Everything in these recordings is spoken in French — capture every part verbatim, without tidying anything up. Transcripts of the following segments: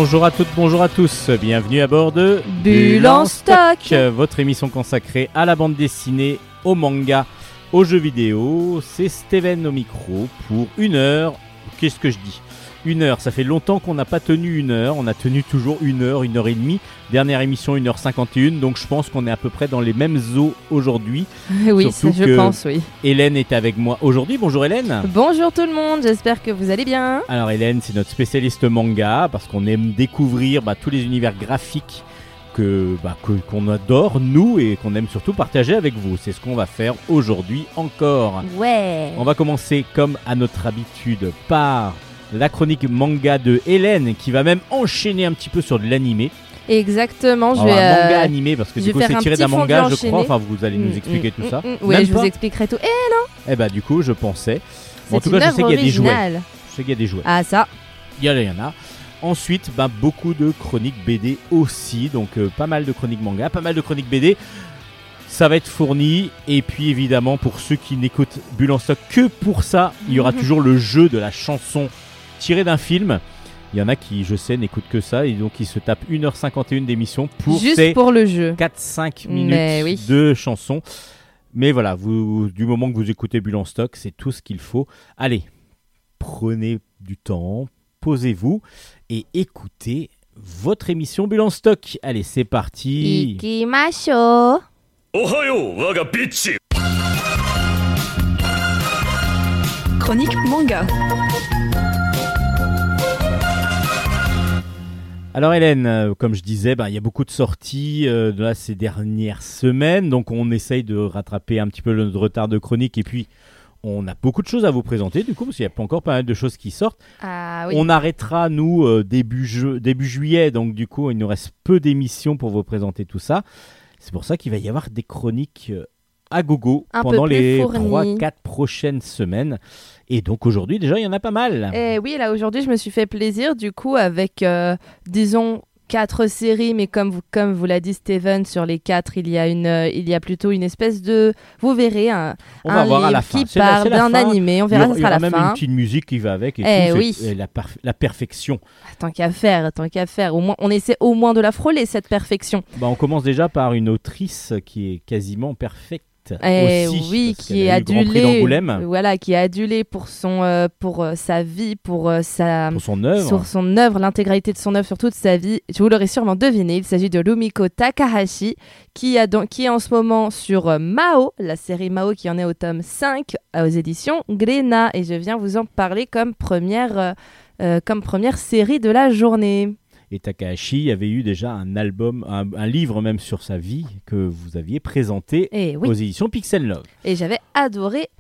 Bonjour à toutes, bonjour à tous, bienvenue à bord de Bulle en stock, votre émission consacrée à la bande dessinée, au manga, aux jeux vidéo. C'est Steven au micro pour une heure. Qu'est-ce que je dis ? Une heure, ça fait longtemps qu'on n'a pas tenu une heure, on a tenu toujours une heure, une heure et demie. Dernière émission, une heure cinquante et une, donc je pense qu'on est à peu près dans les mêmes eaux aujourd'hui. Oui, ça, je pense, oui. Hélène est avec moi aujourd'hui. Bonjour Hélène. Bonjour tout le monde, j'espère que vous allez bien. Alors Hélène, c'est notre spécialiste manga, parce qu'on aime découvrir bah, tous les univers graphiques que, bah, que, qu'on adore, nous, et qu'on aime surtout partager avec vous. C'est ce qu'on va faire aujourd'hui encore. Ouais. On va commencer comme à notre habitude par la chronique manga de Hélène, qui va même enchaîner un petit peu sur de l'animé. Exactement, je Alors, vais... un manga euh, animé, parce que du coup c'est un tiré d'un manga, je enchaîné. crois. Enfin, vous allez nous mmh, expliquer mmh, tout ça. mmh, mmh. Ouais, je pas vous expliquerai tout. Eh non. Eh bah du coup, je pensais. C'est en tout une cas, je sais œuvre qu'il y a des jouets. originale. Je sais qu'il y a des jouets. Ah ça. Il y en a, il y en a. Ensuite, bah, beaucoup de chroniques B D aussi. Donc, euh, pas mal de chroniques manga, pas mal de chroniques B D. Ça va être fourni. Et puis, évidemment, pour ceux qui n'écoutent Bulle en stock que pour ça, il y aura toujours le jeu de la chanson tirée d'un film. Il y en a qui, je sais, n'écoutent que ça. Et donc, ils se tapent une heure cinquante et une d'émission pour Juste ces pour le jeu. quatre cinq minutes Mais oui. de chansons. Mais voilà, vous, du moment que vous écoutez Bulle en stock, c'est tout ce qu'il faut. Allez, prenez du temps, posez-vous et écoutez votre émission Bulle en stock. Allez, c'est parti. Ikimashou. Ohayo, waga bitch. Chronique manga. Alors Hélène, euh, comme je disais, bah, il y a beaucoup de sorties euh, là, ces dernières semaines, donc on essaye de rattraper un petit peu le retard de chronique et puis on a beaucoup de choses à vous présenter du coup, parce qu'il y a encore pas mal de choses qui sortent. Ah oui. On arrêtera nous euh, début, ju- début juillet, donc du coup il nous reste peu d'émissions pour vous présenter tout ça. C'est pour ça qu'il va y avoir des chroniques euh, à gogo Un peu pendant plus les fournies. trois quatre prochaines semaines. Et donc aujourd'hui déjà il y en a pas mal. Et oui, là aujourd'hui je me suis fait plaisir du coup avec, euh, disons, quatre séries, mais comme vous, comme vous l'a dit Steven, sur les quatre, il y a une, euh, il y a plutôt une espèce de, vous verrez, un, On va un voir livre à la fin. qui C'est la- parle c'est la d'un fin. animé. On Il y verra, aura, ça il y sera aura la même fin. une petite musique qui va avec et Eh tout, oui. c'est, euh, la, par- la perfection. Tant qu'à faire, tant qu'à faire. Au moins, on essaie au moins de la frôler cette perfection. Bah, on commence déjà par une autrice qui est quasiment parfaite. Eh aussi, oui, parce qui qu'elle est a eu le Grand Prix adulée. d'Angoulême Voilà, qui est adulée pour son, euh, pour euh, sa vie, pour euh, sa. pour son œuvre. Sur son œuvre, l'intégralité de son œuvre, sur toute sa vie. Vous l'aurez sûrement deviné, il s'agit de Rumiko Takahashi, qui, a donc, qui est en ce moment sur euh, Mao, la série Mao qui en est au tome cinq euh, aux éditions Glénat. Et je viens vous en parler comme première, euh, euh, comme première série de la journée. Et Takahashi avait eu déjà un album, un, un livre même sur sa vie que vous aviez présenté Et oui, aux éditions Pixel Love. et j'avais adoré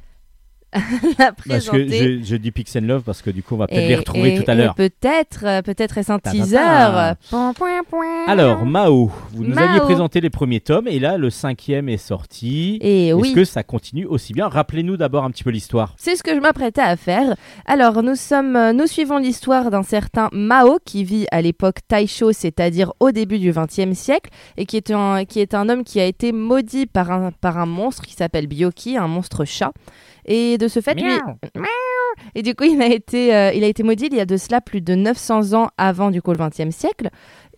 la Parce que présenter. je, je dis Pixel Love parce que du coup on va peut-être Et- les retrouver et- tout à et l'heure. Peut-être, euh, peut-être est-ce un Ta-ta-ta. teaser. Point, point, point. Alors Mao, vous nous Mao. aviez présenté les premiers tomes et là le cinquième est sorti. Et Est-ce oui. que ça continue aussi bien ? Rappelez-nous d'abord un petit peu l'histoire. C'est ce que je m'apprêtais à faire. Alors, nous sommes, euh, nous suivons l'histoire d'un certain Mao qui vit à l'époque Taisho, c'est-à-dire au début du vingtième siècle, et qui est un, qui est un homme qui a été maudit par un, par un monstre qui s'appelle Byoki, un monstre chat. Et de ce fait, lui, Miaou. et du coup, il a été, euh, il a été maudit il y a de cela plus de neuf cents ans avant du coup le vingtième siècle.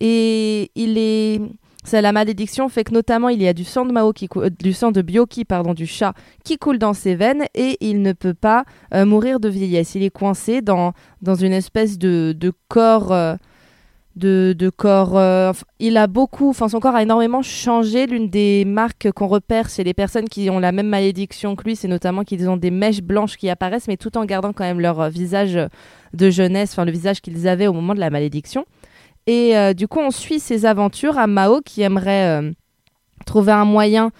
Et il est, c'est la malédiction fait que notamment il y a du sang de Mao qui cou- euh, du sang de Byoki pardon du chat qui coule dans ses veines et il ne peut pas euh, mourir de vieillesse. Il est coincé dans dans une espèce de de corps. euh, de, de corps, euh, enfin, il a beaucoup, enfin son corps a énormément changé. L'une des marques qu'on repère chez les personnes qui ont la même malédiction que lui, c'est notamment qu'ils ont des mèches blanches qui apparaissent, mais tout en gardant quand même leur euh, visage de jeunesse, enfin le visage qu'ils avaient au moment de la malédiction. Et euh, du coup, on suit ses aventures à Mao qui aimerait euh, trouver un moyen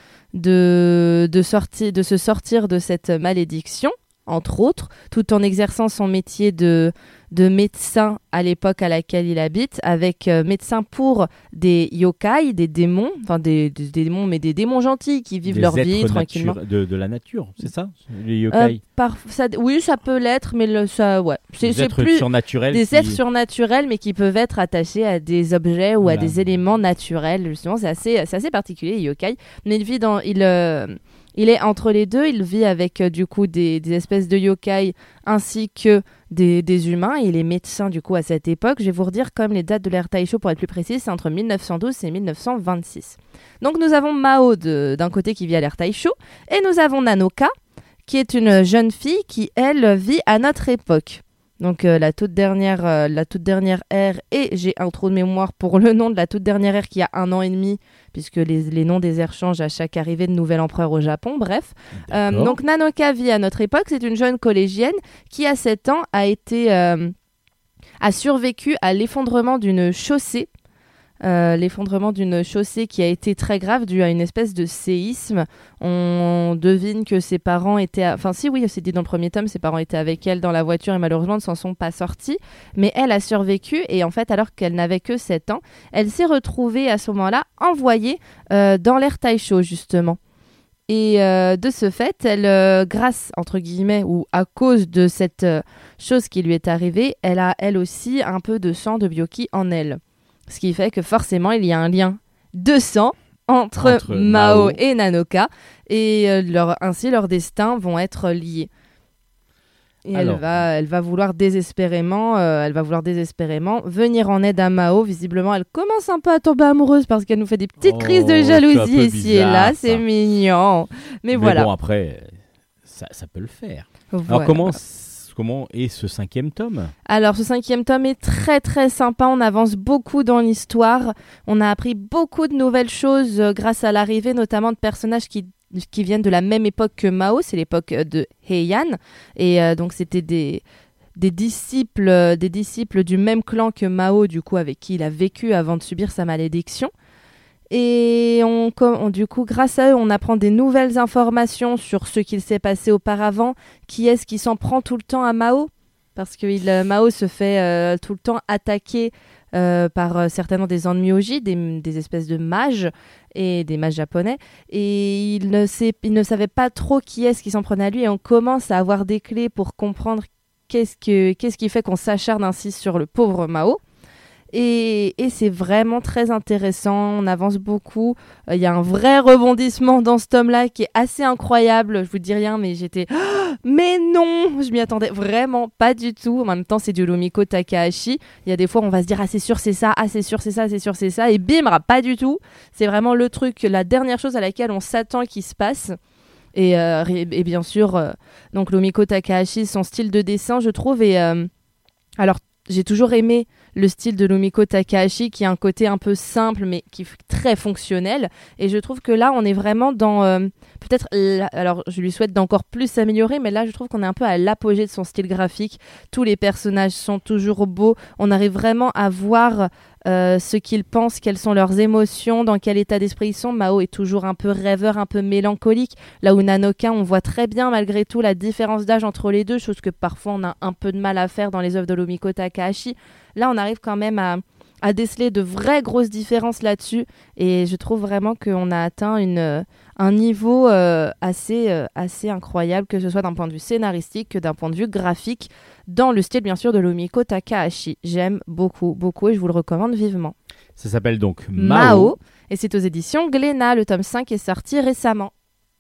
de, de, sortir, de se sortir de cette malédiction, entre autres, tout en exerçant son métier de, de médecin à l'époque à laquelle il habite, avec euh, médecin pour des yokai, des démons, enfin des, des, des démons, mais des démons gentils qui vivent Des leur êtres vie nature- tranquillement. de, de la nature, c'est ça les Euh, yokai, par, ça, oui, ça peut l'être, mais le, ça, ouais. c'est, des c'est êtres plus surnaturels. des qui- êtres surnaturels, mais qui peuvent être attachés à des objets ou Voilà. à des éléments naturels. Justement, c'est assez, c'est assez particulier, les yokai. Mais il vit dans, il, euh, Il est entre les deux, il vit avec euh, du coup des, des espèces de yokai ainsi que des, des humains. Il est médecin du coup à cette époque. Je vais vous redire quand même les dates de l'ère Taisho pour être plus précis, c'est entre mille neuf cent douze et mille neuf cent vingt-six. Donc nous avons Mao de, d'un côté qui vit à l'ère Taisho et nous avons Nanoka qui est une jeune fille qui elle vit à notre époque. Donc euh, la toute dernière, euh, la toute dernière ère, et j'ai un trou de mémoire pour le nom de la toute dernière ère qui a un an et demi, puisque les, les noms des ères changent à chaque arrivée de nouvel empereur au Japon, bref. Euh, donc Nanoka vit à notre époque, c'est une jeune collégienne qui à sept ans a, été, euh, a survécu à l'effondrement d'une chaussée, euh, l'effondrement d'une chaussée qui a été très grave dû à une espèce de séisme. On devine que ses parents étaient... À... Enfin si, oui, c'est dit dans le premier tome, ses parents étaient avec elle dans la voiture et malheureusement ne s'en sont pas sortis. Mais elle a survécu et en fait, alors qu'elle n'avait que sept ans, elle s'est retrouvée à ce moment-là envoyée euh, dans l'ère Taisho, justement. Et euh, de ce fait, elle, euh, grâce, entre guillemets, ou à cause de cette euh, chose qui lui est arrivée, elle a elle aussi un peu de sang de Byoki en elle. Ce qui fait que forcément, il y a un lien de sang entre, entre Mao, Mao et Nanoka. Et euh, leur, ainsi, leurs destins vont être liés. Et Alors, elle, va, elle va vouloir désespérément, euh, elle va vouloir désespérément venir en aide à Mao. Visiblement, elle commence un peu à tomber amoureuse parce qu'elle nous fait des petites oh, crises de jalousie ici bizarre, et là. Ça. C'est mignon. Mais, Mais voilà. bon, après, ça, ça peut le faire. Voilà. Alors, comment... Comment est ce cinquième tome ? Alors, ce cinquième tome est très très sympa. On avance beaucoup dans l'histoire. On a appris beaucoup de nouvelles choses euh, grâce à l'arrivée notamment de personnages qui, qui viennent de la même époque que Mao. C'est l'époque de Heian. Et euh, donc, c'était des, des, disciples, euh, des disciples du même clan que Mao, du coup, avec qui il a vécu avant de subir sa malédiction. Et on, on, du coup, grâce à eux, on apprend des nouvelles informations sur ce qu'il s'est passé auparavant. Qui est-ce qui s'en prend tout le temps à Mao ? Parce que il, euh, Mao se fait euh, tout le temps attaquer euh, par euh, certainement des Onmyoji, des, des espèces de mages, et des mages japonais. Et il ne, sait, il ne savait pas trop qui est-ce qui s'en prenait à lui. Et on commence à avoir des clés pour comprendre qu'est-ce, que, qu'est-ce qui fait qu'on s'acharne ainsi sur le pauvre Mao. Et, et c'est vraiment très intéressant, on avance beaucoup. Il euh, y a un vrai rebondissement dans ce tome-là qui est assez incroyable. Je vous dis rien, mais j'étais... Oh, mais non, je m'y attendais vraiment pas du tout. En même temps, c'est du Rumiko Takahashi. Il y a des fois, on va se dire « Ah, c'est sûr, c'est ça. Ah, c'est sûr, c'est ça. C'est sûr, c'est ça. » Et bim, pas du tout. C'est vraiment le truc, la dernière chose à laquelle on s'attend qu'il se passe. Et, euh, et bien sûr, euh, donc Rumiko Takahashi, son style de dessin, je trouve, et... Euh, alors, j'ai toujours aimé le style de Rumiko Takahashi qui a un côté un peu simple mais qui est très fonctionnel, et je trouve que là on est vraiment dans euh, peut-être la... alors je lui souhaite d'encore plus s'améliorer, mais là je trouve qu'on est un peu à l'apogée de son style graphique. Tous les personnages sont toujours beaux, on arrive vraiment à voir euh, ce qu'ils pensent, quelles sont leurs émotions, dans quel état d'esprit ils sont. Mao est toujours un peu rêveur, un peu mélancolique, là où Nanoka, on voit très bien malgré tout la différence d'âge entre les deux, chose que parfois on a un peu de mal à faire dans les œuvres de Rumiko Takahashi. Là on arrive quand même à, à déceler de vraies grosses différences là-dessus, et je trouve vraiment qu'on a atteint une, un niveau euh, assez, euh, assez incroyable, que ce soit d'un point de vue scénaristique que d'un point de vue graphique, dans le style bien sûr de Rumiko Takahashi. J'aime beaucoup, beaucoup, et je vous le recommande vivement. Ça s'appelle donc Mao, Mao et c'est aux éditions Glénat. Le tome cinq est sorti récemment.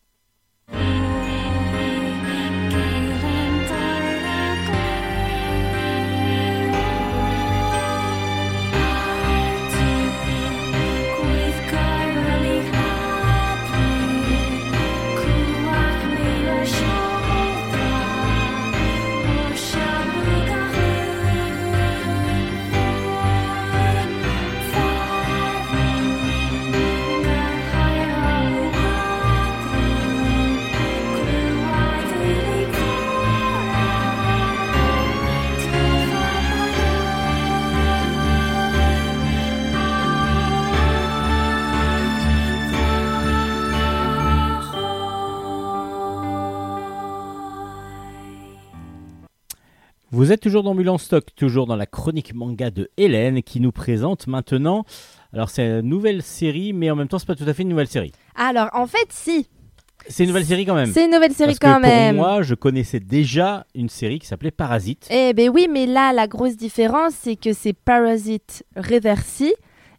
Vous êtes toujours dans Bulle en stock, toujours dans la chronique manga de Hélène qui nous présente maintenant. Alors c'est une nouvelle série, mais en même temps c'est pas tout à fait une nouvelle série. Alors en fait si. C'est une nouvelle série quand même. C'est une nouvelle série Parce quand que même. Pour moi, je connaissais déjà une série qui s'appelait Parasite. Eh ben oui, mais là la grosse différence c'est que c'est Parasite Reversi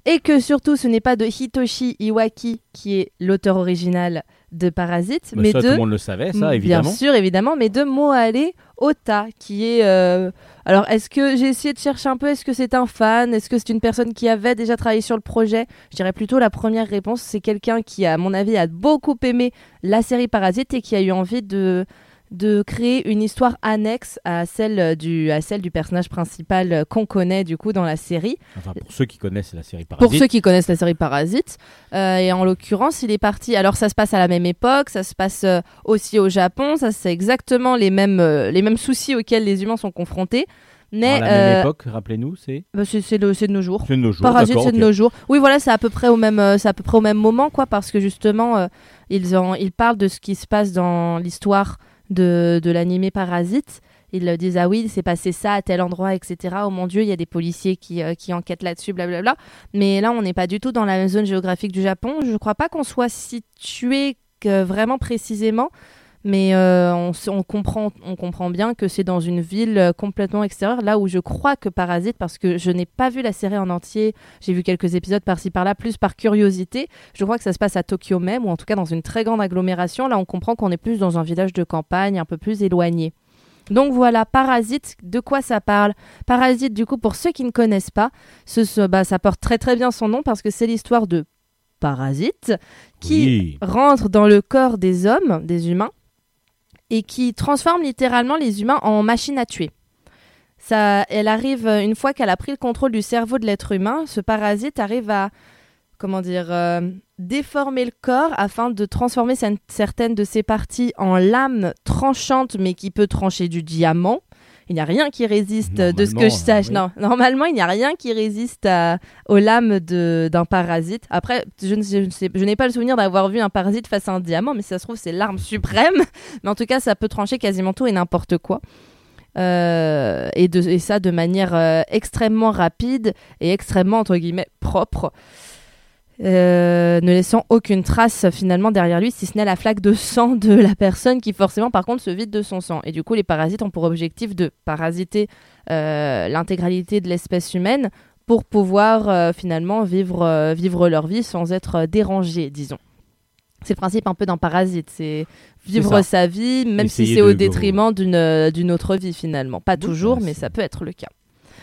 Et que surtout, ce n'est pas de Hitoshi Iwaki qui est l'auteur original de Parasite, Bah, mais ça, de... tout le monde le savait, ça, évidemment. Bien sûr, évidemment, mais de Moale Ota, qui est... euh, Alors, est-ce que... J'ai essayé de chercher un peu, est-ce que c'est un fan? Est-ce que c'est une personne qui avait déjà travaillé sur le projet? Je dirais plutôt la première réponse, c'est quelqu'un qui, à mon avis, a beaucoup aimé la série Parasite et qui a eu envie de... de créer une histoire annexe à celle du, à celle du personnage principal euh, qu'on connaît du coup dans la série. Enfin, pour ceux qui connaissent la série Parasite. Pour ceux qui connaissent la série Parasite. Euh, et en l'occurrence, il est parti... Alors ça se passe à la même époque, ça se passe euh, aussi au Japon, ça c'est exactement les mêmes, euh, les mêmes soucis auxquels les humains sont confrontés. Mais, à la euh, même époque, rappelez-nous, c'est bah, c'est, c'est, de, c'est de nos jours. C'est de nos jours. Parasite, d'accord, c'est de ok. nos jours. Oui, voilà, c'est à peu près au même, euh, c'est à peu près au même moment, quoi, parce que justement, euh, ils, en, ils parlent de ce qui se passe dans l'histoire de, de l'animé Parasite. Ils euh, disent, ah oui, c'est passé ça à tel endroit, et cetera. Oh mon Dieu, il y a des policiers qui, euh, qui enquêtent là-dessus, blablabla. Mais là, on n'est pas du tout dans la zone géographique du Japon. Je ne crois pas qu'on soit situé que vraiment précisément. Mais euh, on, s- on, comprend, on comprend bien que c'est dans une ville euh, complètement extérieure, là où je crois que Parasite, parce que je n'ai pas vu la série en entier, j'ai vu quelques épisodes par-ci par-là, plus par curiosité, je crois que ça se passe à Tokyo même, ou en tout cas dans une très grande agglomération. Là, on comprend qu'on est plus dans un village de campagne, un peu plus éloigné. Donc voilà, Parasite, de quoi ça parle? Parasite, du coup, pour ceux qui ne connaissent pas, ce, ce- bah, ça porte très très bien son nom, parce que c'est l'histoire de Parasite qui Oui. rentre dans le corps des hommes, des humains, et qui transforme littéralement les humains en machines à tuer. Ça, elle arrive, euh, une fois qu'elle a pris le contrôle du cerveau de l'être humain, ce parasite arrive à, comment dire, euh, déformer le corps afin de transformer cer- certaines de ses parties en lames tranchantes, mais qui peut trancher du diamant. Il n'y a rien qui résiste, euh, de ce que je Normalement, sache. oui. Non, normalement, il n'y a rien qui résiste à- aux lames de- d'un parasite. Après, je, ne sais- je, ne sais- je n'ai pas le souvenir d'avoir vu un parasite face à un diamant, mais si ça se trouve, c'est l'arme suprême. Mais en tout cas, ça peut trancher quasiment tout et n'importe quoi. Euh, et, de, et ça de manière euh, extrêmement rapide et extrêmement, entre guillemets, propre. Euh, ne laissant aucune trace finalement derrière lui, si ce n'est la flaque de sang de la personne qui forcément par contre se vide de son sang. Et du coup les parasites ont pour objectif de parasiter euh, l'intégralité de l'espèce humaine pour pouvoir euh, finalement vivre, euh, vivre leur vie sans être euh, dérangés, disons. C'est le principe un peu d'un parasite, c'est vivre ça. sa vie même Essayer si c'est au de- détriment d'une, euh, d'une autre vie finalement. Pas Oui, toujours, bah, mais c'est- ça peut être le cas.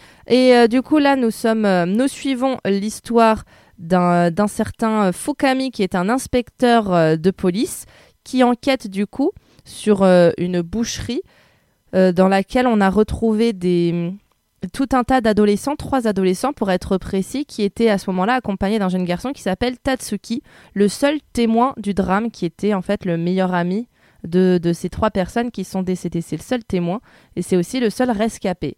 Et euh, du coup là nous sommes, euh, nous suivons l'histoire d'un, d'un certain euh, Fukami qui est un inspecteur euh, de police qui enquête du coup sur euh, une boucherie euh, dans laquelle on a retrouvé des, tout un tas d'adolescents, trois adolescents pour être précis, qui étaient à ce moment-là accompagnés d'un jeune garçon qui s'appelle Tatsuki, le seul témoin du drame qui était en fait le meilleur ami de, de ces trois personnes qui sont décédées. C'est le seul témoin et c'est aussi le seul rescapé.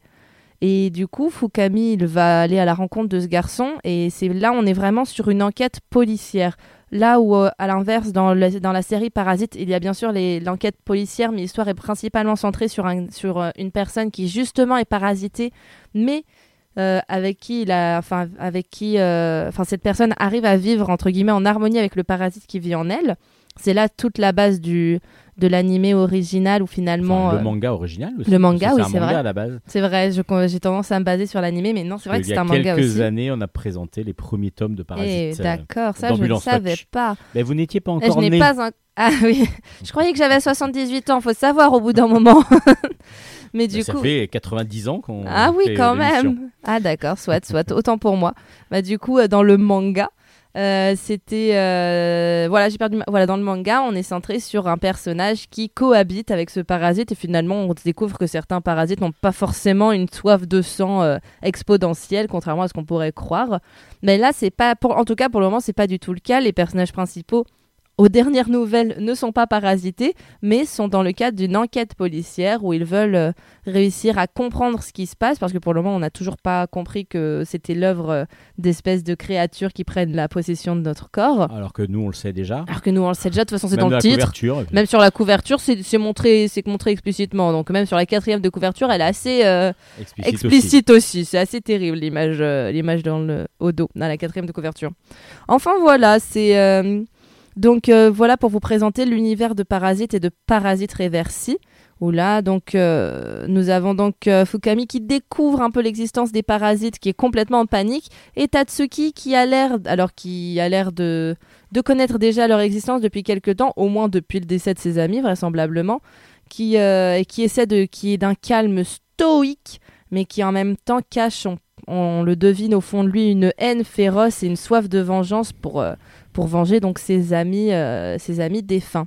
Et du coup, Fukami, il va aller à la rencontre de ce garçon et c'est là on est vraiment sur une enquête policière. Là où, euh, à l'inverse, dans, le- dans la série Parasite, il y a bien sûr les- l'enquête policière, mais l'histoire est principalement centrée sur, un- sur euh, une personne qui justement est parasitée, mais euh, avec qui, il a, enfin, avec qui euh, enfin, cette personne arrive à vivre entre guillemets en harmonie avec le parasite qui vit en elle. C'est là toute la base du, de l'animé original où finalement... Enfin, euh, le manga original aussi. le manga, parce que oui, c'est c'est un manga vrai. à la base. C'est vrai, je- j'ai tendance à me baser sur l'animé, mais non, c'est vrai que Il y c'est a un manga quelques aussi. années, on a présenté les premiers tomes de Eh, Parasite. euh, d'accord, ça je ne d'Ambulance savais Watch. pas. Mais vous n'étiez pas Eh, encore je n'ai né. pas un... Ah oui, je croyais que j'avais soixante-dix-huit ans, faut savoir au bout d'un moment. Mais Bah, du ça coup... fait quatre-vingt-dix ans qu'on Ah oui, fait quand l'émission. même. Ah d'accord, soit, soit, autant pour moi. Bah du coup, euh, dans le manga, euh, c'était euh, voilà, j'ai perdu. Ma... Voilà, dans le manga, on est centré sur un personnage qui cohabite avec ce parasite et finalement, on découvre que certains parasites n'ont pas forcément une soif de sang euh, exponentielle, contrairement à ce qu'on pourrait croire. Mais là, c'est pas, pour... en tout cas pour le moment, c'est pas du tout le cas. Les personnages principaux, aux dernières nouvelles, ne sont pas parasités, mais sont dans le cadre d'une enquête policière où ils veulent euh, réussir à comprendre ce qui se passe, parce que pour le moment, on n'a toujours pas compris que c'était l'œuvre euh, d'espèces de créatures qui prennent la possession de notre corps. Alors que nous, on le sait déjà. Alors que nous, on le sait déjà, de toute façon, c'est Même dans le la titre. couverture. et puis- Même sur la couverture, c'est, c'est, montré, c'est montré explicitement. Donc même sur la quatrième de couverture, elle est assez euh, Explicite, aussi. explicite aussi. C'est assez terrible l'image, euh, l'image dans le, au dos, dans la quatrième de couverture. Enfin voilà, c'est... euh, Donc euh, voilà pour vous présenter l'univers de Parasite et de Parasite Reversi, Où là, donc, euh, nous avons donc euh, Fukami qui découvre un peu l'existence des parasites, qui est complètement en panique, et Tatsuki qui a l'air, alors qui a l'air de, de connaître déjà leur existence depuis quelque temps, au moins depuis le décès de ses amis, vraisemblablement, qui, euh, qui essaie de, qui est d'un calme stoïque, mais qui en même temps cache, on, on le devine au fond de lui, une haine féroce et une soif de vengeance pour, euh, pour venger donc ses amis, euh, ses amis défunts.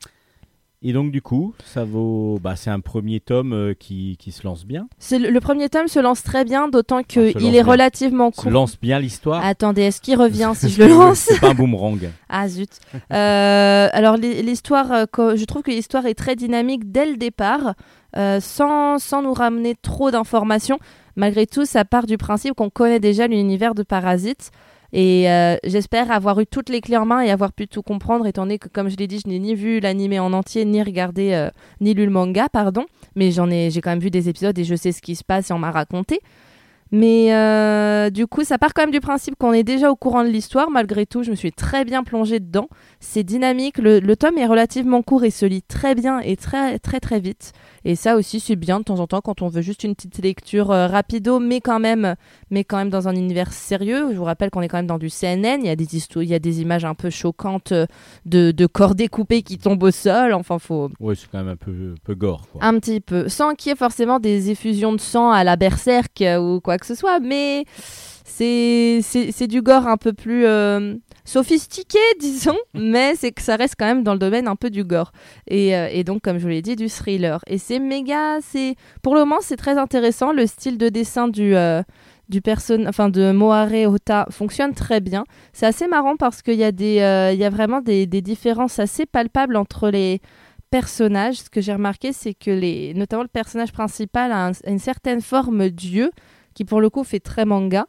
Et donc du coup, ça vaut, bah, c'est un premier tome euh, qui, qui se lance bien. C'est le, le premier tome se lance très bien, d'autant Enfin, se qu'il lance est bien. relativement Se court. lance bien l'histoire. Attendez, est-ce qu'il revient si je le lance? C'est pas un boomerang. Ah zut. Euh, alors l'hi- l'histoire, euh, co- je trouve que l'histoire est très dynamique dès le départ, euh, sans, sans nous ramener trop d'informations. Malgré tout, ça part du principe qu'on connaît déjà l'univers de Parasite. Et euh, j'espère avoir eu toutes les clés en main et avoir pu tout comprendre, étant donné que, comme je l'ai dit, je n'ai ni vu l'animé en entier, ni regardé, euh, ni lu le manga, pardon. Mais j'en ai, j'ai quand même vu des épisodes et je sais ce qui se passe et on m'a raconté. Mais euh, du coup, ça part quand même du principe qu'on est déjà au courant de l'histoire. Malgré tout, je me suis très bien plongée dedans. C'est dynamique. Le, le tome est relativement court et se lit très bien et très très très vite. Et ça aussi, c'est bien de temps en temps quand on veut juste une petite lecture euh, rapido, mais quand même, mais quand même dans un univers sérieux. Je vous rappelle qu'on est quand même dans du C N N. Il y a des histo- il y a des images un peu choquantes euh, de, de corps découpés qui tombent au sol. Enfin, faut Ouais, c'est quand même un peu, un peu gore, quoi. un petit peu, sans qu'il y ait forcément des effusions de sang à la berserk euh, ou quoi que ce soit, mais c'est, c'est, c'est du gore un peu plus euh, sophistiqué, disons, mais c'est que ça reste quand même dans le domaine un peu du gore. Et, euh, et donc, comme je vous l'ai dit, du thriller. Et c'est méga, c'est... Pour le moment, c'est très intéressant. Le style de dessin du... Euh, du person... enfin, de Mohare Ota fonctionne très bien. C'est assez marrant parce qu'il y a, des, euh, il y a vraiment des, des différences assez palpables entre les personnages. Ce que j'ai remarqué, c'est que les... notamment le personnage principal a, un- a une certaine forme dieu qui pour le coup fait très manga.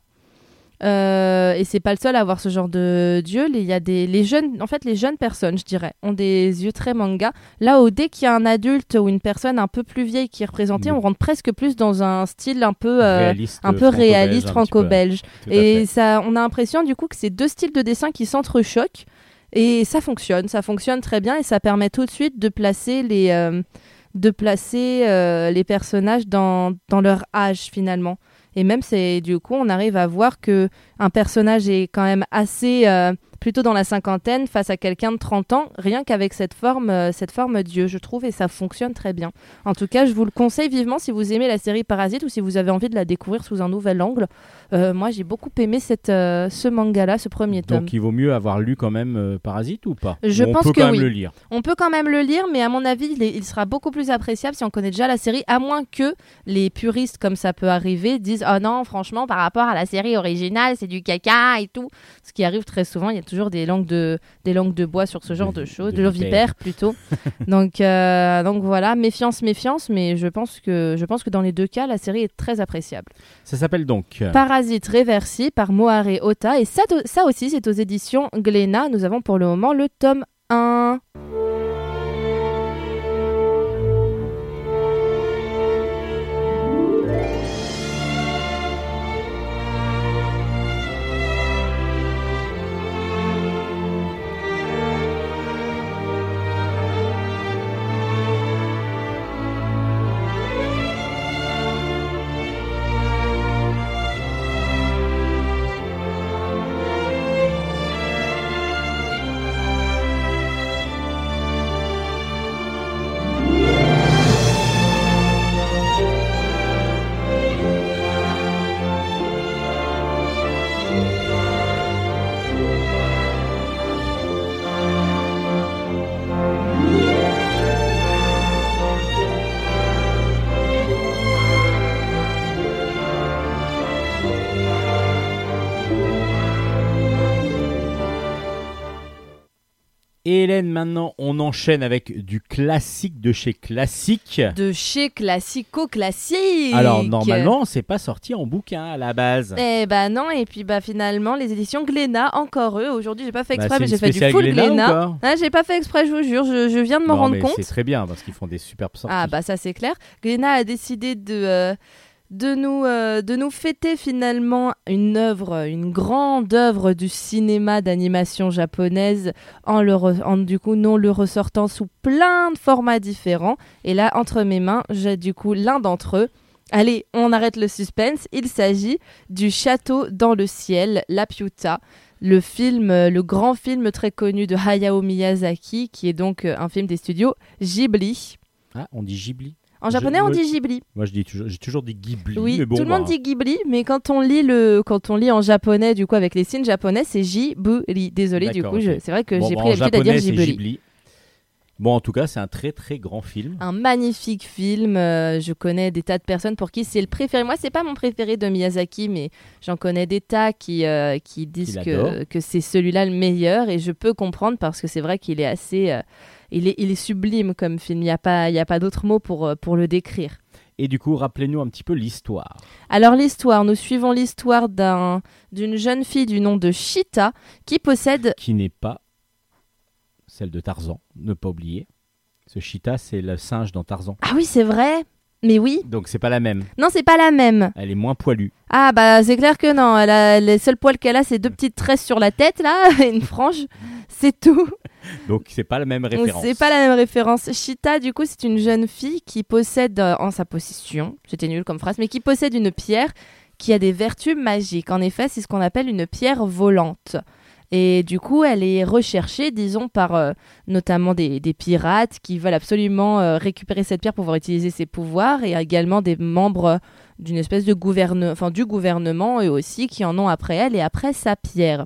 Euh, et c'est pas le seul à avoir ce genre de dieu. Les, il y a des, les jeunes, en fait, les jeunes personnes, je dirais, ont des yeux très manga. Là où dès qu'il y a un adulte ou une personne un peu plus vieille qui est représentée, Oui. on rentre presque plus dans un style un peu, euh, Réaliste, un peu franco-belge, réaliste un petit peu. franco-belge. Tout à Et fait. ça, on a l'impression du coup que c'est deux styles de dessin qui s'entrechoquent. Et ça fonctionne, ça fonctionne très bien et ça permet tout de suite de placer les, euh, de placer euh, les personnages dans, dans leur âge finalement. Et même, c'est du coup, on arrive à voir que un personnage est quand même assez euh, plutôt dans la cinquantaine face à quelqu'un de trente ans, rien qu'avec cette forme, euh, cette forme dieu, je trouve, et ça fonctionne très bien. En tout cas, je vous le conseille vivement si vous aimez la série Parasite ou si vous avez envie de la découvrir sous un nouvel angle. Euh, moi, j'ai beaucoup aimé cette, euh, ce manga-là, ce premier tome. Donc il vaut mieux avoir lu quand même euh, Parasite ou pas? Je Ou on pense peut que quand même oui. le lire. On peut quand même le lire, mais à mon avis, il, est- il sera beaucoup plus appréciable si on connaît déjà la série, à moins que les puristes, comme ça peut arriver, disent « Oh non, franchement, par rapport à la série originale, c'est du caca et tout. » Ce qui arrive très souvent, il y a toujours des langues de, des langues de bois sur ce genre De- de choses, de de vipères. vipères plutôt. donc, euh, donc voilà, méfiance, méfiance, mais je pense, que, je pense que dans les deux cas, la série est très appréciable. Ça s'appelle donc euh, Parasite Reversi par Mohare Ota, et ça, do- ça aussi, c'est aux éditions Glénat. Nous avons pour le moment le tome un. Et Hélène, maintenant, on enchaîne avec du classique de chez Classique. De chez Classico-Classique. Alors, normalement, c'est pas sorti en bouquin à la base. Eh ben non, et puis bah finalement, les éditions Glénat, encore eux. Aujourd'hui, j'ai pas fait Bah, exprès, c'est mais une j'ai fait du spéciale full Glénat ou Glénat. quoi Ah, j'ai pas fait exprès, je vous jure, je, je viens de m'en Non, rendre mais compte. c'est très bien parce qu'ils font des superbes sorties. Ah bah ça c'est clair. Glénat a décidé de, euh, de nous, euh, de nous fêter finalement une œuvre, une grande œuvre du cinéma d'animation japonaise en, le re- en du coup non le ressortant sous plein de formats différents. Et là, entre mes mains, j'ai du coup l'un d'entre eux. Allez, on arrête le suspense. Il s'agit du Château dans le ciel, Laputa, le film, euh, le grand film très connu de Hayao Miyazaki, qui est donc euh, un film des studios Ghibli. Ah, on dit Ghibli. En japonais, Je- on moi- dit Ghibli. Moi, je dis toujours, j'ai toujours dit Ghibli. Oui, mais bon, tout le monde bah, dit Ghibli, mais quand on lit le, quand on lit en japonais, du coup avec les signes japonais, c'est Ghibli. Désolé, du D'accord, coup, ok. je- c'est vrai que bon, j'ai bah, pris en l'habitude à dire japonais, c'est Ghibli. Ghibli. Bon, en tout cas, c'est un très très grand film. Un magnifique film. euh, je connais des tas de personnes pour qui c'est le préféré. Moi, c'est pas mon préféré de Miyazaki, mais j'en connais des tas qui euh, qui disent Qui l'adorent. que que c'est celui-là le meilleur, et je peux comprendre parce que c'est vrai qu'il est assez, euh, il est il est sublime comme film. Il y a pas il y a pas d'autre mot pour euh, pour le décrire. Et du coup, rappelez-nous un petit peu l'histoire. Alors l'histoire, nous suivons l'histoire d'un d'une jeune fille du nom de Chita qui possède. Qui n'est pas celle de Tarzan, ne pas oublier. Ce Cheetah, c'est le singe dans Tarzan. Ah oui, c'est vrai. Mais oui. Donc, c'est pas la même. Non, c'est pas la même. Elle est moins poilue. Ah bah c'est clair que non, elle a, les seuls poils qu'elle a, c'est deux petites tresses sur la tête là, et une frange, c'est tout. Donc, c'est pas la même référence. C'est pas la même référence. Chita, du coup, c'est une jeune fille qui possède euh, en sa possession, c'était nul comme phrase, mais qui possède une pierre qui a des vertus magiques. En effet, c'est ce qu'on appelle une pierre volante. Et du coup, elle est recherchée, disons, par euh, notamment des, des pirates qui veulent absolument euh, récupérer cette pierre pour pouvoir utiliser ses pouvoirs, et également des membres d'une espèce de gouvernement, enfin du gouvernement, eux aussi, qui en ont après elle et après sa pierre.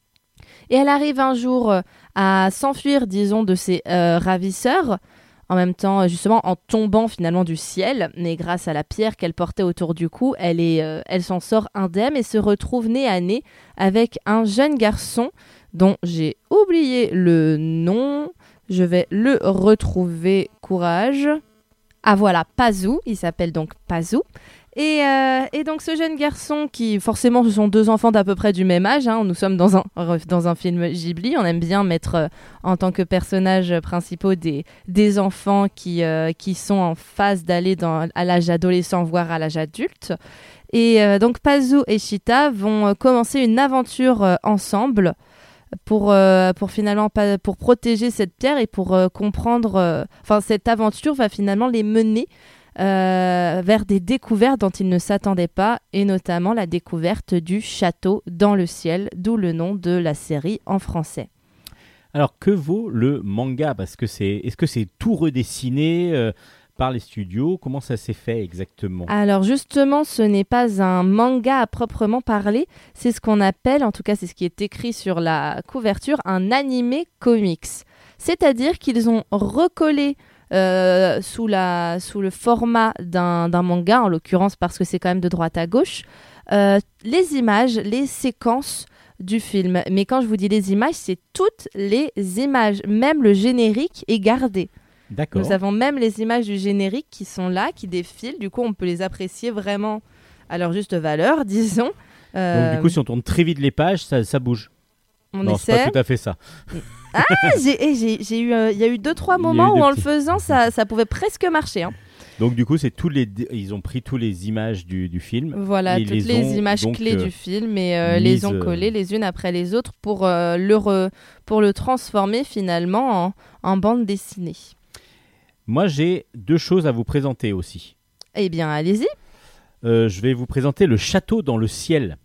Et elle arrive un jour euh, à s'enfuir, disons, de ses euh, ravisseurs, en même temps, justement, en tombant finalement du ciel, mais grâce à la pierre qu'elle portait autour du cou, elle, est, euh, elle s'en sort indemne et se retrouve nez à nez avec un jeune garçon dont j'ai oublié le nom. Je vais le retrouver, courage. Ah voilà, Pazu, il s'appelle donc Pazu. Et, euh, et donc ce jeune garçon qui, forcément, ce sont deux enfants d'à peu près du même âge, hein, nous sommes dans un, dans un film Ghibli, on aime bien mettre euh, en tant que personnages principaux des, des enfants qui, euh, qui sont en phase d'aller dans, à l'âge adolescent, voire à l'âge adulte. Et euh, donc Pazu et Chita vont euh, commencer une aventure euh, ensemble pour, euh, pour finalement pas, pour protéger cette pierre et pour euh, comprendre... euh, Enfin, cette aventure va finalement les mener Euh, vers des découvertes dont ils ne s'attendaient pas, et notamment la découverte du château dans le ciel, d'où le nom de la série en français. Alors, que vaut le manga? Parce que c'est, est-ce que c'est tout redessiné euh, par les studios? Comment ça s'est fait exactement? Alors justement, ce n'est pas un manga à proprement parler, c'est ce qu'on appelle, en tout cas c'est ce qui est écrit sur la couverture, un animé comics. C'est-à-dire qu'ils ont recollé Euh, sous, la, sous le format d'un, d'un manga, en l'occurrence parce que c'est quand même de droite à gauche, euh, les images, les séquences du film. Mais quand je vous dis les images, c'est toutes les images, même le générique est gardé. D'accord. Nous avons même les images du générique qui sont là, qui défilent, du coup on peut les apprécier vraiment à leur juste valeur, disons. Euh, Donc du coup, si on tourne très vite les pages, ça, ça bouge. on non, essaie. c'est pas tout à fait ça. Ah, j'ai, eh, j'ai, j'ai eu, euh, il y a eu deux trois Il y a eu moments des où en petits- le faisant, ça, ça pouvait presque marcher. Hein. Donc du coup, c'est tous les, ils ont pris tous les images du, du film. Voilà, Et toutes les les, ont images donc, clés euh, du film, et euh, les mises, ont euh, collées les unes après les autres pour, euh, le, re- pour le transformer finalement en, en bande dessinée. Moi, j'ai deux choses à vous présenter aussi. Eh bien, allez-y. Euh, je vais vous présenter le château dans le ciel,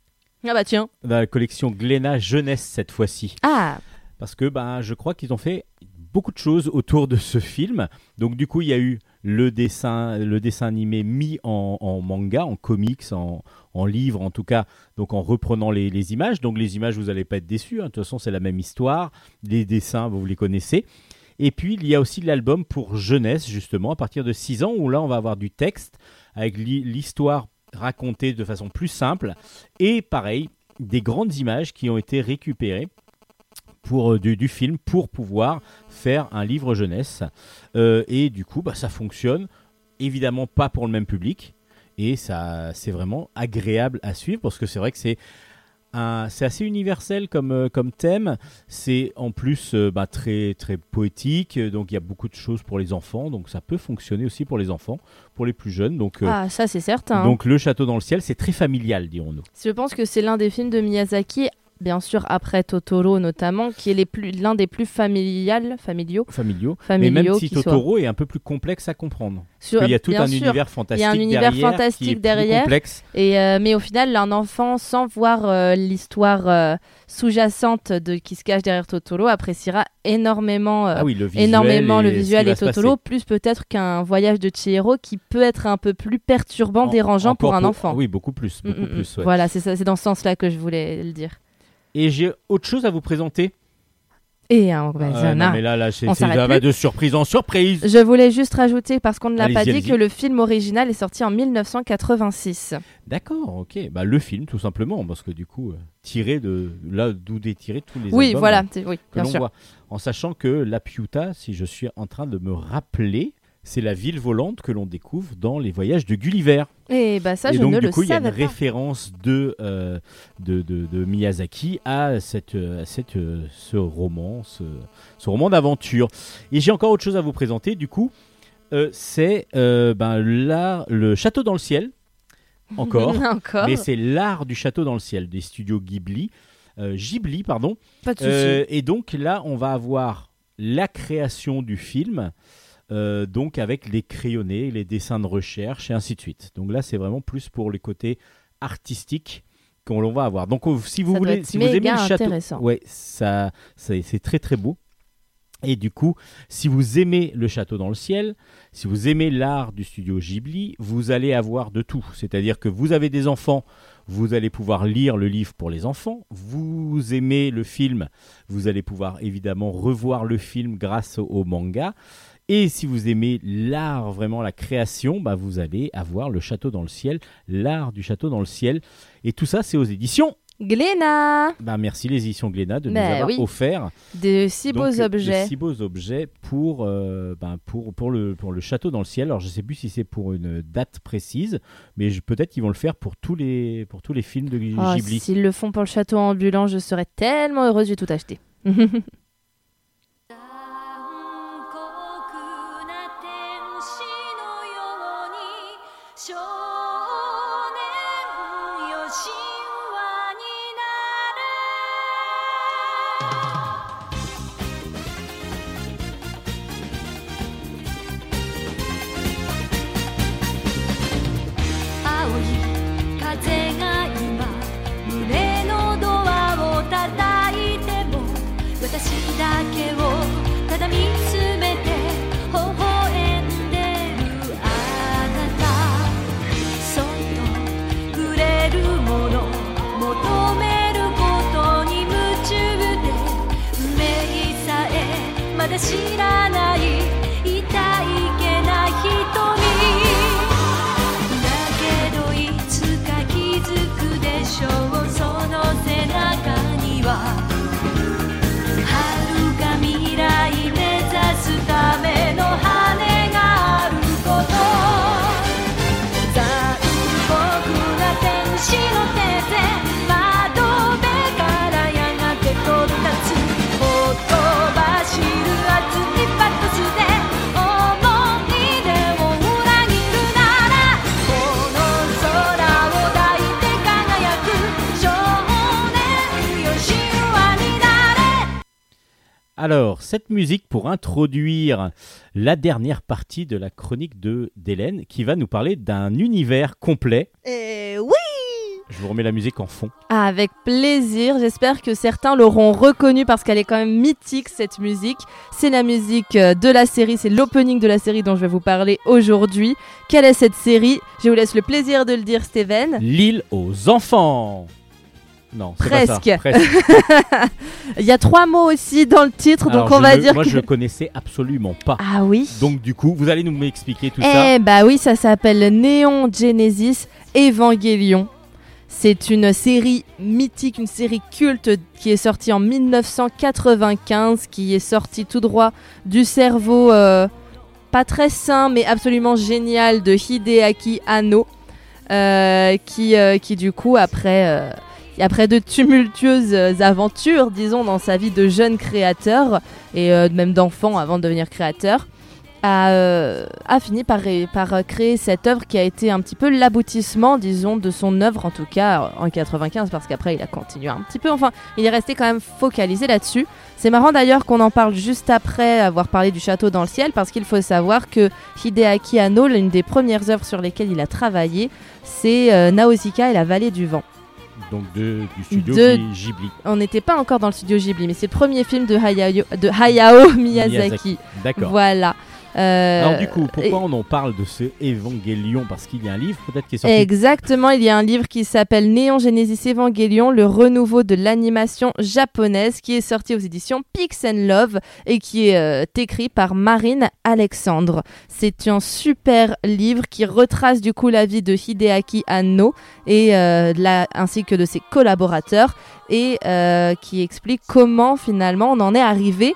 Ah bah tiens. dans la collection Glénat Jeunesse cette fois-ci. Ah, Parce que ben, je crois qu'ils ont fait beaucoup de choses autour de ce film. Donc du coup, il y a eu le dessin, le dessin animé mis en, en manga, en comics, en, en livre en tout cas, donc en reprenant les, les images. Donc les images, vous n'allez pas être déçus, hein. De toute façon, c'est la même histoire. Les dessins, vous les connaissez. Et puis, il y a aussi l'album pour jeunesse, justement, à partir de six ans, où là, on va avoir du texte, avec li- l'histoire racontée de façon plus simple. Et pareil, des grandes images qui ont été récupérées pour, euh, du, du film pour pouvoir faire un livre jeunesse. Euh, et du coup, bah, ça fonctionne. Évidemment, pas pour le même public. Et ça, c'est vraiment agréable à suivre, parce que c'est vrai que c'est un, c'est assez universel comme, euh, comme thème. C'est en plus euh, bah, très, très poétique. Donc il y a beaucoup de choses pour les enfants. Donc ça peut fonctionner aussi pour les enfants, pour les plus jeunes. Donc, euh, Ah, ça c'est certain. donc Le Château dans le ciel, c'est très familial, dirons-nous. Je pense que c'est l'un des films de Miyazaki, bien sûr après Totoro notamment, qui est les plus, l'un des plus familiales, familiaux. Familiaux. Familiaux Mais même si qui Totoro est un peu plus complexe à comprendre. Sur- Parce qu'il y a tout bien un sûr, univers fantastique il y a un univers derrière fantastique qui est plus derrière. complexe. Et euh, mais au final, un enfant, sans voir euh, l'histoire euh, sous-jacente de qui se cache derrière Totoro, appréciera énormément, euh, Ah oui, le visuel énormément et le ce qui visuel va et se Totoro, passer. plus peut-être qu'un voyage de Chihiro qui peut être un peu plus perturbant, En- dérangeant pour encore un enfant. Oui, beaucoup plus. Beaucoup Mm, mm, mm. plus ouais. Voilà, c'est ça, c'est dans ce sens-là que je voulais le dire. Et j'ai autre chose à vous présenter. Et hein, bah, Euh, ça non, n'a- mais là, là c'est, on c'est- s'arrête ça va plus. de surprise en surprise. Je voulais juste rajouter, parce qu'on ne l'a Allez-y, pas dit, allez-y. que le film original est sorti en mille neuf cent quatre-vingt-six. D'accord, ok. Bah, le film, tout simplement, parce que du coup, euh, tiré de là d'où est tiré tous les Oui, albums voilà, euh, c'est- oui, que bien l'on sûr. voit. En sachant que La Piuta, si je suis en train de me rappeler, c'est la ville volante que l'on découvre dans Les Voyages de Gulliver. Et bah ça, Et je donc, ne du le coup, il y a une savais pas. référence de, euh, de, de, de Miyazaki à, cette, à cette, euh, ce roman, ce, ce roman d'aventure. Et j'ai encore autre chose à vous présenter, du coup. Euh, c'est euh, ben, l'art- le Château dans le ciel, encore. Encore. Mais c'est l'art du Château dans le ciel, des studios Ghibli. Euh, Ghibli, pardon. Pas de souci. Euh, et donc là, on va avoir la création du film. Euh, donc avec les crayonnés, les dessins de recherche et ainsi de suite. Donc là, c'est vraiment plus pour les côtés artistiques qu'on l'on va avoir. Donc euh, si vous Ça doit voulez, être si vous aimez méga le château, intéressant. ouais, ça, ça- c'est très très beau. Et du coup, si vous aimez le Château dans le ciel, si vous aimez l'art du studio Ghibli, vous allez avoir de tout. C'est-à-dire que vous avez des enfants, vous allez pouvoir lire le livre pour les enfants. Vous aimez le film, vous allez pouvoir évidemment revoir le film grâce au, au manga. Et si vous aimez l'art, vraiment la création, bah vous allez avoir le Château dans le ciel, l'art du Château dans le ciel. Et tout ça, c'est aux éditions. Glénat, Bah merci les éditions Glénat de nous Mais avoir oui. offert de si donc, beaux euh, objets. de si beaux objets pour, euh, ben, pour, pour, le, pour le Château dans le ciel. Alors je ne sais plus si c'est pour une date précise, mais je- peut-être qu'ils vont le faire pour tous les, pour tous les films de Ghi- Oh, Ghibli. s'ils le font pour le château ambulant, je serais tellement heureuse, j'ai tout acheté. 残酷な天使のように少年よ神話になれ青い風が今胸のドアを叩いても私だけをただ見つめて微笑んでるあなたそっと触れるもの求めることに夢中で運命さえまだ知らない痛いけな瞳だけどいつか気づくでしょうその背中には遥か未来目指すための羽があること残酷な天使の手で窓辺からやがて飛び立つほとばしる熱いパトスで思い出を裏切るならこの空を抱いて輝く少年よ神話になれ Alors, cette musique pour introduire la dernière partie de la chronique de d'Hélène qui va nous parler d'un univers complet. Et oui. Je vous remets la musique en fond. Ah, avec plaisir, j'espère que certains l'auront reconnue parce qu'elle est quand même mythique cette musique. C'est la musique euh, de la série, c'est l'opening de la série dont je vais vous parler aujourd'hui. Quelle est cette série? Je vous laisse le plaisir de le dire, Steven. L'île aux enfants. Non, c'est pas ça. Presque. Presque. Il y a trois mots aussi dans le titre, Alors, donc on je va le- dire Moi, que... je le connaissais absolument pas. Ah oui. Donc, du coup, vous allez nous m'expliquer tout ça. Eh bah oui, ça s'appelle Neon Genesis Evangelion. C'est une série mythique, une série culte qui est sortie en mille neuf cent quatre-vingt-quinze, qui est sortie tout droit du cerveau euh, pas très sain mais absolument génial de Hideaki Anno, euh, qui, euh, qui du coup après... euh, et après de tumultueuses euh, aventures, disons, dans sa vie de jeune créateur et euh, même d'enfant avant de devenir créateur, a, euh, a fini par, ré- par euh, créer cette œuvre qui a été un petit peu l'aboutissement, disons, de son œuvre, en tout cas en quatre-vingt-quinze, parce qu'après il a continué un petit peu, enfin il est resté quand même focalisé là-dessus. C'est marrant d'ailleurs qu'on en parle juste après avoir parlé du château dans le ciel, parce qu'il faut savoir que Hideaki Anno, l'une des premières œuvres sur lesquelles il a travaillé, c'est euh, Nausicaa et la vallée du vent. Donc de, du studio De- Ghibli. On n'était pas encore dans le studio Ghibli, mais c'est le premier film de Hayao, de Hayao Miyazaki. Miyazaki. D'accord. Voilà. Euh, Alors du coup, pourquoi et- on en parle de ce Évangélion? Parce qu'il y a un livre peut-être qui est sorti. Exactement, il y a un livre qui s'appelle Neon Genesis Evangelion, le renouveau de l'animation japonaise, qui est sorti aux éditions Pix and Love et qui est euh, écrit par Marine Alexandre. C'est un super livre qui retrace du coup la vie de Hideaki Anno et euh, de la- ainsi que de ses collaborateurs et euh, qui explique comment finalement on en est arrivé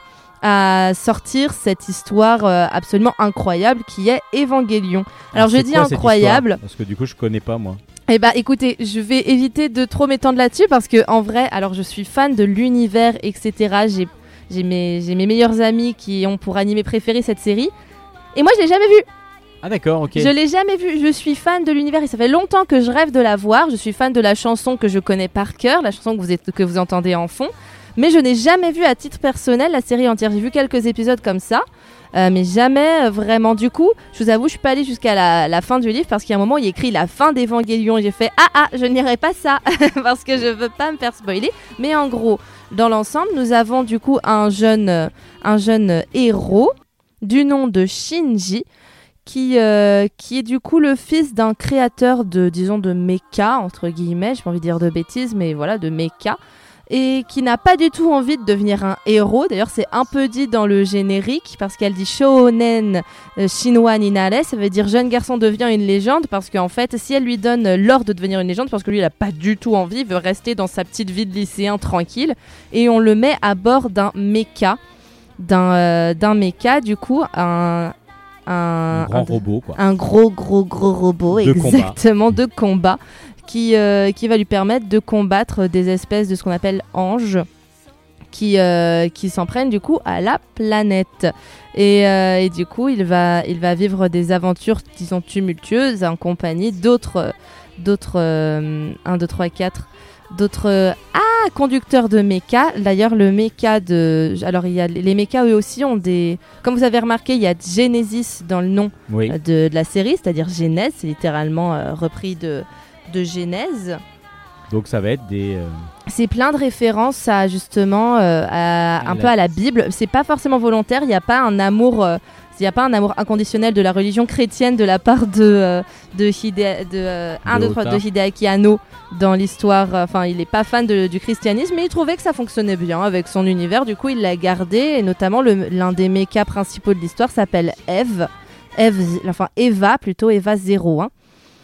à sortir cette histoire euh, absolument incroyable qui est Évangélion. Alors je c'est dis quoi cette incroyable. histoire Parce que du coup, je connais pas moi. Eh bah écoutez, je vais éviter de trop m'étendre là-dessus parce que en vrai, alors je suis fan de l'univers, et cetera. J'ai, j'ai, mes, j'ai mes meilleurs amis qui ont pour animé préféré cette série. Et moi je l'ai jamais vue. Ah d'accord, ok. Je l'ai jamais vue. Je suis fan de l'univers et ça fait longtemps que je rêve de la voir. Je suis fan de la chanson que je connais par cœur, la chanson que vous, êtes, que vous entendez en fond. Mais je n'ai jamais vu à titre personnel la série entière. J'ai vu quelques épisodes comme ça, euh, mais jamais euh, vraiment. Du coup, je vous avoue, je suis pas allée jusqu'à la, la fin du livre parce qu'il y a un moment où il y a écrit la fin d'Evangélion. J'ai fait ah ah, je n'irai pas ça parce que je veux pas me faire spoiler. Mais en gros, dans l'ensemble, nous avons du coup un jeune, euh, un jeune héros du nom de Shinji. Qui, euh, qui est du coup le fils d'un créateur de, disons, de mecha, entre guillemets, j'ai pas envie de dire de bêtises, mais voilà, de mecha, et qui n'a pas du tout envie de devenir un héros. D'ailleurs, c'est un peu dit dans le générique, parce qu'elle dit Shounen euh, Shinwa Ninare, ça veut dire jeune garçon devient une légende, parce qu'en fait, si elle lui donne l'ordre de devenir une légende, parce que lui, il a pas du tout envie, il veut rester dans sa petite vie de lycéen tranquille, et on le met à bord d'un mecha, d'un, euh, d'un mecha, du coup, un... Un, Un grand un- robot quoi. un gros gros gros robot, De exactement, de combat qui, euh, qui va lui permettre de combattre des espèces de ce qu'on appelle anges qui, euh, qui s'en prennent du coup à la planète et, euh, et du coup il va, il va vivre des aventures disons tumultueuses en compagnie d'autres d'autres euh, un, deux, trois, quatre d'autres euh, ah, conducteurs de méca. D'ailleurs le méca de alors il y a les mécas eux aussi ont des, comme vous avez remarqué, il y a Genesis dans le nom Oui. euh, de, de la série, c'est-à-dire Genèse, c'est littéralement euh, repris de, de Genèse. Donc ça va être des. euh, C'est plein de références à justement euh, à, À un la- peu à la Bible. C'est pas forcément volontaire, il n'y a pas un amour euh, il n'y a pas un amour inconditionnel de la religion chrétienne de la part de, euh, de, Hide, de, euh, un, deux, trois, Ota. de Hideaki Anno dans l'histoire. Enfin, il n'est pas fan de- du christianisme, mais il trouvait que ça fonctionnait bien avec son univers. Du coup, il l'a gardé. Et notamment, le- l'un des mechas principaux de l'histoire s'appelle Eve. Eve, enfin Eva plutôt, Eva zéro. Hein.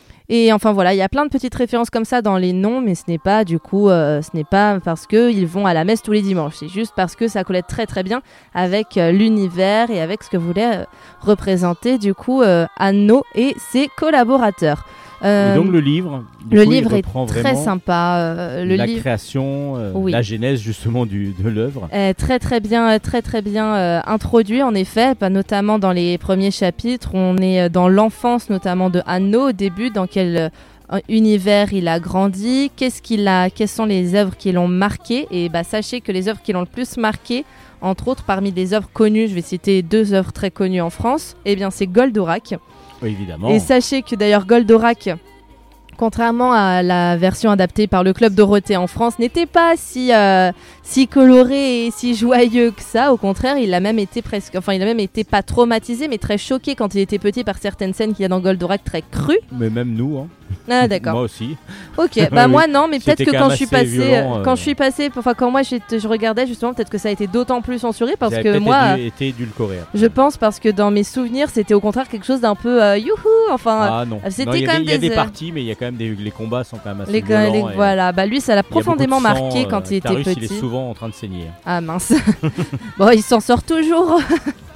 Et enfin voilà, il y a plein de petites références comme ça dans les noms, mais ce n'est pas du coup, euh, ce n'est pas parce qu'ils vont à la messe tous les dimanches. C'est juste parce que ça collait très très bien avec euh, l'univers et avec ce que voulait euh, représenter du coup euh, Anno et ses collaborateurs. Euh, Et donc le livre. du le coup, il livre est reprend très vraiment sympa. euh, le la livre création, euh, Oui. la genèse justement du, de l'œuvre. est très très bien, très très bien euh, introduit en effet, bah, notamment dans les premiers chapitres. On est euh, dans l'enfance notamment de Anno au début, dans quel euh, univers il a grandi, qu'est-ce qu'il a, quelles sont les œuvres qui l'ont marqué. Et bah, sachez que les œuvres qui l'ont le plus marqué, entre autres parmi des œuvres connues, je vais citer deux œuvres très connues en France, et bien c'est Goldorak. Oui, évidemment. Et sachez que d'ailleurs Goldorak, contrairement à la version adaptée par le Club Dorothée en France, n'était pas si, euh, si coloré et si joyeux que ça. Au contraire, il a même été presque, enfin il a même été pas traumatisé, mais très choqué quand il était petit par certaines scènes qu'il y a dans Goldorak très crues. Mais même nous, hein. Ah d'accord. Moi aussi. Ok, bah Oui. moi non, mais peut-être C'était que quand quand même je suis assez passée, violent, euh, euh. quand je suis passée, enfin quand moi j'étais- je regardais justement, peut-être que ça a été d'autant plus censuré parce Ça a que peut-être moi, édu- été édulcoré. après. je pense parce que dans mes souvenirs, c'était au contraire quelque chose d'un peu euh, youhou, enfin. Ah non. c'était Non, il y a quand des- même Il y a des, des euh, parties, mais il y a quand même des, les combats sont quand même assez Les, violents. les- et voilà, bah lui ça l'a il y a beaucoup profondément de sang, marqué euh, quand il était Tarus, petit. il est souvent en train de saigner. Ah mince. Bon, il s'en sort toujours.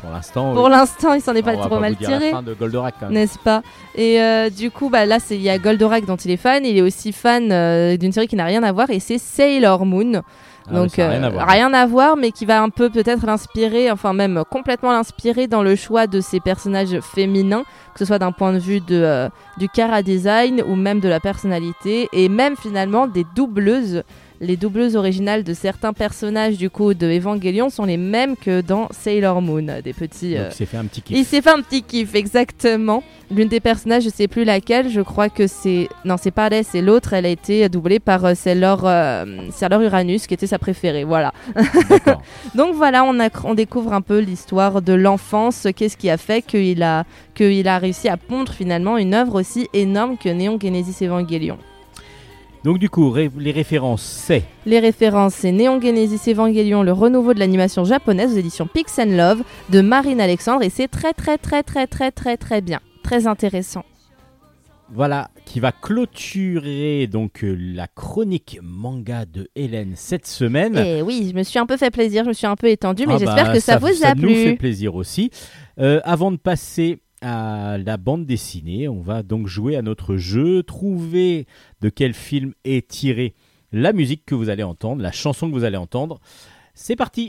Pour l'instant, Pour oui. l'instant, il s'en est pas On va trop pas mal vous dire la tiré. fin de Goldorak, quand même. N'est-ce pas? Et euh, du coup, bah, là, c'est- il y a Goldorak dont il est fan. Il est aussi fan euh, d'une série qui n'a rien à voir et c'est Sailor Moon. Ah oui, Donc, ça a rien à euh, voir. rien à voir, mais qui va un peu peut-être l'inspirer, enfin même complètement l'inspirer dans le choix de ses personnages féminins, que ce soit d'un point de vue de, euh, du chara design ou même de la personnalité, et même finalement des doubleuses. Les doubleuses originales de certains personnages du coup de Evangelion sont les mêmes que dans Sailor Moon, des petits. Donc euh, il s'est fait un petit kiff. Il s'est fait un petit kiff, exactement. L'une des personnages, je sais plus laquelle, je crois que c'est... Non, c'est pas elle, c'est l'autre. Elle a été doublée par euh, Sailor, euh, Sailor Uranus, qui était sa préférée, voilà. D'accord. Donc voilà, on, a, on découvre un peu l'histoire de l'enfance, qu'est-ce qui a fait qu'il a, qu'il a réussi à pondre finalement une œuvre aussi énorme que Neon Genesis Evangelion. Donc du coup, ré- les références, c'est... Les références, c'est Neon Genesis Evangelion, le renouveau de l'animation japonaise aux éditions Pix and Love de Marine Alexandre, et c'est très très très très très très très bien, très intéressant. Voilà, qui va clôturer donc euh, la chronique manga de Hélène cette semaine. Et oui, je me suis un peu fait plaisir, je me suis un peu étendue, mais Ah j'espère bah, que ça, vous ça a nous fait plu. plaisir aussi. Euh, avant de passer à la bande dessinée, on va donc jouer à notre jeu, trouver de quel film est tirée la musique que vous allez entendre, la chanson que vous allez entendre. C'est parti.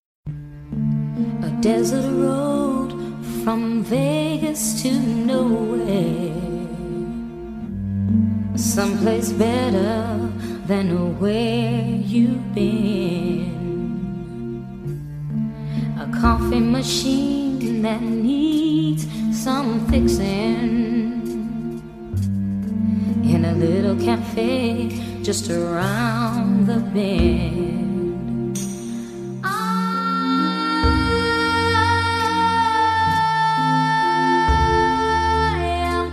A desert road from Vegas to nowhere. Someplace better than where you've been. A coffee machine that needs some fixing. In a little cafe just around the bend. I am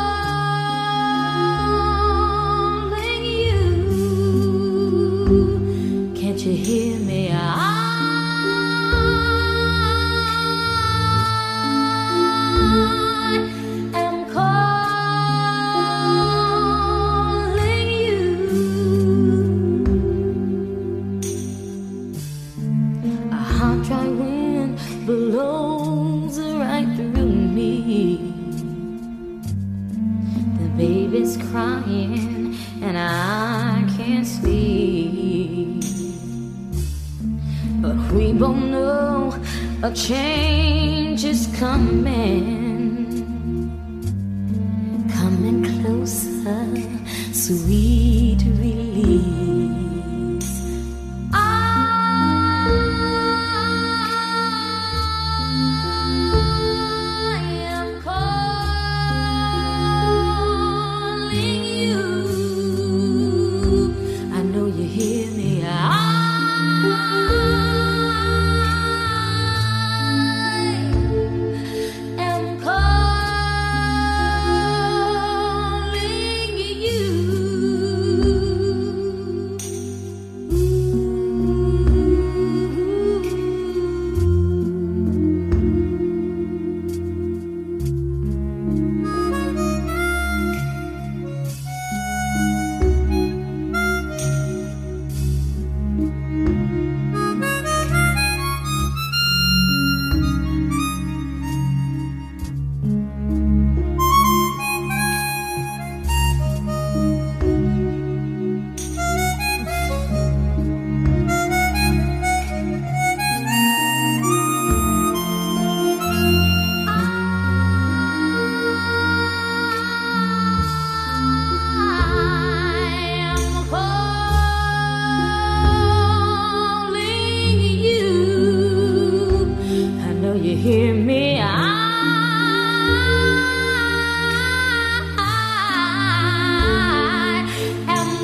calling you. Can't you hear me? I am calling you. A hot dry wind blows right through me. The baby's crying and I can't sleep. But we both know a change is coming. Coming closer, sweet release. I am calling you. I know you hear me. I am calling you. I am calling you. I know you hear me. I am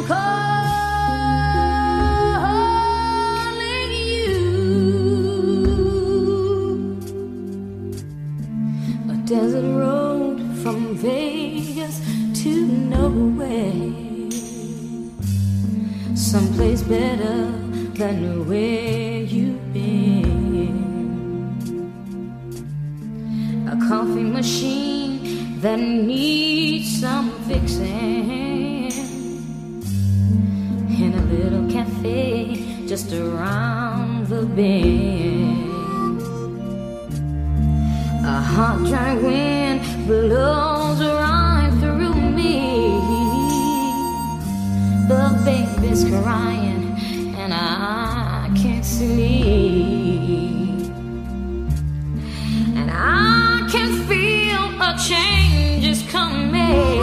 calling you. A desert road from Vegas to nowhere. Someplace better than where you've been. A coffee machine that needs some fixing. In a little cafe just around the bend. hot dry wind blows right through me. The baby's crying and I can't sleep. And I can feel a change is coming.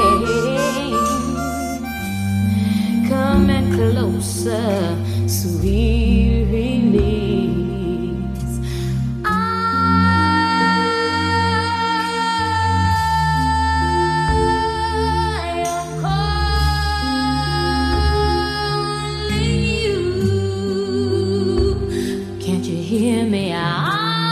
Coming closer, sweet release. I am calling you. Can't you hear me? I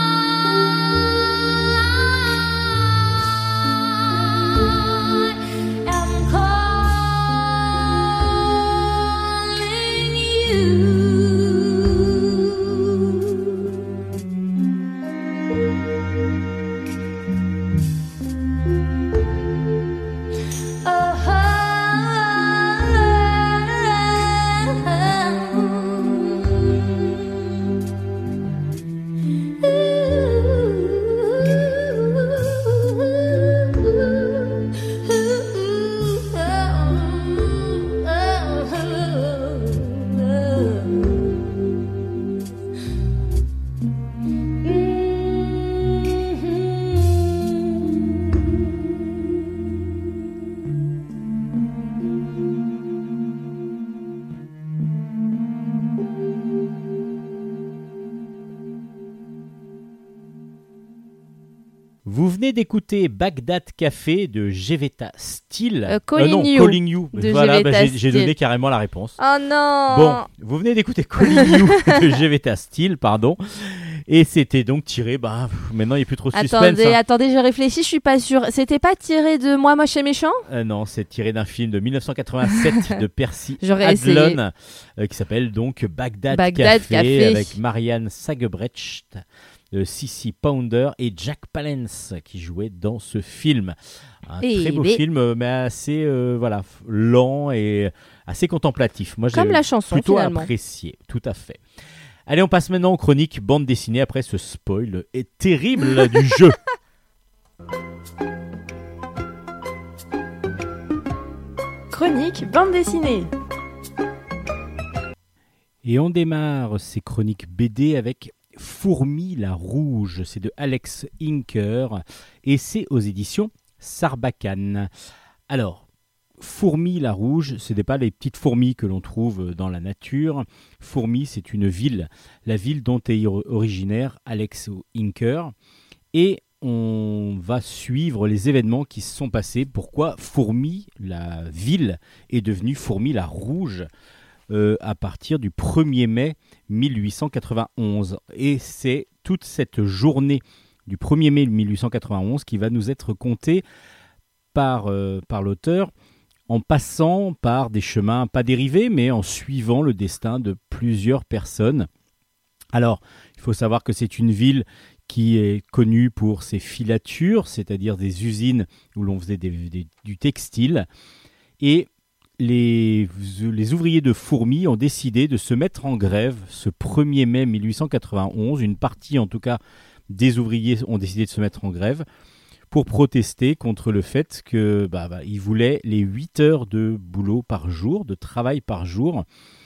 Vous venez d'écouter Bagdad Café de Jevetta Steel. Euh, Calling non, You Calling You. de Voilà, bah, Jevetta j'ai, j'ai Steel. donné carrément la réponse. Oh non. Bon, vous venez d'écouter Calling You de Jevetta Steel, pardon. Et c'était donc tiré, bah, pff, maintenant il n'y a plus trop de suspense. Attendez, hein. attendez, je réfléchis, je suis pas sûre. C'était pas tiré de Moi, Moche et Méchant? Euh, non, c'est tiré d'un film de dix-neuf cent quatre-vingt-sept de Percy J'aurais Adlon, essayé. euh, qui s'appelle donc Bagdad, Bagdad Café, Café. avec Marianne Sagebrecht, euh, Cici Pounder et Jack Palance qui jouaient dans ce film. Un Eh très beau ben. film, euh, mais assez euh, voilà, f- lent et assez contemplatif. Moi, Comme j'ai la chanson, plutôt finalement. apprécié, tout à fait. Allez, on passe maintenant aux chroniques bande dessinée après ce spoil et terrible du jeu. Chronique bande dessinée. Et on démarre ces chroniques B D avec Fourmi la Rouge. C'est de Alex Inker et c'est aux éditions Sarbacane. Alors, Fourmi la Rouge, ce n'est pas les petites fourmis que l'on trouve dans la nature. Fourmi, c'est une ville, la ville dont est originaire Alex Inker. Et on va suivre les événements qui se sont passés. Pourquoi Fourmi, la ville, est devenue Fourmi la Rouge euh, à partir du premier mai mille huit cent quatre-vingt-onze. Et c'est toute cette journée du premier mai mille huit cent quatre-vingt-onze qui va nous être contée par, euh, par l'auteur en passant par des chemins pas dérivés, mais en suivant le destin de plusieurs personnes. Alors, il faut savoir que c'est une ville qui est connue pour ses filatures, c'est-à-dire des usines où l'on faisait des, des, du textile. Et les, les ouvriers de Fourmi ont décidé de se mettre en grève ce premier mai mille huit cent quatre-vingt-onze. Une partie, en tout cas, des ouvriers ont décidé de se mettre en grève pour protester contre le fait que bah, bah, ils voulaient les huit heures de boulot par jour, de travail par jour.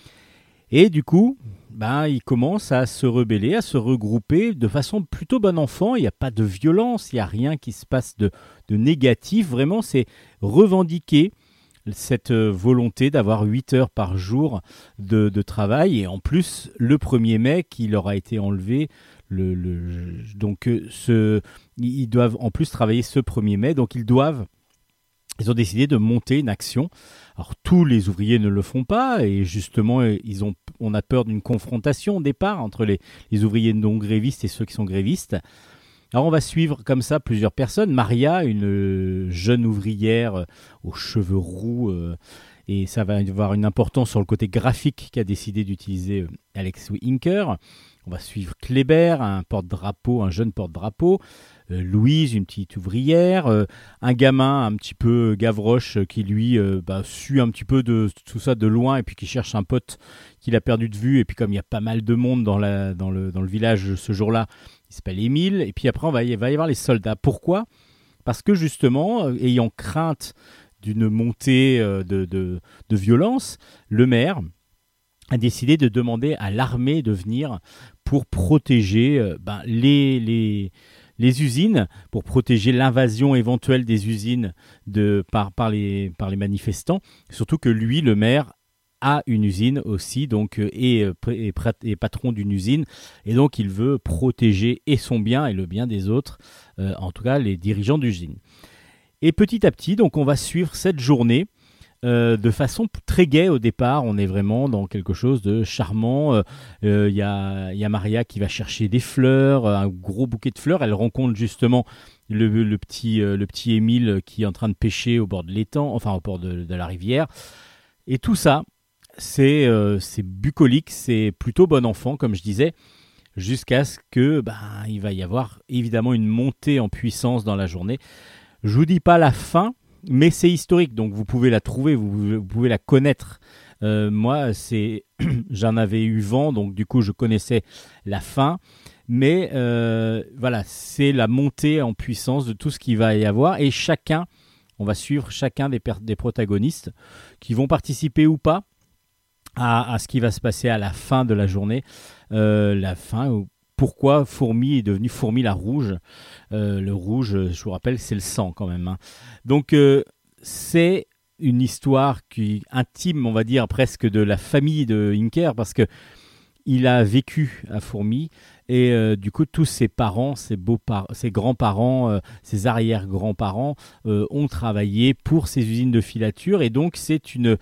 Et du coup, bah, ils commencent à se rebeller, à se regrouper de façon plutôt bon enfant. Il n'y a pas de violence, il n'y a rien qui se passe de, de négatif. Vraiment, c'est revendiquer cette volonté d'avoir huit heures par jour de, de travail. Et en plus, le premier mai, qui leur a été enlevé, le, le, donc ce, ils doivent en plus travailler ce premier mai. Donc ils doivent... Ils ont décidé de monter une action. Alors tous les ouvriers ne le font pas et justement ils ont, on a peur d'une confrontation au départ entre les, les ouvriers non grévistes et ceux qui sont grévistes. Alors on va suivre comme ça plusieurs personnes. Maria, une jeune ouvrière aux cheveux roux euh, et ça va avoir une importance sur le côté graphique qu'a décidé d'utiliser Alex Inker. On va suivre Kléber, un porte-drapeau, un jeune porte-drapeau. Euh, Louise, une petite ouvrière, euh, un gamin un petit peu gavroche euh, qui lui euh, bah, suit un petit peu de tout ça de loin et puis qui cherche un pote qu'il a perdu de vue et puis comme il y a pas mal de monde dans, la, dans, le, dans le village ce jour-là, il qui s'appelle Émile, et puis après on va y, va y avoir les soldats. Pourquoi ? Parce que justement, euh, ayant crainte d'une montée euh, de, de, de violence, le maire a décidé de demander à l'armée de venir pour protéger euh, ben, les, les, les usines, pour protéger l'invasion éventuelle des usines de, par, par, les, par les manifestants. Surtout que lui, le maire, a une usine aussi, donc euh, et, et, et patron d'une usine, et donc il veut protéger et son bien et le bien des autres, euh, en tout cas les dirigeants d'usine. Et petit à petit, donc on va suivre cette journée euh, de façon très gaie au départ. On est vraiment dans quelque chose de charmant. Il euh, y, a, y a Maria qui va chercher des fleurs, un gros bouquet de fleurs. Elle rencontre justement le, le, petit, euh, le petit Émile qui est en train de pêcher au bord de l'étang, enfin au bord de, de la rivière. Et tout ça, c'est, euh, c'est bucolique, c'est plutôt bon enfant, comme je disais, jusqu'à ce que ben, il va y avoir évidemment une montée en puissance dans la journée. Je vous dis pas la fin, mais c'est historique, donc vous pouvez la trouver, vous, vous pouvez la connaître. Euh, moi, c'est, j'en avais eu vent, donc du coup, je connaissais la fin. Mais euh, voilà, c'est la montée en puissance de tout ce qu'il va y avoir. Et chacun, on va suivre chacun des, per- des protagonistes qui vont participer ou pas à, à ce qui va se passer à la fin de la journée. Euh, la fin où Pourquoi Fourmi est devenue Fourmi la rouge. Euh, le rouge, je vous rappelle, c'est le sang quand même. Hein. Donc, euh, c'est une histoire qui intime, on va dire, presque de la famille de Inker, parce que il a vécu à Fourmi, et euh, du coup, tous ses parents, ses, beaux-par- ses grands-parents, euh, ses arrière-grands-parents euh, ont travaillé pour ces usines de filature, et donc c'est une...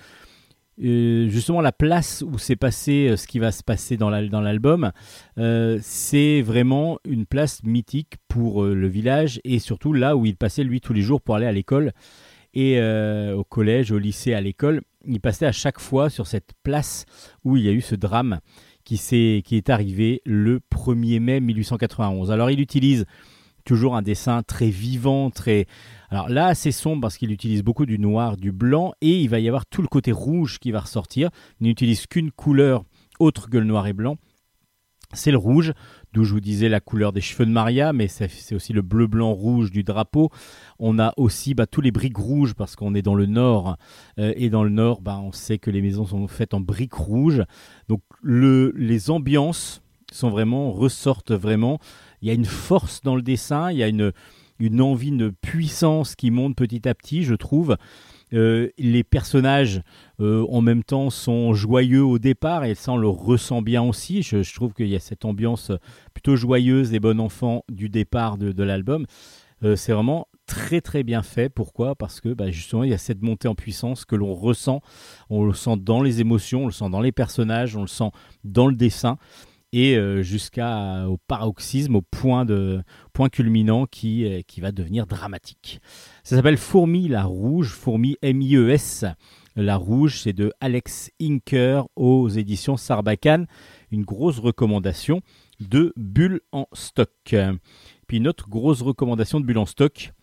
Euh, justement la place où s'est passé euh, ce qui va se passer dans, la, dans l'album, euh, c'est vraiment une place mythique pour euh, le village, et surtout là où il passait lui tous les jours pour aller à l'école, et euh, au collège, au lycée, à l'école, il passait à chaque fois sur cette place où il y a eu ce drame qui, s'est, qui est arrivé le premier mai mille huit cent quatre-vingt-onze. Alors il utilise toujours un dessin très vivant, très... Alors là, assez sombre parce qu'il utilise beaucoup du noir, du blanc, et il va y avoir tout le côté rouge qui va ressortir. Il n'utilise qu'une couleur autre que le noir et blanc. C'est le rouge, d'où je vous disais la couleur des cheveux de Maria, mais c'est, c'est aussi le bleu, blanc, rouge du drapeau. On a aussi bah, tous les briques rouges parce qu'on est dans le nord, euh, et dans le nord, bah, on sait que les maisons sont faites en briques rouges. Donc le, les ambiances sont vraiment, ressortent vraiment. Il y a une force dans le dessin, il y a une, une envie, une puissance qui monte petit à petit, je trouve. Euh, les personnages, euh, en même temps, sont joyeux au départ, et ça, on le ressent bien aussi. Je, je trouve qu'il y a cette ambiance plutôt joyeuse et bon enfant du départ de, de l'album. Euh, c'est vraiment très, très bien fait. Pourquoi ? Parce que bah, justement, il y a cette montée en puissance que l'on ressent. On le sent dans les émotions, on le sent dans les personnages, on le sent dans le dessin. Et euh, jusqu'au paroxysme, au point, de, point culminant qui, euh, qui va devenir dramatique. Ça s'appelle Fourmi la rouge, Fourmi M I E S. La rouge, c'est de Alex Inker aux éditions Sarbacane. Une grosse recommandation de Bulle en stock. Puis une autre grosse recommandation de Bulle en stock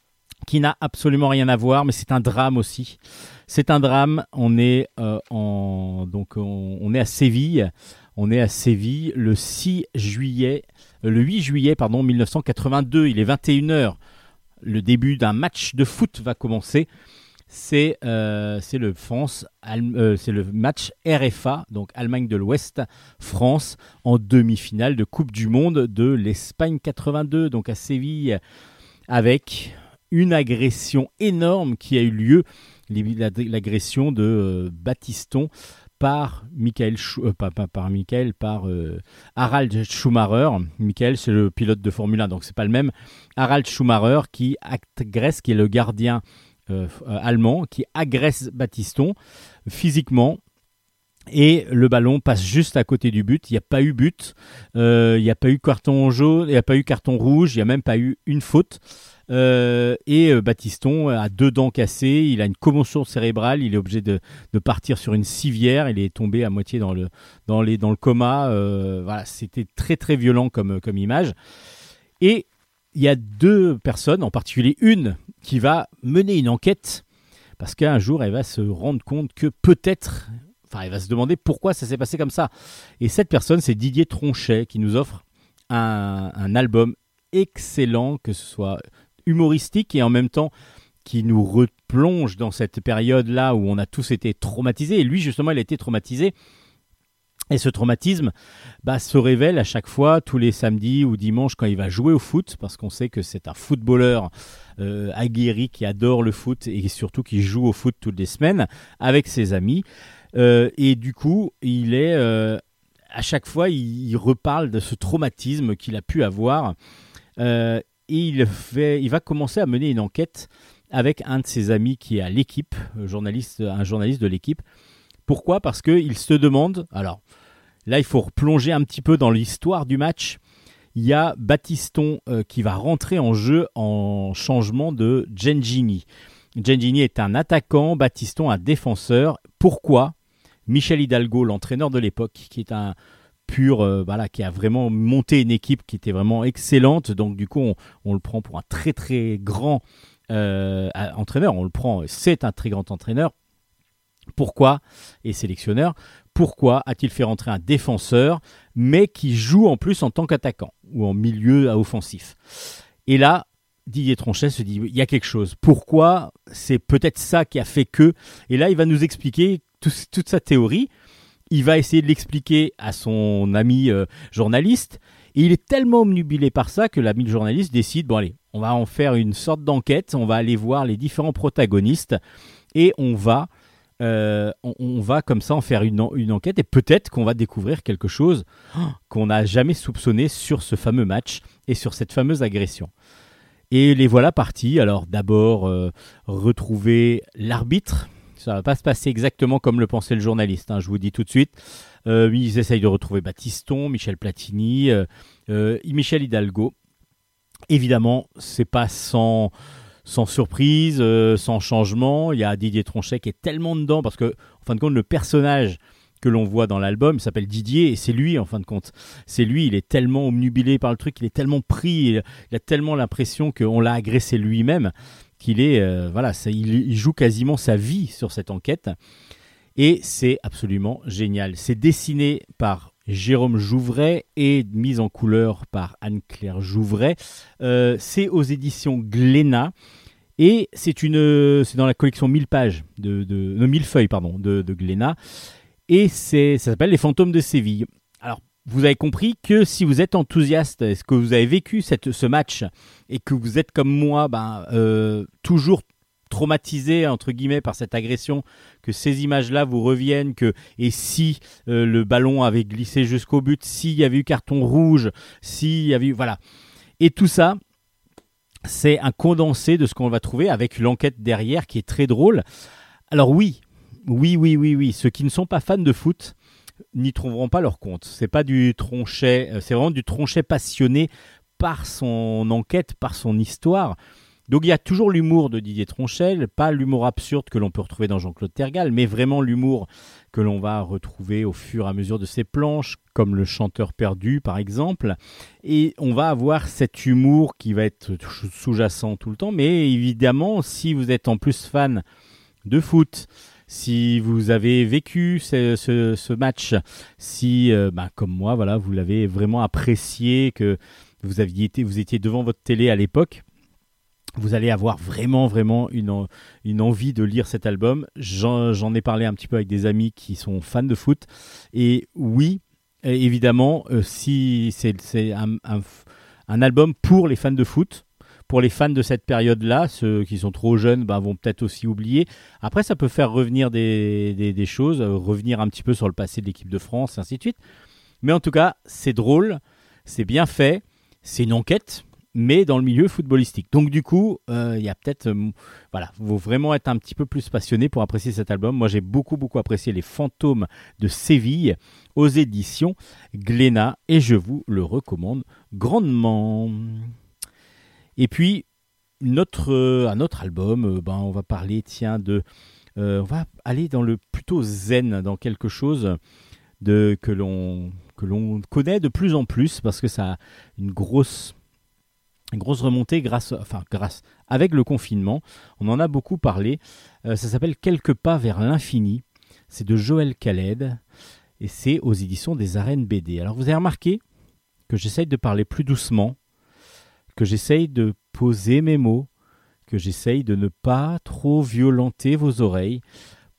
qui n'a absolument rien à voir, mais c'est un drame aussi. C'est un drame, on est, euh, en, donc on, on est à Séville. On est à Séville le six juillet, euh, le huit juillet pardon, mille neuf cent quatre-vingt-deux. Il est vingt et une heures. Le début d'un match de foot va commencer. C'est, euh, c'est, le, France, euh, c'est le match R F A, donc Allemagne de l'Ouest, France, en demi-finale de Coupe du Monde de l'Espagne quatre-vingt-deux, donc à Séville, avec une agression énorme qui a eu lieu, l'agression de euh, Battiston, par Michael, euh, pas, pas par Michael, par euh, Harald Schumacher. Michael, c'est le pilote de Formule un, donc c'est pas le même. Harald Schumacher qui agresse, qui est le gardien euh, euh, allemand, qui agresse Battiston physiquement. Et le ballon passe juste à côté du but. Il n'y a pas eu but, euh, il n'y a pas eu carton jaune, il n'y a pas eu carton rouge, il n'y a même pas eu une faute. Euh, et euh, Battiston a deux dents cassées, il a une commotion cérébrale, il est obligé de, de partir sur une civière, il est tombé à moitié dans le, dans les, dans le coma. Euh, voilà, c'était très très violent comme, comme image. Et il y a deux personnes, en particulier une, qui va mener une enquête, parce qu'un jour elle va se rendre compte que peut-être, enfin elle va se demander pourquoi ça s'est passé comme ça. Et cette personne, c'est Didier Tronchet qui nous offre un, un album excellent, que ce soit humoristique et en même temps qui nous replonge dans cette période-là où on a tous été traumatisés. Et lui, justement, il a été traumatisé. Et ce traumatisme bah, se révèle à chaque fois, tous les samedis ou dimanches, quand il va jouer au foot, parce qu'on sait que c'est un footballeur euh, aguerri qui adore le foot et surtout qui joue au foot toutes les semaines avec ses amis. Euh, et du coup, il est, euh, à chaque fois, il, il reparle de ce traumatisme qu'il a pu avoir. Euh, et il, fait, il va commencer à mener une enquête avec un de ses amis qui est à l'équipe, journaliste, un journaliste de l'équipe. Pourquoi ? Parce qu'il se demande, alors là il faut replonger un petit peu dans l'histoire du match, il y a Battiston euh, qui va rentrer en jeu en changement de Gengini. Gengini est un attaquant, Battiston un défenseur. Pourquoi ? Michel Hidalgo, l'entraîneur de l'époque, qui est un pur, euh, voilà, qui a vraiment monté une équipe qui était vraiment excellente, donc du coup on, on le prend pour un très très grand euh, entraîneur, on le prend, c'est un très grand entraîneur. Pourquoi, et sélectionneur, pourquoi a-t-il fait rentrer un défenseur, mais qui joue en plus en tant qu'attaquant ou en milieu offensif ? Et là, Didier Tronchet se dit, il y a quelque chose. Pourquoi ? C'est peut-être ça qui a fait que... Et là, il va nous expliquer tout, toute sa théorie. Il va essayer de l'expliquer à son ami euh, journaliste. Et il est tellement omnubilé par ça que l'ami journaliste décide, bon allez, on va en faire une sorte d'enquête, on va aller voir les différents protagonistes et on va... Euh, on, on va comme ça en faire une, en, une enquête et peut-être qu'on va découvrir quelque chose oh, qu'on n'a jamais soupçonné sur ce fameux match et sur cette fameuse agression. Et les voilà partis. Alors d'abord, euh, retrouver l'arbitre. Ça ne va pas se passer exactement comme le pensait le journaliste, hein, je vous dis tout de suite. Euh, ils essayent de retrouver Battiston, Michel Platini, euh, euh, Michel Hidalgo. Évidemment, c'est pas sans... sans surprise, euh, sans changement. Il y a Didier Tronchet qui est tellement dedans parce que, en fin de compte, le personnage que l'on voit dans l'album s'appelle Didier et c'est lui, en fin de compte. C'est lui, il est tellement omnubilé par le truc, il est tellement pris, il, il a tellement l'impression qu'on l'a agressé lui-même qu'il est, euh, voilà, ça, il, il joue quasiment sa vie sur cette enquête et c'est absolument génial. C'est dessiné par Jérôme Jouvray et mise en couleur par Anne-Claire Jouvray. Euh, c'est aux éditions Glénat et c'est, une, c'est dans la collection mille pages, de, de, de mille feuilles pardon, de, de Glénat et c'est, ça s'appelle Les Fantômes de Séville. Alors, vous avez compris que si vous êtes enthousiaste, est-ce que vous avez vécu cette, ce match et que vous êtes comme moi, ben, euh, toujours traumatisé entre guillemets par cette agression, que ces images-là vous reviennent, que et si euh, le ballon avait glissé jusqu'au but, s'il y avait eu carton rouge, s'il y avait eu voilà, et tout ça, c'est un condensé de ce qu'on va trouver avec l'enquête derrière qui est très drôle. Alors oui, oui, oui, oui, oui, ceux qui ne sont pas fans de foot n'y trouveront pas leur compte. C'est pas du Tronchet, c'est vraiment du Tronchet passionné par son enquête, par son histoire. Donc il y a toujours l'humour de Didier Tronchet, pas l'humour absurde que l'on peut retrouver dans Jean-Claude Tergal, mais vraiment l'humour que l'on va retrouver au fur et à mesure de ses planches, comme Le Chanteur perdu par exemple. Et on va avoir cet humour qui va être sous-jacent tout le temps, mais évidemment, si vous êtes en plus fan de foot, si vous avez vécu ce, ce, ce match, si, euh, bah, comme moi, voilà, vous l'avez vraiment apprécié, que vous, aviez été, vous étiez devant votre télé à l'époque, vous allez avoir vraiment, vraiment une, une envie de lire cet album. J'en, j'en ai parlé un petit peu avec des amis qui sont fans de foot. Et oui, évidemment, euh, si c'est, c'est un, un, un album pour les fans de foot. Pour les fans de cette période-là, ceux qui sont trop jeunes bah, vont peut-être aussi oublier. Après, ça peut faire revenir des, des, des choses, euh, revenir un petit peu sur le passé de l'équipe de France, et ainsi de suite. Mais en tout cas, c'est drôle, c'est bien fait, c'est une enquête, mais dans le milieu footballistique. Donc du coup, il euh, y a peut-être... Euh, voilà, il faut vraiment être un petit peu plus passionné pour apprécier cet album. Moi, j'ai beaucoup, beaucoup apprécié Les Fantômes de Séville aux éditions Glénat et je vous le recommande grandement. Et puis, notre, euh, un autre album, euh, ben, on va parler, tiens, de... Euh, on va aller dans le plutôt zen, dans quelque chose de, que, l'on, que l'on connaît de plus en plus, parce que ça a une grosse, une grosse remontée grâce, enfin, grâce, avec le confinement. On en a beaucoup parlé. Euh, ça s'appelle « Quelques pas vers l'infini ». C'est de Joël Khaled et c'est aux éditions des Arènes B D. Alors, vous avez remarqué que j'essaye de parler plus doucement, que j'essaye de poser mes mots, que j'essaye de ne pas trop violenter vos oreilles. Pourquoi ?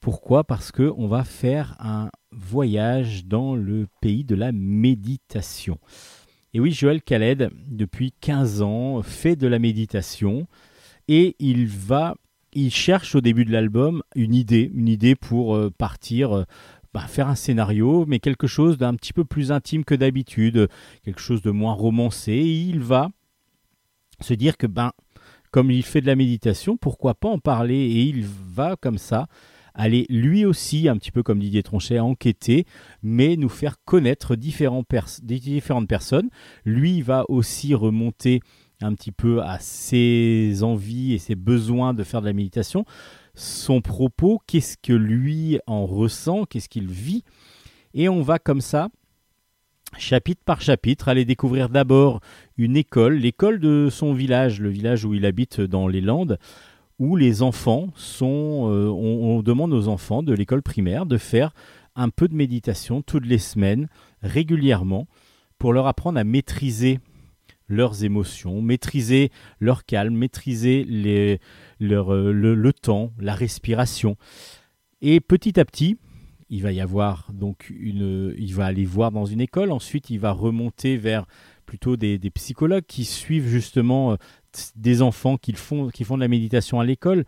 Parce qu'on va faire un voyage dans le pays de la méditation. Et oui, Joël Khaled, depuis quinze ans, fait de la méditation et il va, il cherche au début de l'album une idée, une idée pour euh, partir, euh, bah, faire un scénario, mais quelque chose d'un petit peu plus intime que d'habitude, quelque chose de moins romancé. Et il va se dire que, ben, comme il fait de la méditation, pourquoi pas en parler ? Et il va comme ça aller lui aussi, un petit peu comme Didier Tronchet, enquêter, mais nous faire connaître différents pers- des différentes personnes. Lui, il va aussi remonter un petit peu à ses envies et ses besoins de faire de la méditation. Son propos, qu'est-ce que lui en ressent, qu'est-ce qu'il vit. Et on va comme ça, chapitre par chapitre, aller découvrir d'abord une école, l'école de son village, le village où il habite dans les Landes, où les enfants sont, euh, on, on demande aux enfants de l'école primaire de faire un peu de méditation toutes les semaines, régulièrement, pour leur apprendre à maîtriser leurs émotions, maîtriser leur calme, maîtriser les, leur, euh, le, le temps, la respiration. Et petit à petit, il va y avoir donc une, il va aller voir dans une école. Ensuite, il va remonter vers plutôt des, des psychologues qui suivent justement euh, des enfants qui font, qui font de la méditation à l'école.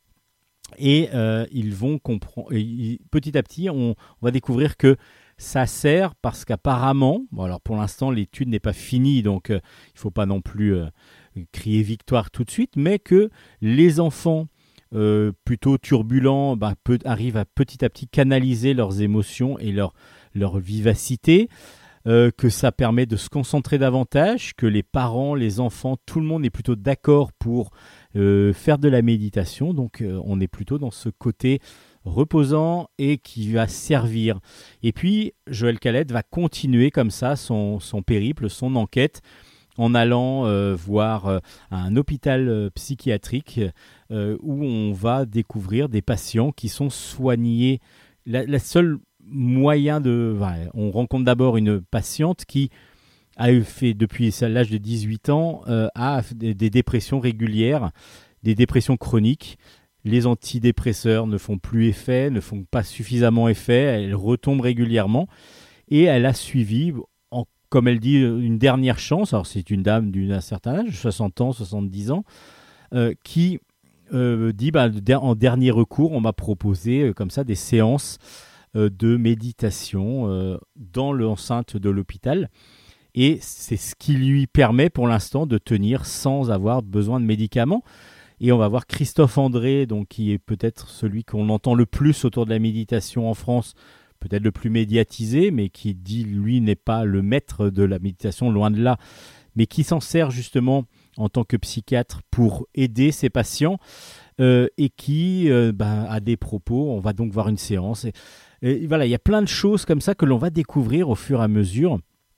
Et euh, ils vont comprendre. Et petit à petit, on, on va découvrir que ça sert parce qu'apparemment, bon alors pour l'instant l'étude n'est pas finie, donc euh, il ne faut pas non plus euh, crier victoire tout de suite, mais que les enfants Euh, plutôt turbulents, bah, peut, arrivent à petit à petit canaliser leurs émotions et leur, leur vivacité, euh, que ça permet de se concentrer davantage, que les parents, les enfants, tout le monde est plutôt d'accord pour euh, faire de la méditation, donc euh, on est plutôt dans ce côté reposant et qui va servir. Et puis Joël Khaled va continuer comme ça son, son périple, son enquête, en allant euh, voir euh, un hôpital euh, psychiatrique euh, où on va découvrir des patients qui sont soignés. La, la seule moyen de... Enfin, on rencontre d'abord une patiente qui a fait depuis l'âge de dix-huit ans, euh, a des, des dépressions régulières, des dépressions chroniques. Les antidépresseurs ne font plus effet, ne font pas suffisamment effet, elle retombe régulièrement et elle a suivi... Comme elle dit, une dernière chance, alors c'est une dame d'un certain âge, soixante ans, soixante-dix ans, euh, qui euh, dit, bah, en dernier recours, on m'a proposé euh, comme ça des séances euh, de méditation euh, dans l'enceinte de l'hôpital. Et c'est ce qui lui permet pour l'instant de tenir sans avoir besoin de médicaments. Et on va voir Christophe André, donc, qui est peut-être celui qu'on entend le plus autour de la méditation en France, peut-être le plus médiatisé, mais qui dit, lui, n'est pas le maître de la méditation, loin de là, mais qui s'en sert justement en tant que psychiatre pour aider ses patients euh, et qui euh, bah, a des propos. On va donc voir une séance. Et, et voilà, il y a plein de choses comme ça que l'on va découvrir au fur et à mesure.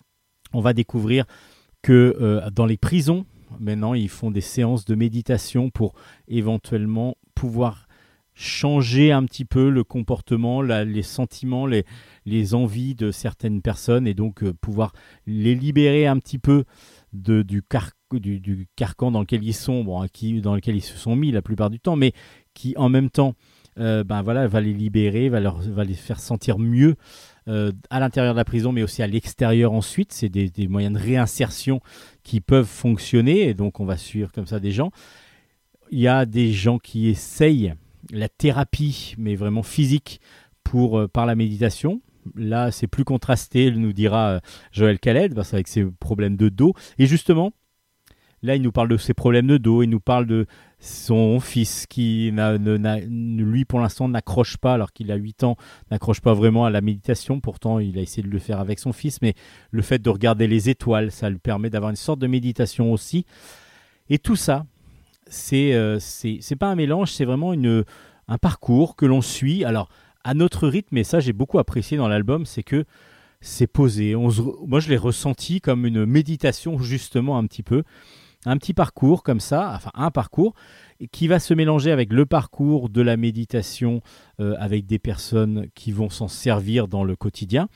On va découvrir que euh, dans les prisons, maintenant, ils font des séances de méditation pour éventuellement pouvoir changer un petit peu le comportement, la, les sentiments, les, les envies de certaines personnes et donc euh, pouvoir les libérer un petit peu de, du, car, du, du carcan dans lequel ils sont, bon, qui, dans lequel ils se sont mis la plupart du temps, mais qui en même temps euh, ben voilà, va les libérer, va, leur, va les faire sentir mieux euh, à l'intérieur de la prison, mais aussi à l'extérieur ensuite. C'est des, des moyens de réinsertion qui peuvent fonctionner et donc on va suivre comme ça des gens. Il y a des gens qui essayent la thérapie, mais vraiment physique, pour, euh, par la méditation. Là, c'est plus contrasté, nous dira euh, Joël Khaled, parce avec ses problèmes de dos. Et justement, là, il nous parle de ses problèmes de dos, il nous parle de son fils qui, n'a, ne, n'a, lui, pour l'instant, n'accroche pas, alors qu'il a huit ans, n'accroche pas vraiment à la méditation. Pourtant, il a essayé de le faire avec son fils, mais le fait de regarder les étoiles, ça lui permet d'avoir une sorte de méditation aussi. Et tout ça, C'est, euh, c'est, c'est pas un mélange, c'est vraiment une, un parcours que l'on suit. Alors, à notre rythme, et ça j'ai beaucoup apprécié dans l'album, c'est que c'est posé. On se, moi, je l'ai ressenti comme une méditation, justement, un petit peu. Un petit parcours comme ça, enfin un parcours, qui va se mélanger avec le parcours de la méditation, euh, avec des personnes qui vont s'en servir dans le quotidien.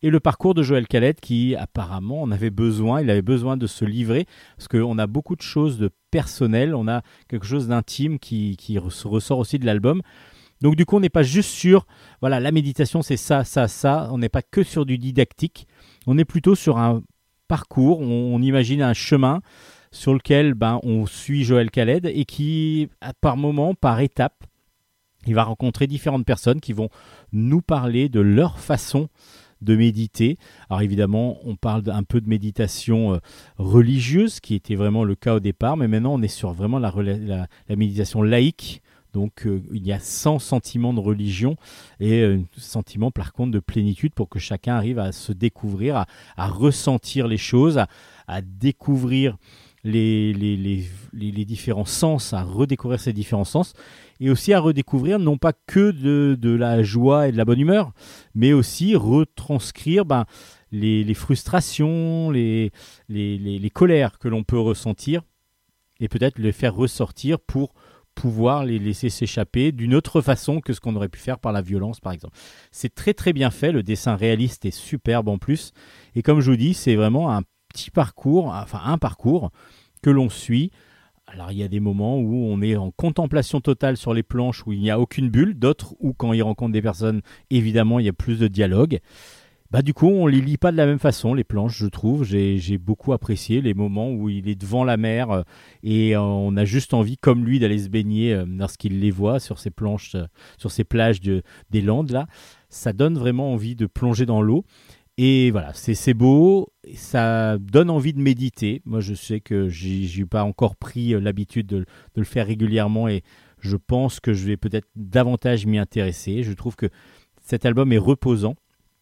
et le parcours de Joël Khaled qui apparemment en avait besoin, il avait besoin de se livrer parce qu'on a beaucoup de choses de personnel, on a quelque chose d'intime qui, qui se ressort aussi de l'album. Donc du coup on n'est pas juste sur, voilà, la méditation c'est ça, ça, ça, on n'est pas que sur du didactique, on est plutôt sur un parcours, on, on imagine un chemin sur lequel ben, on suit Joël Khaled et qui, par moment, par étape, il va rencontrer différentes personnes qui vont nous parler de leur façon de méditer. Alors évidemment, on parle un peu de méditation euh, religieuse, qui était vraiment le cas au départ, mais maintenant on est sur vraiment la, la, la méditation laïque. Donc euh, il y a cent sentiments de religion et euh, un sentiment par contre de plénitude pour que chacun arrive à se découvrir, à, à ressentir les choses, à, à découvrir les, les, les, les, les différents sens, à redécouvrir ces différents sens et aussi à redécouvrir non pas que de, de la joie et de la bonne humeur, mais aussi retranscrire ben, les, les frustrations, les, les, les, les colères que l'on peut ressentir et peut-être les faire ressortir pour pouvoir les laisser s'échapper d'une autre façon que ce qu'on aurait pu faire par la violence par exemple. C'est très très bien fait, le dessin réaliste est superbe en plus et comme je vous dis c'est vraiment un petit parcours, enfin un parcours que l'on suit. Alors il y a des moments où on est en contemplation totale sur les planches où il n'y a aucune bulle, d'autres où quand il rencontre des personnes évidemment il y a plus de dialogue. Bah, du coup, on ne les lit pas de la même façon, les planches, je trouve. J'ai, j'ai beaucoup apprécié les moments où il est devant la mer euh, et euh, on a juste envie, comme lui, d'aller se baigner euh, lorsqu'il les voit sur ces planches, euh, sur ces plages de, des Landes. Là. Ça donne vraiment envie de plonger dans l'eau. Et voilà, c'est, c'est beau, ça donne envie de méditer. Moi, je sais que je n'ai pas encore pris euh, l'habitude de, de le faire régulièrement et je pense que je vais peut-être davantage m'y intéresser. Je trouve que cet album est reposant.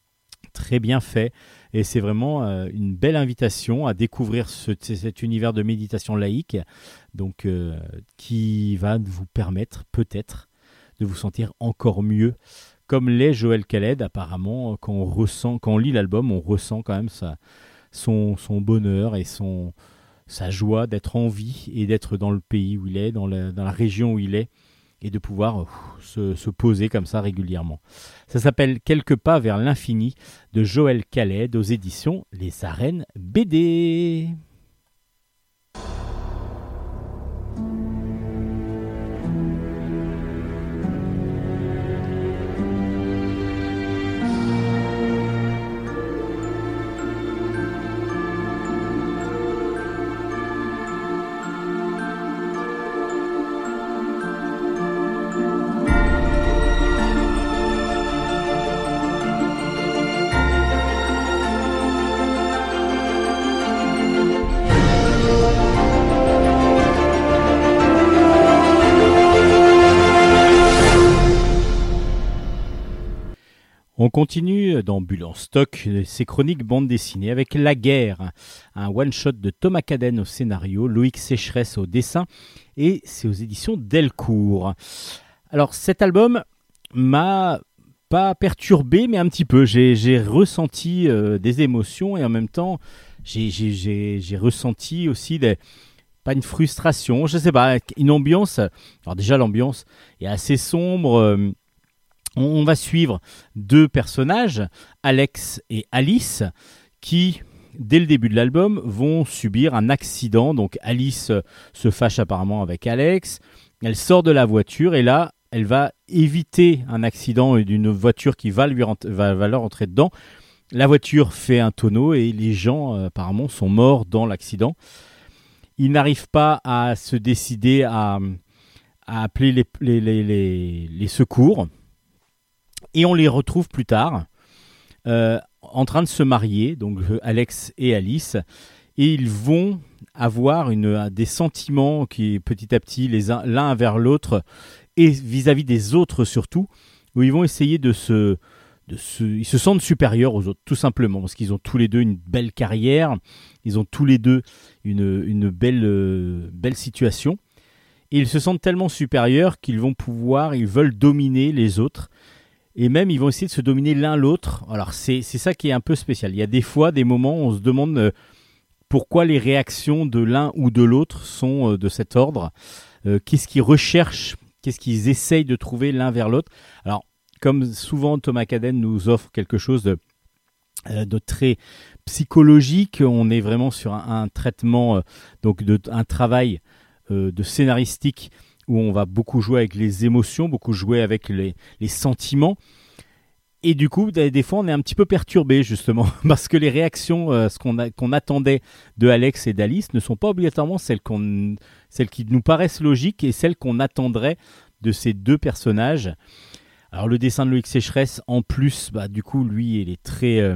Très bien fait et c'est vraiment euh, une belle invitation à découvrir ce, cet univers de méditation laïque donc, euh, qui va vous permettre peut-être de vous sentir encore mieux comme l'est Joël Khaled. Apparemment quand on, ressent, quand on lit l'album on ressent quand même sa, son, son bonheur et son, sa joie d'être en vie et d'être dans le pays où il est, dans la, dans la région où il est et de pouvoir ouf, se, se poser comme ça régulièrement. Ça s'appelle « Quelques pas vers l'infini » de Joël Khaled aux éditions Les Arènes B D. On continue dans Bulle en stock, ces chroniques bande dessinée avec La Guerre, un one-shot de Thomas Cadenne au scénario, Loïc Sécheresse au dessin, et c'est aux éditions Delcourt. Alors cet album m'a pas perturbé, mais un petit peu. J'ai, j'ai ressenti euh, des émotions et en même temps, j'ai, j'ai, j'ai, j'ai ressenti aussi des... pas une frustration, je sais pas, une ambiance. Alors déjà l'ambiance est assez sombre. Euh, On va suivre deux personnages, Alex et Alice, qui, dès le début de l'album, vont subir un accident. Donc Alice se fâche apparemment avec Alex, elle sort de la voiture et là, elle va éviter un accident d'une voiture qui va, lui rent- va, va leur rentrer dedans. La voiture fait un tonneau et les gens, euh, apparemment, sont morts dans l'accident. Ils n'arrivent pas à se décider à, à appeler les, les, les, les, les secours. Et on les retrouve plus tard euh, en train de se marier, donc Alex et Alice, et ils vont avoir une, des sentiments qui petit à petit les uns, l'un vers l'autre et vis-à-vis des autres surtout, où ils vont essayer de se, de se, ils se sentent supérieurs aux autres tout simplement parce qu'ils ont tous les deux une belle carrière, ils ont tous les deux une, une belle, euh, belle situation et ils se sentent tellement supérieurs qu'ils vont pouvoir, ils veulent dominer les autres. Et même, ils vont essayer de se dominer l'un l'autre. Alors, c'est, c'est ça qui est un peu spécial. Il y a des fois, des moments où on se demande euh, pourquoi les réactions de l'un ou de l'autre sont euh, de cet ordre. Euh, qu'est-ce qu'ils recherchent, qu'est-ce qu'ils essayent de trouver l'un vers l'autre. Alors, comme souvent, Thomas Cadenne nous offre quelque chose de, euh, de traits psychologiques. On est vraiment sur un, un traitement, euh, donc de, un travail euh, de scénaristique où on va beaucoup jouer avec les émotions, beaucoup jouer avec les, les sentiments. Et du coup, des fois, on est un petit peu perturbé, justement, parce que les réactions euh, ce qu'on, a, qu'on attendait de Alex et d'Alice ne sont pas obligatoirement celles, qu'on, celles qui nous paraissent logiques et celles qu'on attendrait de ces deux personnages. Alors, le dessin de Loïc Sécheresse, en plus, bah, du coup, lui, il est très, euh,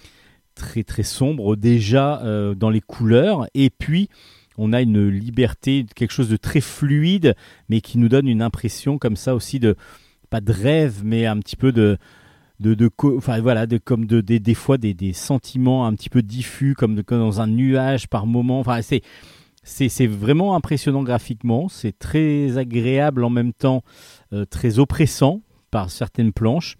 très, très sombre, déjà euh, dans les couleurs. Et puis, on a une liberté, quelque chose de très fluide, mais qui nous donne une impression comme ça aussi de, pas de rêve, mais un petit peu de... de, de enfin voilà de comme de, de des fois des, des sentiments un petit peu diffus comme, de, comme dans un nuage par moment. Enfin c'est c'est c'est vraiment impressionnant graphiquement, c'est très agréable en même temps, euh, très oppressant par certaines planches.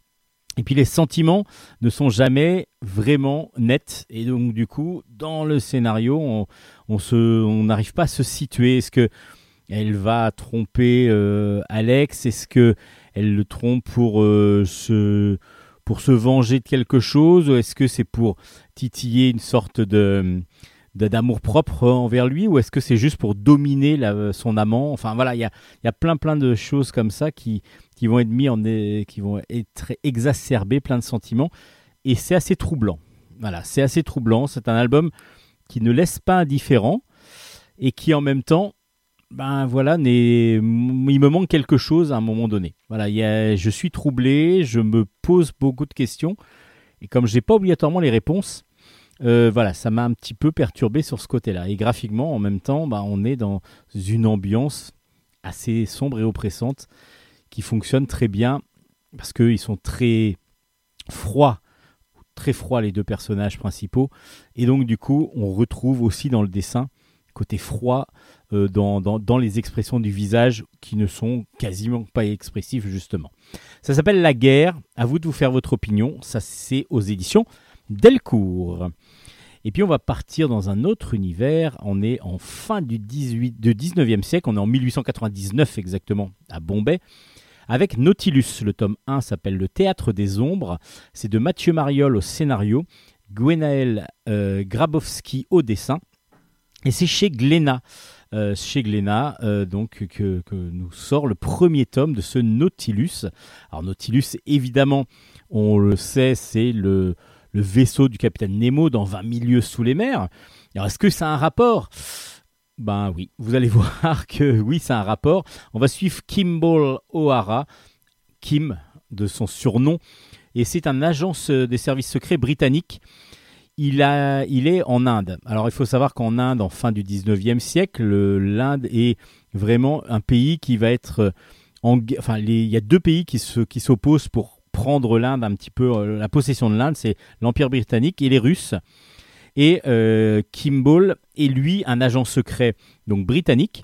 Et puis les sentiments ne sont jamais vraiment nets et donc du coup dans le scénario on on se on n'arrive pas à se situer. Est-ce que elle va tromper euh, Alex? Est-ce que elle le trompe pour, euh, se, pour se venger de quelque chose? Ou est-ce que c'est pour titiller une sorte de, de, d'amour-propre envers lui? Ou est-ce que c'est juste pour dominer la, son amant? Enfin voilà, il y a, y a plein plein de choses comme ça qui, qui vont être mis en, qui vont être exacerbées, plein de sentiments. Et c'est assez troublant. Voilà, c'est assez troublant. C'est un album qui ne laisse pas indifférent et qui en même temps... Ben voilà, n'est... il me manque quelque chose à un moment donné. Voilà, il y a... je suis troublé, je me pose beaucoup de questions et comme je n'ai pas obligatoirement les réponses, euh, voilà, ça m'a un petit peu perturbé sur ce côté-là. Et graphiquement, en même temps, ben, on est dans une ambiance assez sombre et oppressante qui fonctionne très bien parce qu'ils sont très froids, très froids les deux personnages principaux et donc du coup, on retrouve aussi dans le dessin côté froid euh, dans, dans, dans les expressions du visage qui ne sont quasiment pas expressives justement. Ça s'appelle La Guerre, à vous de vous faire votre opinion, ça c'est aux éditions Delcourt. Et puis on va partir dans un autre univers, on est en fin du dix-huit, du dix-neuvième siècle, on est en dix-huit cent quatre-vingt-dix-neuf exactement à Bombay, avec Nautilus, le tome un s'appelle Le Théâtre des Ombres, c'est de Mathieu Mariol au scénario, Gwenaël euh, Grabowski au dessin, et c'est chez Glénat, euh, chez Glénat euh, donc, que, que nous sort le premier tome de ce Nautilus. Alors Nautilus, évidemment, on le sait, c'est le, le vaisseau du capitaine Nemo dans vingt mille lieues sous les mers. Alors est-ce que ça a un rapport ? Ben oui, vous allez voir que oui, ça a un rapport. On va suivre Kimball O'Hara, Kim de son surnom, et c'est un agent des services secrets britanniques. Il, a, il est en Inde. Alors, il faut savoir qu'en Inde, en fin du dix-neuvième siècle, l'Inde est vraiment un pays qui va être... En, enfin, les, il y a deux pays qui, se, qui s'opposent pour prendre l'Inde un petit peu... La possession de l'Inde, c'est l'Empire britannique et les Russes. Et euh, Kimball est, lui, un agent secret donc britannique.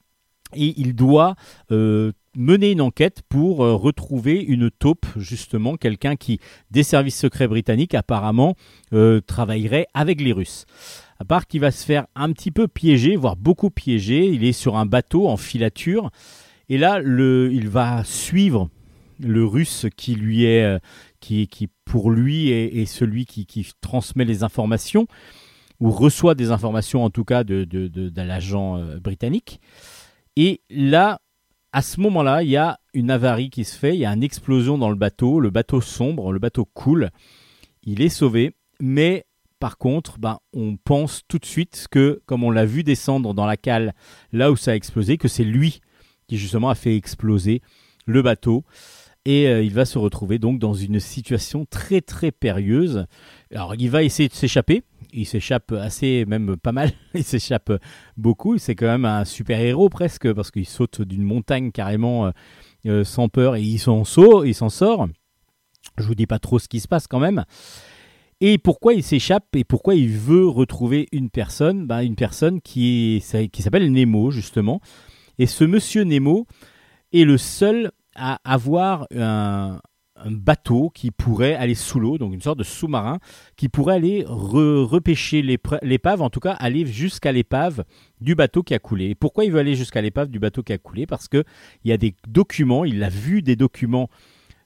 Et il doit... Euh, mener une enquête pour euh, retrouver une taupe, justement, quelqu'un qui, des services secrets britanniques, apparemment, euh, travaillerait avec les Russes. À part qu'il va se faire un petit peu piéger, voire beaucoup piéger, il est sur un bateau en filature, et là, le, il va suivre le Russe qui lui est, euh, qui, qui pour lui est, est celui qui, qui transmet les informations, ou reçoit des informations, en tout cas, de, de, de, de l'agent euh, britannique. Et là, à ce moment-là, il y a une avarie qui se fait, il y a une explosion dans le bateau, le bateau sombre, le bateau coule, il est sauvé, mais par contre, ben, on pense tout de suite que, comme on l'a vu descendre dans la cale, là où ça a explosé, que c'est lui qui justement a fait exploser le bateau, et euh, il va se retrouver donc dans une situation très très périlleuse. Alors il va essayer de s'échapper, il s'échappe assez, même pas mal, il s'échappe beaucoup, c'est quand même un super-héros presque, parce qu'il saute d'une montagne carrément euh, sans peur, et il s'en sort, il s'en sort. Je vous dis pas trop ce qui se passe quand même. Et pourquoi il s'échappe et pourquoi il veut retrouver une personne, ben, une personne qui, est, qui s'appelle Nemo justement. Et ce monsieur Nemo est le seul à avoir un, un bateau qui pourrait aller sous l'eau, donc une sorte de sous-marin, qui pourrait aller re, repêcher l'épave, en tout cas aller jusqu'à l'épave du bateau qui a coulé. Et pourquoi il veut aller jusqu'à l'épave du bateau qui a coulé ? Parce qu'il y a des documents, il a vu des documents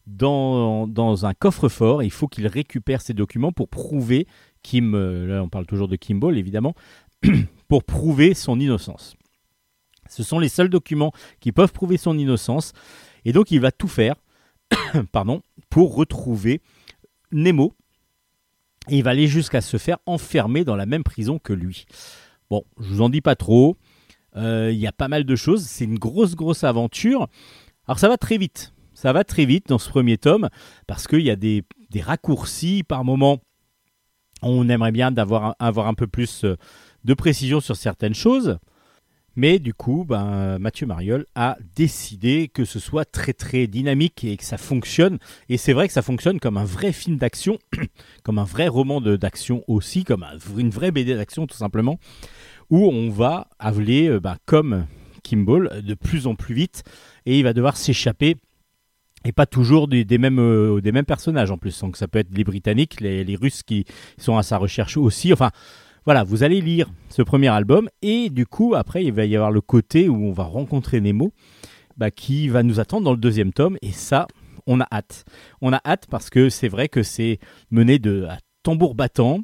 dans, dans un coffre-fort. Et il faut qu'il récupère ces documents pour prouver, Kim, euh, là on parle toujours de Kimball évidemment, pour prouver son innocence. Ce sont les seuls documents qui peuvent prouver son innocence. Et donc il va tout faire pardon, pour retrouver Nemo. Et il va aller jusqu'à se faire enfermer dans la même prison que lui. Bon, je vous en dis pas trop. Il euh, y a pas mal de choses. C'est une grosse, grosse aventure. Alors ça va très vite. Ça va très vite dans ce premier tome parce qu'il y a des, des raccourcis par moment. On aimerait bien d'avoir, avoir un peu plus de précision sur certaines choses. Mais du coup, ben, Mathieu Mariol a décidé que ce soit très très dynamique et que ça fonctionne. Et c'est vrai que ça fonctionne comme un vrai film d'action, comme un vrai roman de, d'action aussi, comme un, une vraie B D d'action tout simplement, où on va aller, euh, ben, comme Kimball, de plus en plus vite, et il va devoir s'échapper. Et pas toujours des, des, mêmes, euh, des mêmes personnages en plus. Donc ça peut être les Britanniques, les, les Russes qui sont à sa recherche aussi. Enfin... Voilà, vous allez lire ce premier album et du coup, après, il va y avoir le côté où on va rencontrer Nemo bah, qui va nous attendre dans le deuxième tome et ça, on a hâte. On a hâte parce que c'est vrai que c'est mené de, à tambour battant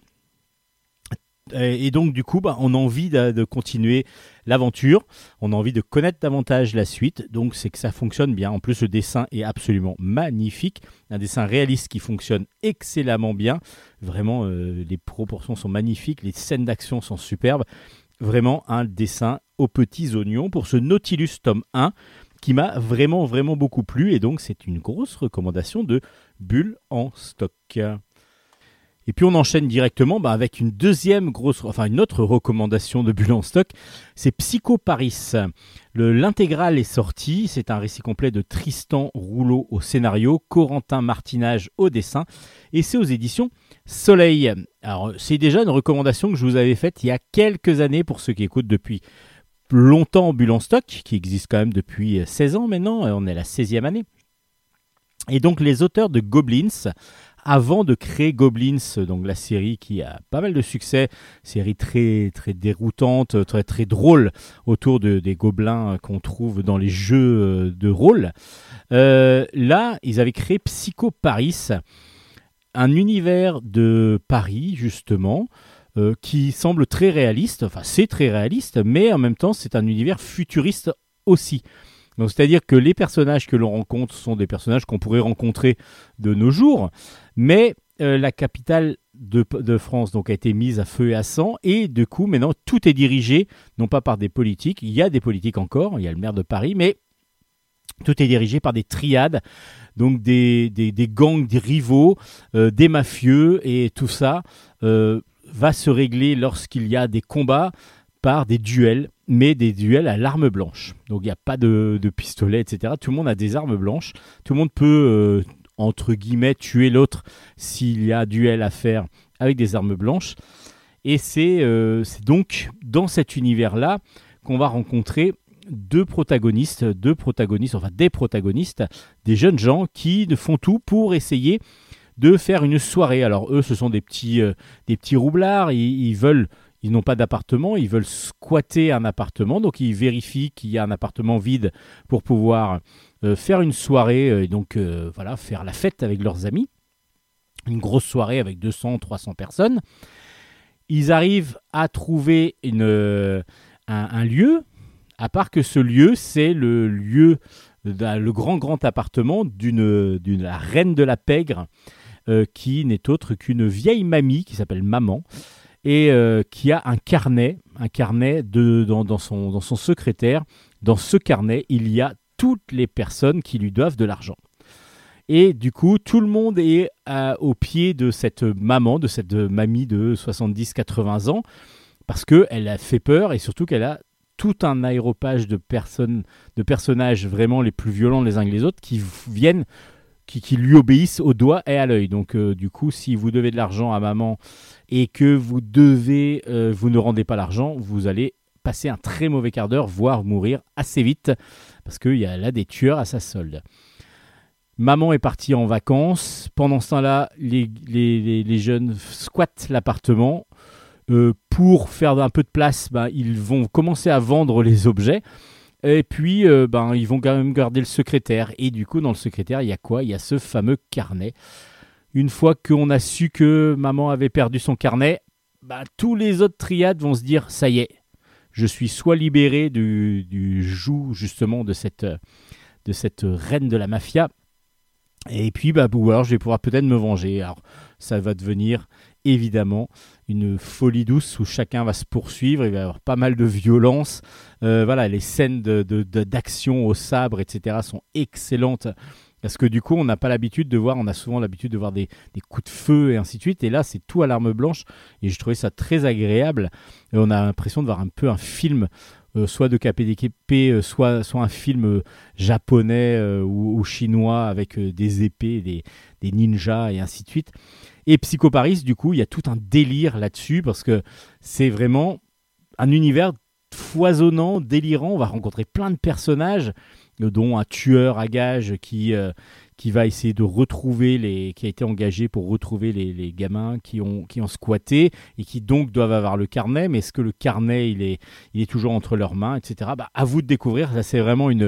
et donc du coup, bah, on a envie de, de continuer l'aventure, on a envie de connaître davantage la suite, donc c'est que ça fonctionne bien. En plus, le dessin est absolument magnifique, un dessin réaliste qui fonctionne excellemment bien. Vraiment, euh, les proportions sont magnifiques, les scènes d'action sont superbes. Vraiment un dessin aux petits oignons pour ce Nautilus tome un qui m'a vraiment, vraiment beaucoup plu. Et donc, c'est une grosse recommandation de Bulle en stock. Et puis, on enchaîne directement bah, avec une deuxième grosse, enfin une autre recommandation de Bulle en stock. C'est Psycho Paris. Le, l'intégrale est sortie. C'est un récit complet de Tristan Rouleau au scénario, Corentin Martinage au dessin. Et c'est aux éditions Soleil. Alors, c'est déjà une recommandation que je vous avais faite il y a quelques années pour ceux qui écoutent depuis longtemps Bulle en stock, qui existe quand même depuis seize ans maintenant. On est à la seizième année. Et donc, les auteurs de Goblins, avant de créer Goblins, donc la série qui a pas mal de succès, série très très déroutante, très très drôle autour de, des gobelins qu'on trouve dans les jeux de rôle. Euh, là, ils avaient créé Psycho Paris, un univers de Paris justement, euh, qui semble très réaliste. Enfin, c'est très réaliste, mais en même temps, c'est un univers futuriste aussi. Donc, c'est-à-dire que les personnages que l'on rencontre sont des personnages qu'on pourrait rencontrer de nos jours, mais euh, la capitale de, de France donc, a été mise à feu et à sang, et du coup, maintenant, tout est dirigé, non pas par des politiques, il y a des politiques encore, il y a le maire de Paris, mais tout est dirigé par des triades, donc des, des, des gangs, des rivaux, euh, des mafieux, et tout ça euh, va se régler lorsqu'il y a des combats par des duels, mais des duels à l'arme blanche. Donc il n'y a pas de, de pistolet, et cetera. Tout le monde a des armes blanches. Tout le monde peut, euh, entre guillemets, tuer l'autre s'il y a duel à faire avec des armes blanches. Et c'est, euh, c'est donc dans cet univers-là qu'on va rencontrer deux protagonistes, deux protagonistes, enfin des protagonistes, des jeunes gens qui font tout pour essayer de faire une soirée. Alors eux, ce sont des petits, euh, des petits roublards, ils, ils veulent... Ils n'ont pas d'appartement, ils veulent squatter un appartement, donc ils vérifient qu'il y a un appartement vide pour pouvoir euh, faire une soirée, euh, et donc euh, voilà, faire la fête avec leurs amis. Une grosse soirée avec deux cents, trois cents personnes. Ils arrivent à trouver une, euh, un, un lieu, à part que ce lieu, c'est le lieu, le grand grand appartement d'une, d'une la reine de la pègre, euh, qui n'est autre qu'une vieille mamie qui s'appelle Maman, et euh, qui a un carnet, un carnet de, dans, dans, son, dans son secrétaire. Dans ce carnet, il y a toutes les personnes qui lui doivent de l'argent. Et du coup, tout le monde est euh, au pied de cette maman, de cette mamie de soixante-dix à quatre-vingts ans, parce qu'elle a fait peur et surtout qu'elle a tout un aéropage de, personnes, de personnages vraiment les plus violents les uns que les autres qui viennent, qui, qui lui obéissent au doigt et à l'œil. Donc euh, du coup, si vous devez de l'argent à maman et que vous devez, euh, vous ne rendez pas l'argent, vous allez passer un très mauvais quart d'heure, voire mourir assez vite, parce qu'il y a là des tueurs à sa solde. Maman est partie en vacances. Pendant ce temps-là, les, les, les, les jeunes squattent l'appartement. Euh, pour faire un peu de place, ben, ils vont commencer à vendre les objets. Et puis, euh, ben, ils vont quand même garder le secrétaire. Et du coup, dans le secrétaire, il y a quoi ? Il y a ce fameux carnet. Une fois qu'on a su que maman avait perdu son carnet, ben, tous les autres triades vont se dire, ça y est, je suis soit libéré du, du joug, justement, de cette, de cette reine de la mafia, et puis, bah, ou alors je vais pouvoir peut-être me venger. Alors, ça va devenir évidemment une folie douce où chacun va se poursuivre, il va y avoir pas mal de violence. Euh, voilà, les scènes de, de, de, d'action au sabre, et cetera sont excellentes. Parce que du coup, on n'a pas l'habitude de voir, on a souvent l'habitude de voir des, des coups de feu et ainsi de suite. Et là, c'est tout à l'arme blanche. Et je trouvais ça très agréable. Et on a l'impression de voir un peu un film, euh, soit de K P D P, euh, soit, soit un film euh, japonais euh, ou, ou chinois avec euh, des épées, des, des ninjas et ainsi de suite. Et Psycho Paris, du coup, il y a tout un délire là-dessus parce que c'est vraiment un univers foisonnant, délirant. On va rencontrer plein de personnages, dont un tueur à gages qui, euh, qui va essayer de retrouver les, qui a été engagé pour retrouver les, les gamins qui ont, qui ont squatté et qui donc doivent avoir le carnet. Mais est-ce que le carnet, il est, il est toujours entre leurs mains, et cetera. Bah, à vous de découvrir. Ça, c'est vraiment une.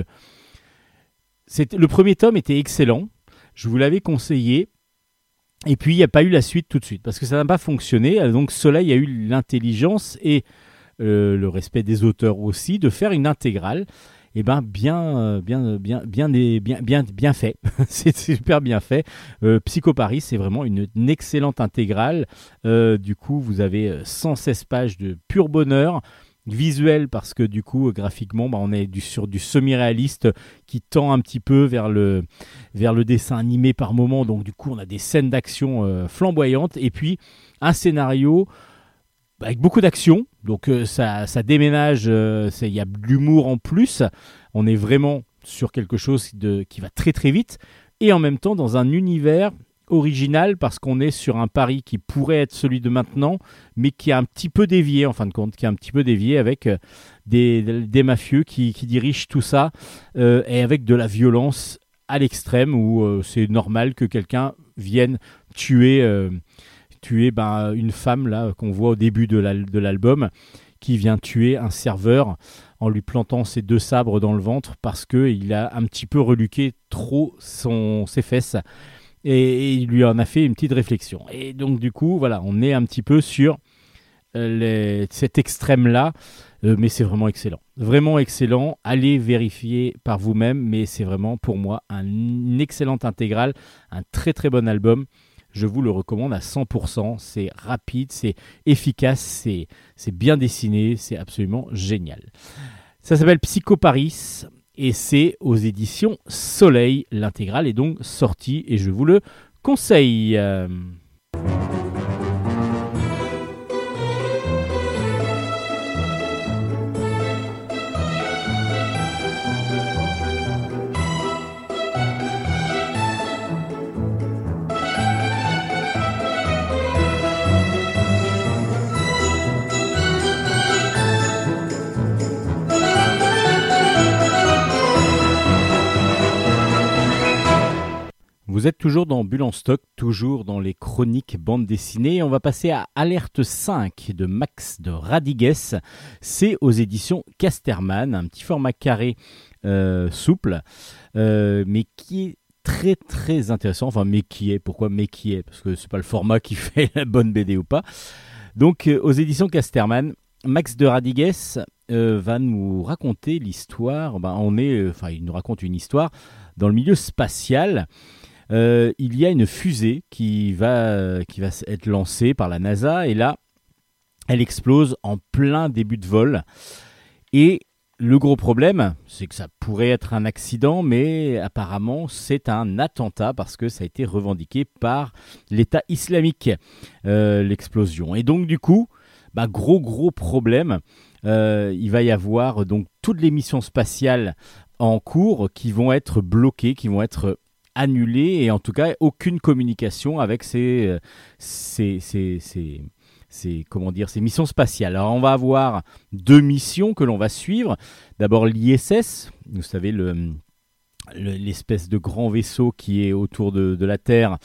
C'est... Le premier tome était excellent. Je vous l'avais conseillé. Et puis, il n'y a pas eu la suite tout de suite parce que ça n'a pas fonctionné. Donc, Soleil a eu l'intelligence et euh, le respect des auteurs aussi de faire une intégrale. Et ben bien, bien, bien, bien, bien, bien, bien fait. C'est super bien fait. Euh, Psycho Paris, c'est vraiment une, une excellente intégrale. Euh, du coup, vous avez cent seize pages de pur bonheur. Visuel parce que du coup graphiquement bah, on est du, sur du semi-réaliste qui tend un petit peu vers le, vers le dessin animé par moment, donc du coup on a des scènes d'action euh, flamboyantes et puis un scénario bah, avec beaucoup d'action, donc euh, ça, ça déménage, il euh, y a de l'humour en plus, on est vraiment sur quelque chose de, qui va très très vite et en même temps dans un univers original parce qu'on est sur un Paris qui pourrait être celui de maintenant mais qui a un petit peu dévié en fin de compte, qui a un petit peu dévié avec euh, des, des mafieux qui, qui dirigent tout ça euh, et avec de la violence à l'extrême où euh, c'est normal que quelqu'un vienne tuer, euh, tuer ben, une femme là qu'on voit au début de, la, de l'album qui vient tuer un serveur en lui plantant ses deux sabres dans le ventre parce qu'il a un petit peu reluqué trop son, ses fesses. Et il lui en a fait une petite réflexion. Et donc, du coup, voilà, on est un petit peu sur euh, les, cet extrême-là. Euh, mais c'est vraiment excellent. Vraiment excellent. Allez vérifier par vous-même. Mais c'est vraiment, pour moi, un, une excellente intégrale. Un très, très bon album. Je vous le recommande à cent pour cent. C'est rapide, c'est efficace, c'est, c'est bien dessiné. C'est absolument génial. Ça s'appelle Psycho Paris. Et c'est aux éditions Soleil. L'intégrale est donc sortie et je vous le conseille. Vous êtes toujours dans Bulle en stock, toujours dans les chroniques bande dessinée. On va passer à Alerte cinq de Max de Radigues. C'est aux éditions Casterman, un petit format carré euh, souple, euh, mais qui est très très intéressant. Enfin, mais qui est, pourquoi mais qui est ? Parce que c'est pas le format qui fait la bonne B D ou pas. Donc, euh, aux éditions Casterman, Max de Radigues euh, va nous raconter l'histoire. Ben, on est, euh, enfin, il nous raconte une histoire dans le milieu spatial. Euh, il y a une fusée qui va, qui va être lancée par la NASA et là, elle explose en plein début de vol. Et le gros problème, c'est que ça pourrait être un accident, mais apparemment c'est un attentat parce que ça a été revendiqué par l'État islamique, euh, l'explosion. Et donc du coup, bah, gros gros problème, euh, il va y avoir donc toutes les missions spatiales en cours qui vont être bloquées, qui vont être annulé et en tout cas aucune communication avec ces, ces, ces, ces, ces, comment dire, ces missions spatiales. Alors on va avoir deux missions que l'on va suivre. D'abord l'I S S, vous savez le, le, l'espèce de grand vaisseau qui est autour de, de la Terre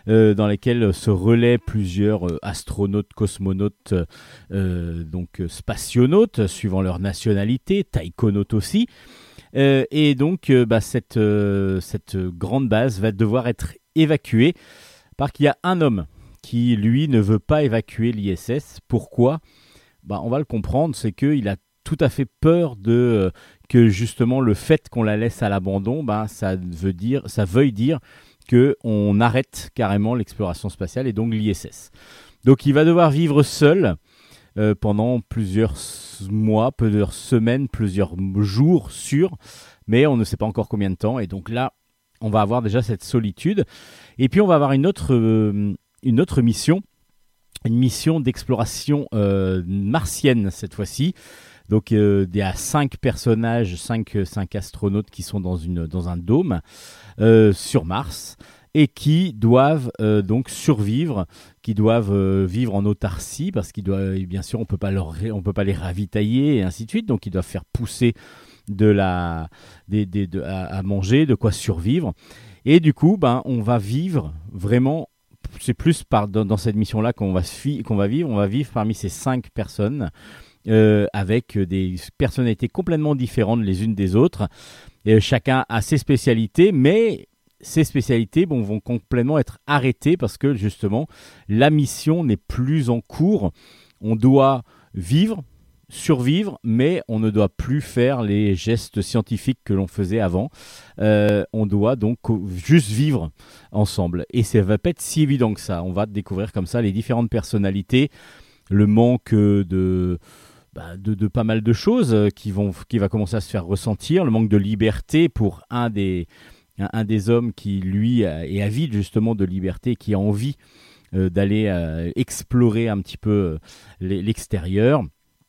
euh, dans lesquelles se relaient plusieurs euh, astronautes, cosmonautes, euh, donc euh, spationautes, suivant leur nationalité, taïkonautes aussi. Euh, et donc, euh, bah, cette, euh, cette grande base va devoir être évacuée parce qu'il y a un homme qui, lui, ne veut pas évacuer l'I S S. Pourquoi ? Bah, on va le comprendre, c'est qu'il a tout à fait peur de euh, que justement le fait qu'on la laisse à l'abandon, bah, ça veut dire, ça veuille dire qu'on arrête carrément l'exploration spatiale et donc l'I S S. Donc il va devoir vivre seul euh, pendant plusieurs mois, plusieurs semaines, plusieurs jours sûrs, mais on ne sait pas encore combien de temps. Et donc là, on va avoir déjà cette solitude. Et puis on va avoir une autre, euh, une autre mission, une mission d'exploration euh, martienne cette fois-ci. Donc euh, il y a cinq personnages, cinq, cinq astronautes qui sont dans, une, dans un dôme euh, sur Mars et qui doivent euh, donc survivre, qui doivent euh, vivre en autarcie parce qu'ils doivent, bien sûr, on peut pas leur, on peut pas les ravitailler et ainsi de suite. Donc ils doivent faire pousser de la, des, des, de, à, à manger, de quoi survivre. Et du coup, ben, on va vivre vraiment. C'est plus par, dans, dans cette mission-là qu'on va, fi, qu'on va vivre. On va vivre parmi ces cinq personnes. Euh, avec des personnalités complètement différentes les unes des autres. Et chacun a ses spécialités, mais ces spécialités bon, vont complètement être arrêtées parce que justement, la mission n'est plus en cours. On doit vivre, survivre, mais on ne doit plus faire les gestes scientifiques que l'on faisait avant. Euh, on doit donc juste vivre ensemble. Et ça ne va pas être si évident que ça. On va découvrir comme ça les différentes personnalités, le manque de... De, de pas mal de choses qui, vont, qui va commencer à se faire ressentir, le manque de liberté pour un des, un, un des hommes qui, lui, est avide justement de liberté, qui a envie euh, d'aller euh, explorer un petit peu euh, l'extérieur.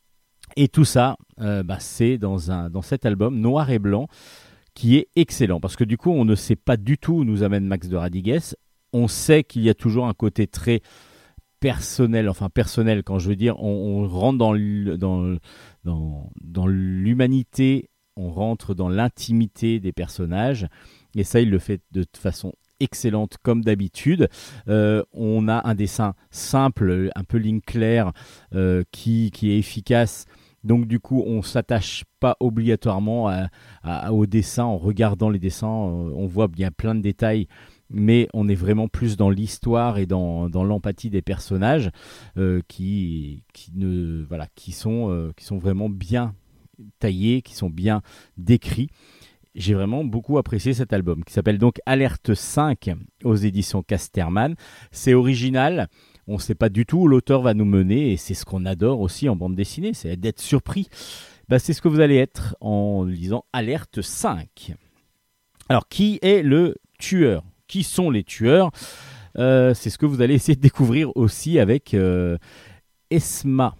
Et tout ça, euh, bah, c'est dans, un, dans cet album noir et blanc qui est excellent, parce que du coup, on ne sait pas du tout où nous amène Max de Radigues. On sait qu'il y a toujours un côté très... personnel, enfin personnel quand je veux dire, on, on rentre dans, dans, dans, dans l'humanité, on rentre dans l'intimité des personnages, et ça il le fait de façon excellente comme d'habitude. Euh, on a un dessin simple, un peu ligne claire, euh, qui, qui est efficace, donc du coup on ne s'attache pas obligatoirement à, à, au dessin. En regardant les dessins, on voit bien plein de détails, mais on est vraiment plus dans l'histoire et dans, dans l'empathie des personnages euh, qui, qui, ne, voilà, qui, sont, euh, qui sont vraiment bien taillés, qui sont bien décrits. J'ai vraiment beaucoup apprécié cet album qui s'appelle donc Alerte cinq aux éditions Casterman. C'est original, on ne sait pas du tout où l'auteur va nous mener et c'est ce qu'on adore aussi en bande dessinée, c'est d'être surpris. Bah, c'est ce que vous allez être en lisant Alerte cinq. Alors, qui est le tueur ? Qui sont les tueurs ? euh, C'est ce que vous allez essayer de découvrir aussi avec euh, Esma,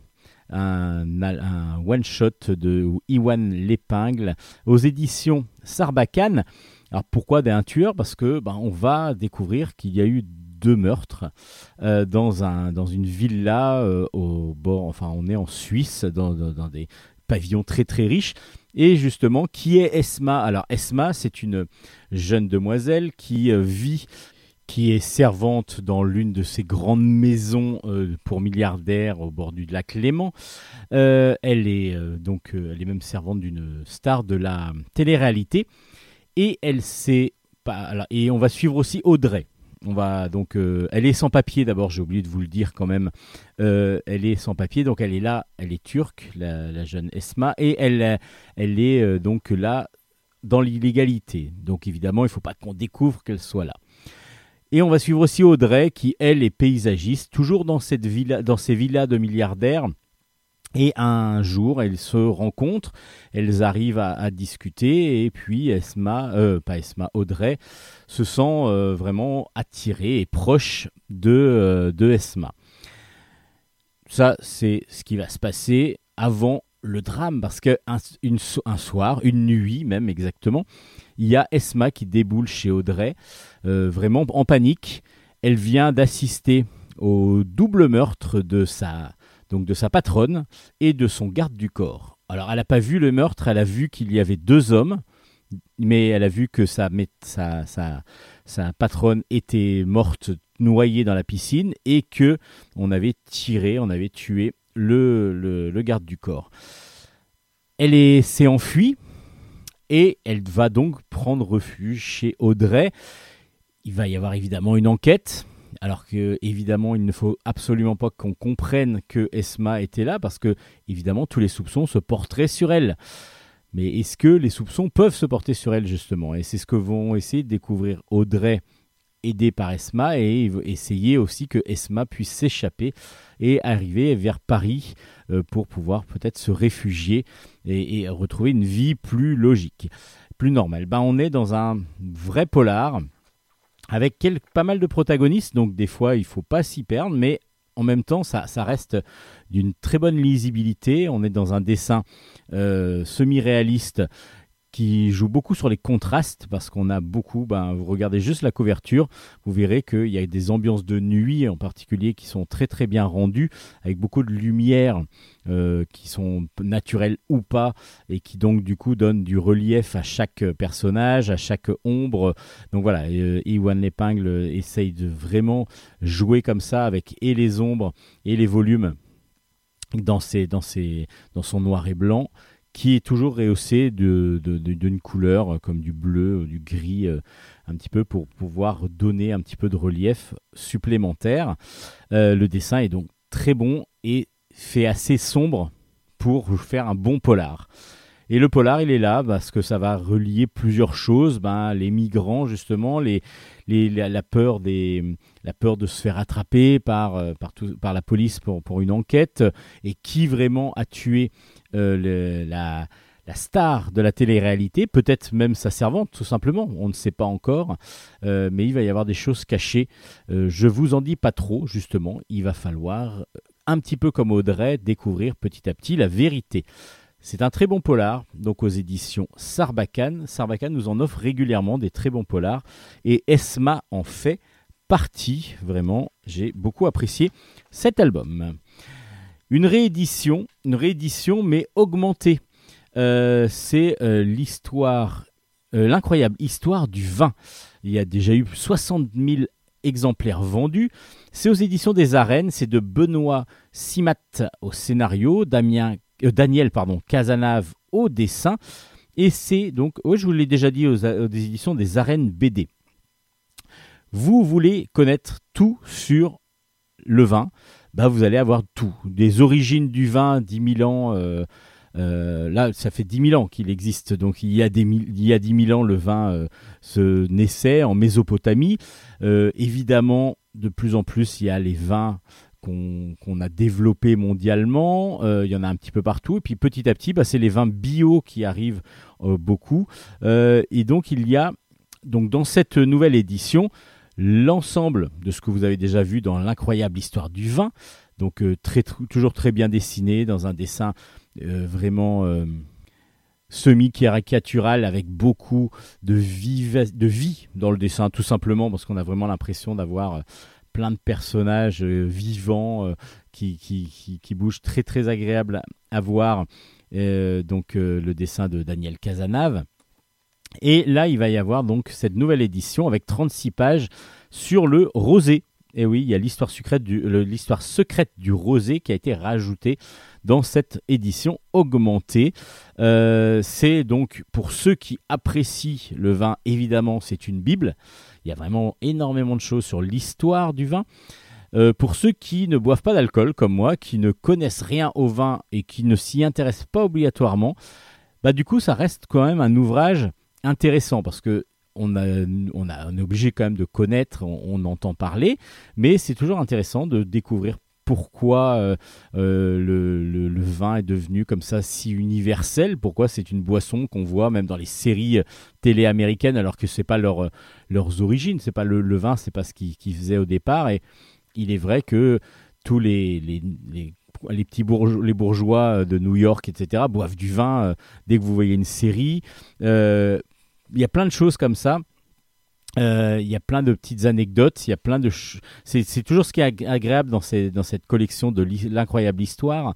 un, un one-shot de Iwan L'Épingle aux éditions Sarbacane. Alors pourquoi un tueur ? Parce que ben, on va découvrir qu'il y a eu deux meurtres euh, dans, un, dans une villa euh, au bord, enfin on est en Suisse, dans, dans, dans des pavillons très très riches. Et justement, qui est Esma ? Alors Esma, c'est une jeune demoiselle qui euh, vit, qui est servante dans l'une de ces grandes maisons euh, pour milliardaires au bord du lac Léman. Euh, elle est euh, donc, euh, elle est même servante d'une star de la télé-réalité. Et elle s'est pas, alors, et on va suivre aussi Audrey. On va donc, euh, elle est sans papier d'abord, j'ai oublié de vous le dire quand même. Euh, elle est sans papier, donc elle est là, elle est turque, la, la jeune Esma, et elle, elle est euh, donc là dans l'illégalité. Donc évidemment, il ne faut pas qu'on découvre qu'elle soit là. Et on va suivre aussi Audrey, qui elle est paysagiste, toujours dans cette villa, dans ces villas de milliardaires. Et un jour, elles se rencontrent, elles arrivent à, à discuter, et puis Esma, euh, pas Esma, Audrey, se sent euh, vraiment attirée et proche de, euh, de Esma. Ça, c'est ce qui va se passer avant le drame, parce qu'un un soir, une nuit même exactement, il y a Esma qui déboule chez Audrey, euh, vraiment en panique. Elle vient d'assister au double meurtre de sa... donc de sa patronne et de son garde du corps. Alors, elle n'a pas vu le meurtre, elle a vu qu'il y avait deux hommes, mais elle a vu que sa, sa, sa, sa patronne était morte, noyée dans la piscine, et que on avait tiré, on avait tué le, le, le garde du corps. Elle est, s'est enfuie et elle va donc prendre refuge chez Audrey. Il va y avoir évidemment une enquête. Alors que évidemment, il ne faut absolument pas qu'on comprenne que Esma était là, parce que évidemment, tous les soupçons se porteraient sur elle. Mais est-ce que les soupçons peuvent se porter sur elle, justement ? Et c'est ce que vont essayer de découvrir Audrey, aidée par Esma, et essayer aussi que Esma puisse s'échapper et arriver vers Paris euh, pour pouvoir peut-être se réfugier et, et retrouver une vie plus logique, plus normale. Ben, on est dans un vrai polar avec quelques, pas mal de protagonistes, donc des fois il ne faut pas s'y perdre, mais en même temps ça, ça reste d'une très bonne lisibilité. On est dans un dessin euh, semi-réaliste qui joue beaucoup sur les contrastes, parce qu'on a beaucoup, ben, vous regardez juste la couverture, vous verrez qu'il y a des ambiances de nuit en particulier qui sont très très bien rendues, avec beaucoup de lumière euh, qui sont naturelles ou pas, et qui donc du coup donnent du relief à chaque personnage, à chaque ombre. Donc voilà, euh, Iwan L'Épingle essaye de vraiment jouer comme ça, avec et les ombres et les volumes dans, ses, dans, ses, dans son noir et blanc, qui est toujours rehaussé de, de, de, d'une couleur euh, comme du bleu, du gris, euh, un petit peu pour pouvoir donner un petit peu de relief supplémentaire. Euh, le dessin est donc très bon et fait assez sombre pour faire un bon polar. Et le polar, il est là parce que ça va relier plusieurs choses, ben, les migrants justement, les, les, la, la, peur des, la peur de se faire attraper par, euh, par, tout, par la police pour, pour une enquête, et qui vraiment a tué euh, le, la, la star de la télé-réalité, peut-être même sa servante tout simplement, on ne sait pas encore, euh, mais il va y avoir des choses cachées. Euh, je vous en dis pas trop justement, il va falloir, un petit peu comme Audrey, découvrir petit à petit la vérité. C'est un très bon polar, donc aux éditions Sarbacane. Sarbacane nous en offre régulièrement des très bons polars, et Esma en fait partie. Vraiment, j'ai beaucoup apprécié cet album. Une réédition, une réédition mais augmentée. Euh, c'est euh, l'histoire, euh, l'incroyable histoire du vin. Il y a déjà eu soixante mille exemplaires vendus. C'est aux éditions des Arènes. C'est de Benoît Simat au scénario, Damien Euh, Daniel pardon, Cazenave au dessin, et c'est donc, ouais, je vous l'ai déjà dit, aux, aux éditions des Arènes B D. Vous voulez connaître tout sur le vin, bah vous allez avoir tout, des origines du vin, dix mille ans, euh, euh, là ça fait dix mille ans qu'il existe, donc il y a, des, il y a dix mille ans le vin euh, se naissait en Mésopotamie. Euh, évidemment, de plus en plus il y a les vins Qu'on, qu'on a développé mondialement, euh, il y en a un petit peu partout, et puis petit à petit, bah, c'est les vins bio qui arrivent euh, beaucoup, euh, et donc il y a, donc dans cette nouvelle édition, l'ensemble de ce que vous avez déjà vu dans l'incroyable histoire du vin, donc euh, très, tr- toujours très bien dessiné, dans un dessin euh, vraiment euh, semi-caricatural, avec beaucoup de, viva- de vie dans le dessin, tout simplement, parce qu'on a vraiment l'impression d'avoir euh, plein de personnages euh, vivants euh, qui, qui, qui, qui bougent, très très agréable à voir. Euh, donc euh, le dessin de Daniel Cazenave. Et là, il va y avoir donc cette nouvelle édition avec trente-six pages sur le rosé. Et oui, il y a l'histoire secrète du, le, l'histoire secrète du rosé qui a été rajoutée dans cette édition augmentée. Euh, c'est donc, pour ceux qui apprécient le vin, évidemment, c'est une bible. Il y a vraiment énormément de choses sur l'histoire du vin. Euh, pour ceux qui ne boivent pas d'alcool, comme moi, qui ne connaissent rien au vin et qui ne s'y intéressent pas obligatoirement, bah du coup, ça reste quand même un ouvrage intéressant, parce que on, a, on, a, on est obligé quand même de connaître, on, on entend parler, mais c'est toujours intéressant de découvrir pourquoi euh, euh, le, le, le vin est devenu comme ça si universel, pourquoi c'est une boisson qu'on voit même dans les séries télé américaines, alors que c'est pas leur, leurs origines, c'est pas le, le vin, c'est pas ce qu'ils, qu'ils faisaient au départ. Et il est vrai que tous les, les, les, les petits bourgeois, les bourgeois de New York, et cetera, boivent du vin euh, dès que vous voyez une série. Euh, il y a plein de choses comme ça. Il euh, y a plein de petites anecdotes, il y a plein de ch- c'est, c'est toujours ce qui est agréable dans, ces, dans cette collection de l'incroyable histoire,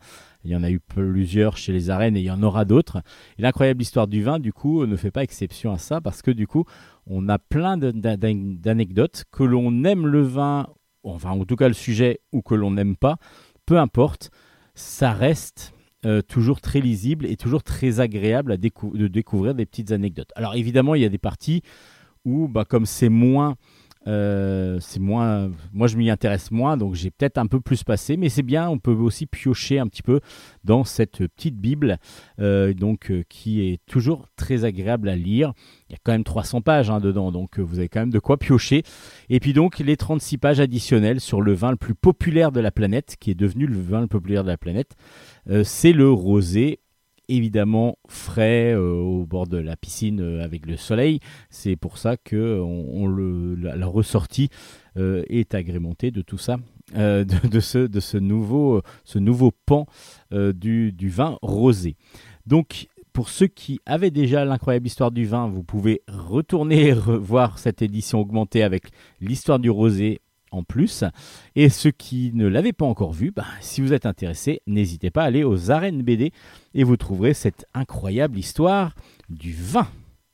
Il y en a eu plusieurs chez les arènes et il y en aura d'autres. Et l'incroyable histoire du vin, du coup, ne fait pas exception à ça parce que du coup, on a plein de, d'anecdotes. Que l'on aime le vin, enfin en tout cas le sujet, ou que l'on n'aime pas, peu importe, ça reste euh, toujours très lisible et toujours très agréable à décou- de découvrir des petites anecdotes. Alors évidemment, il y a des parties où, bah, comme c'est moins... Euh, c'est moins, moi je m'y intéresse moins, donc j'ai peut-être un peu plus passé, mais c'est bien, on peut aussi piocher un petit peu dans cette petite Bible, euh, donc euh, qui est toujours très agréable à lire. Il y a quand même trois cents pages hein, dedans, donc euh, vous avez quand même de quoi piocher. Et puis donc les trente-six pages additionnelles sur le vin le plus populaire de la planète, qui est devenu le vin le plus populaire de la planète, euh, c'est le rosé. Évidemment frais euh, au bord de la piscine euh, avec le soleil. C'est pour ça que on, on le, la, la ressortie euh, est agrémentée de tout ça, euh, de, de, ce, de ce, nouveau, ce nouveau pan euh, du, du vin rosé. Donc pour ceux qui avaient déjà l'incroyable histoire du vin, vous pouvez retourner revoir cette édition augmentée avec l'histoire du rosé en plus. Et ceux qui ne l'avaient pas encore vu, bah, si vous êtes intéressés, n'hésitez pas à aller aux arènes B D et vous trouverez cette incroyable histoire du vin.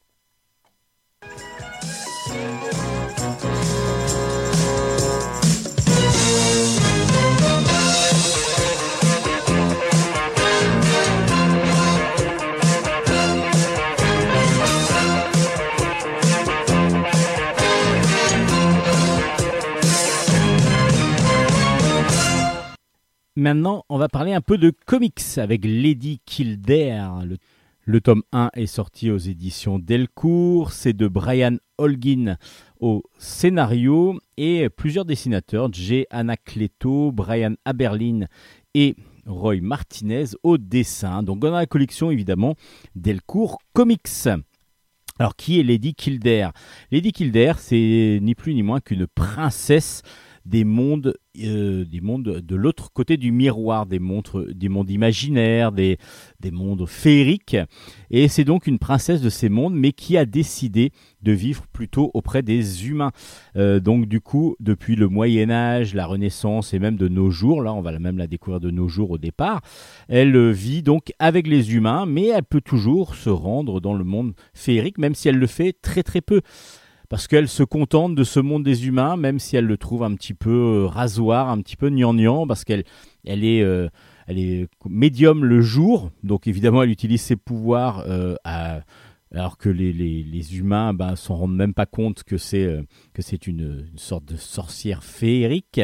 Maintenant, on va parler un peu de comics avec Lady Kildare. Le, le tome un est sorti aux éditions Delcourt. C'est de Brian Holguin au scénario et plusieurs dessinateurs, Jay Anacleto, Brian Aberlin et Roy Martinez au dessin. Donc dans la collection, évidemment, Delcourt Comics. Alors, qui est Lady Kildare ? Lady Kildare, c'est ni plus ni moins qu'une princesse des mondes, euh, des mondes de l'autre côté du miroir, des, mondes, des mondes imaginaires, des, des mondes féeriques. Et c'est donc une princesse de ces mondes, mais qui a décidé de vivre plutôt auprès des humains. Euh, donc du coup, depuis le Moyen-Âge, la Renaissance et même de nos jours, là on va même la découvrir de nos jours au départ, elle vit donc avec les humains, mais elle peut toujours se rendre dans le monde féerique, même si elle le fait très très peu. Parce qu'elle se contente de ce monde des humains, même si elle le trouve un petit peu euh, rasoir, un petit peu gnangnan, parce qu'elle elle est, euh, elle est médium le jour, donc évidemment elle utilise ses pouvoirs, euh, à, alors que les, les, les humains ben, s'en rendent même pas compte que c'est, euh, que c'est une, une sorte de sorcière féerique.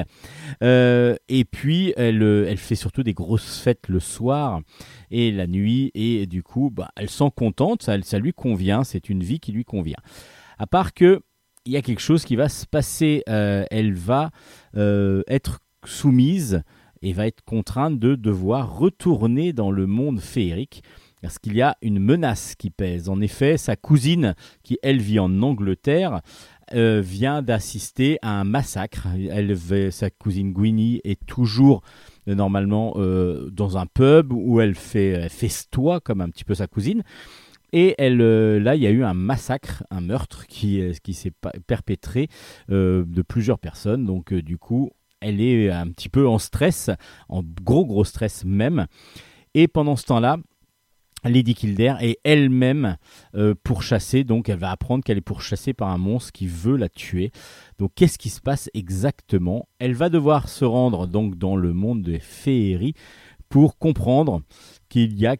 Euh, et puis elle, elle fait surtout des grosses fêtes le soir et la nuit, et du coup ben, elle s'en contente, ça, ça lui convient, c'est une vie qui lui convient. À part que il y a quelque chose qui va se passer, euh, elle va euh, être soumise et va être contrainte de devoir retourner dans le monde féerique parce qu'il y a une menace qui pèse. En effet, sa cousine, qui elle vit en Angleterre, euh, vient d'assister à un massacre. Elle, sa cousine Gwynny est toujours euh, normalement euh, dans un pub où elle fait elle festoie comme un petit peu sa cousine. Et elle, euh, là, il y a eu un massacre, un meurtre qui, euh, qui s'est pa- perpétré euh, de plusieurs personnes. Donc, euh, du coup, elle est un petit peu en stress, en gros, gros stress même. Et pendant ce temps-là, Lady Kildare est elle-même euh, pourchassée. Donc, elle va apprendre qu'elle est pourchassée par un monstre qui veut la tuer. Donc, qu'est-ce qui se passe exactement ? Elle va devoir se rendre donc dans le monde des féeries pour comprendre qu'il y a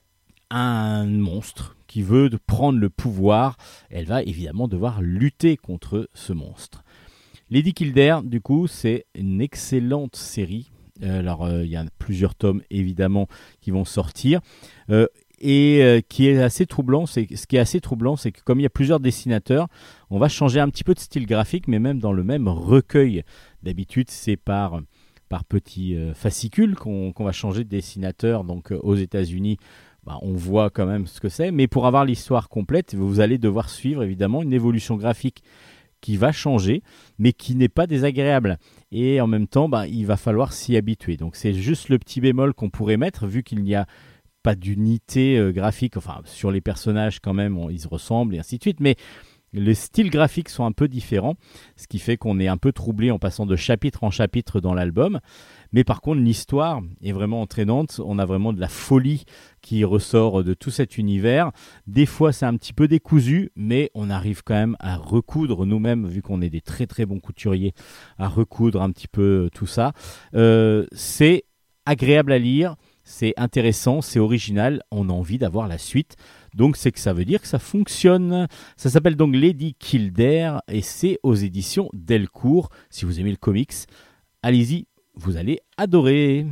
un monstre qui veut prendre le pouvoir. Elle va évidemment devoir lutter contre ce monstre. Lady Kildare, du coup, c'est une excellente série. Euh, alors, euh, il y a plusieurs tomes, évidemment, qui vont sortir. Euh, et euh, qui est assez troublant, c'est, ce qui est assez troublant, c'est que comme il y a plusieurs dessinateurs, on va changer un petit peu de style graphique, mais même dans le même recueil. D'habitude, c'est par... par petits euh, fascicules qu'on, qu'on va changer de dessinateur. Donc, euh, aux États-Unis, bah, on voit quand même ce que c'est, mais pour avoir l'histoire complète, vous allez devoir suivre évidemment une évolution graphique qui va changer, mais qui n'est pas désagréable. Et en même temps, bah, il va falloir s'y habituer. Donc c'est juste le petit bémol qu'on pourrait mettre, vu qu'il n'y a pas d'unité euh, graphique, enfin sur les personnages quand même, on, ils se ressemblent et ainsi de suite, mais Les styles graphiques sont un peu différents, ce qui fait qu'on est un peu troublé en passant de chapitre en chapitre dans l'album. Mais par contre, l'histoire est vraiment entraînante. On a vraiment de la folie qui ressort de tout cet univers. Des fois, c'est un petit peu décousu, mais on arrive quand même à recoudre nous-mêmes, vu qu'on est des très très bons couturiers, à recoudre un petit peu tout ça. Euh, c'est agréable à lire, c'est intéressant, c'est original. On a envie d'avoir la suite. Donc, c'est que ça veut dire que ça fonctionne. Ça s'appelle donc Lady Kildare et c'est aux éditions Delcourt. Si vous aimez le comics, allez-y. Vous allez adorer.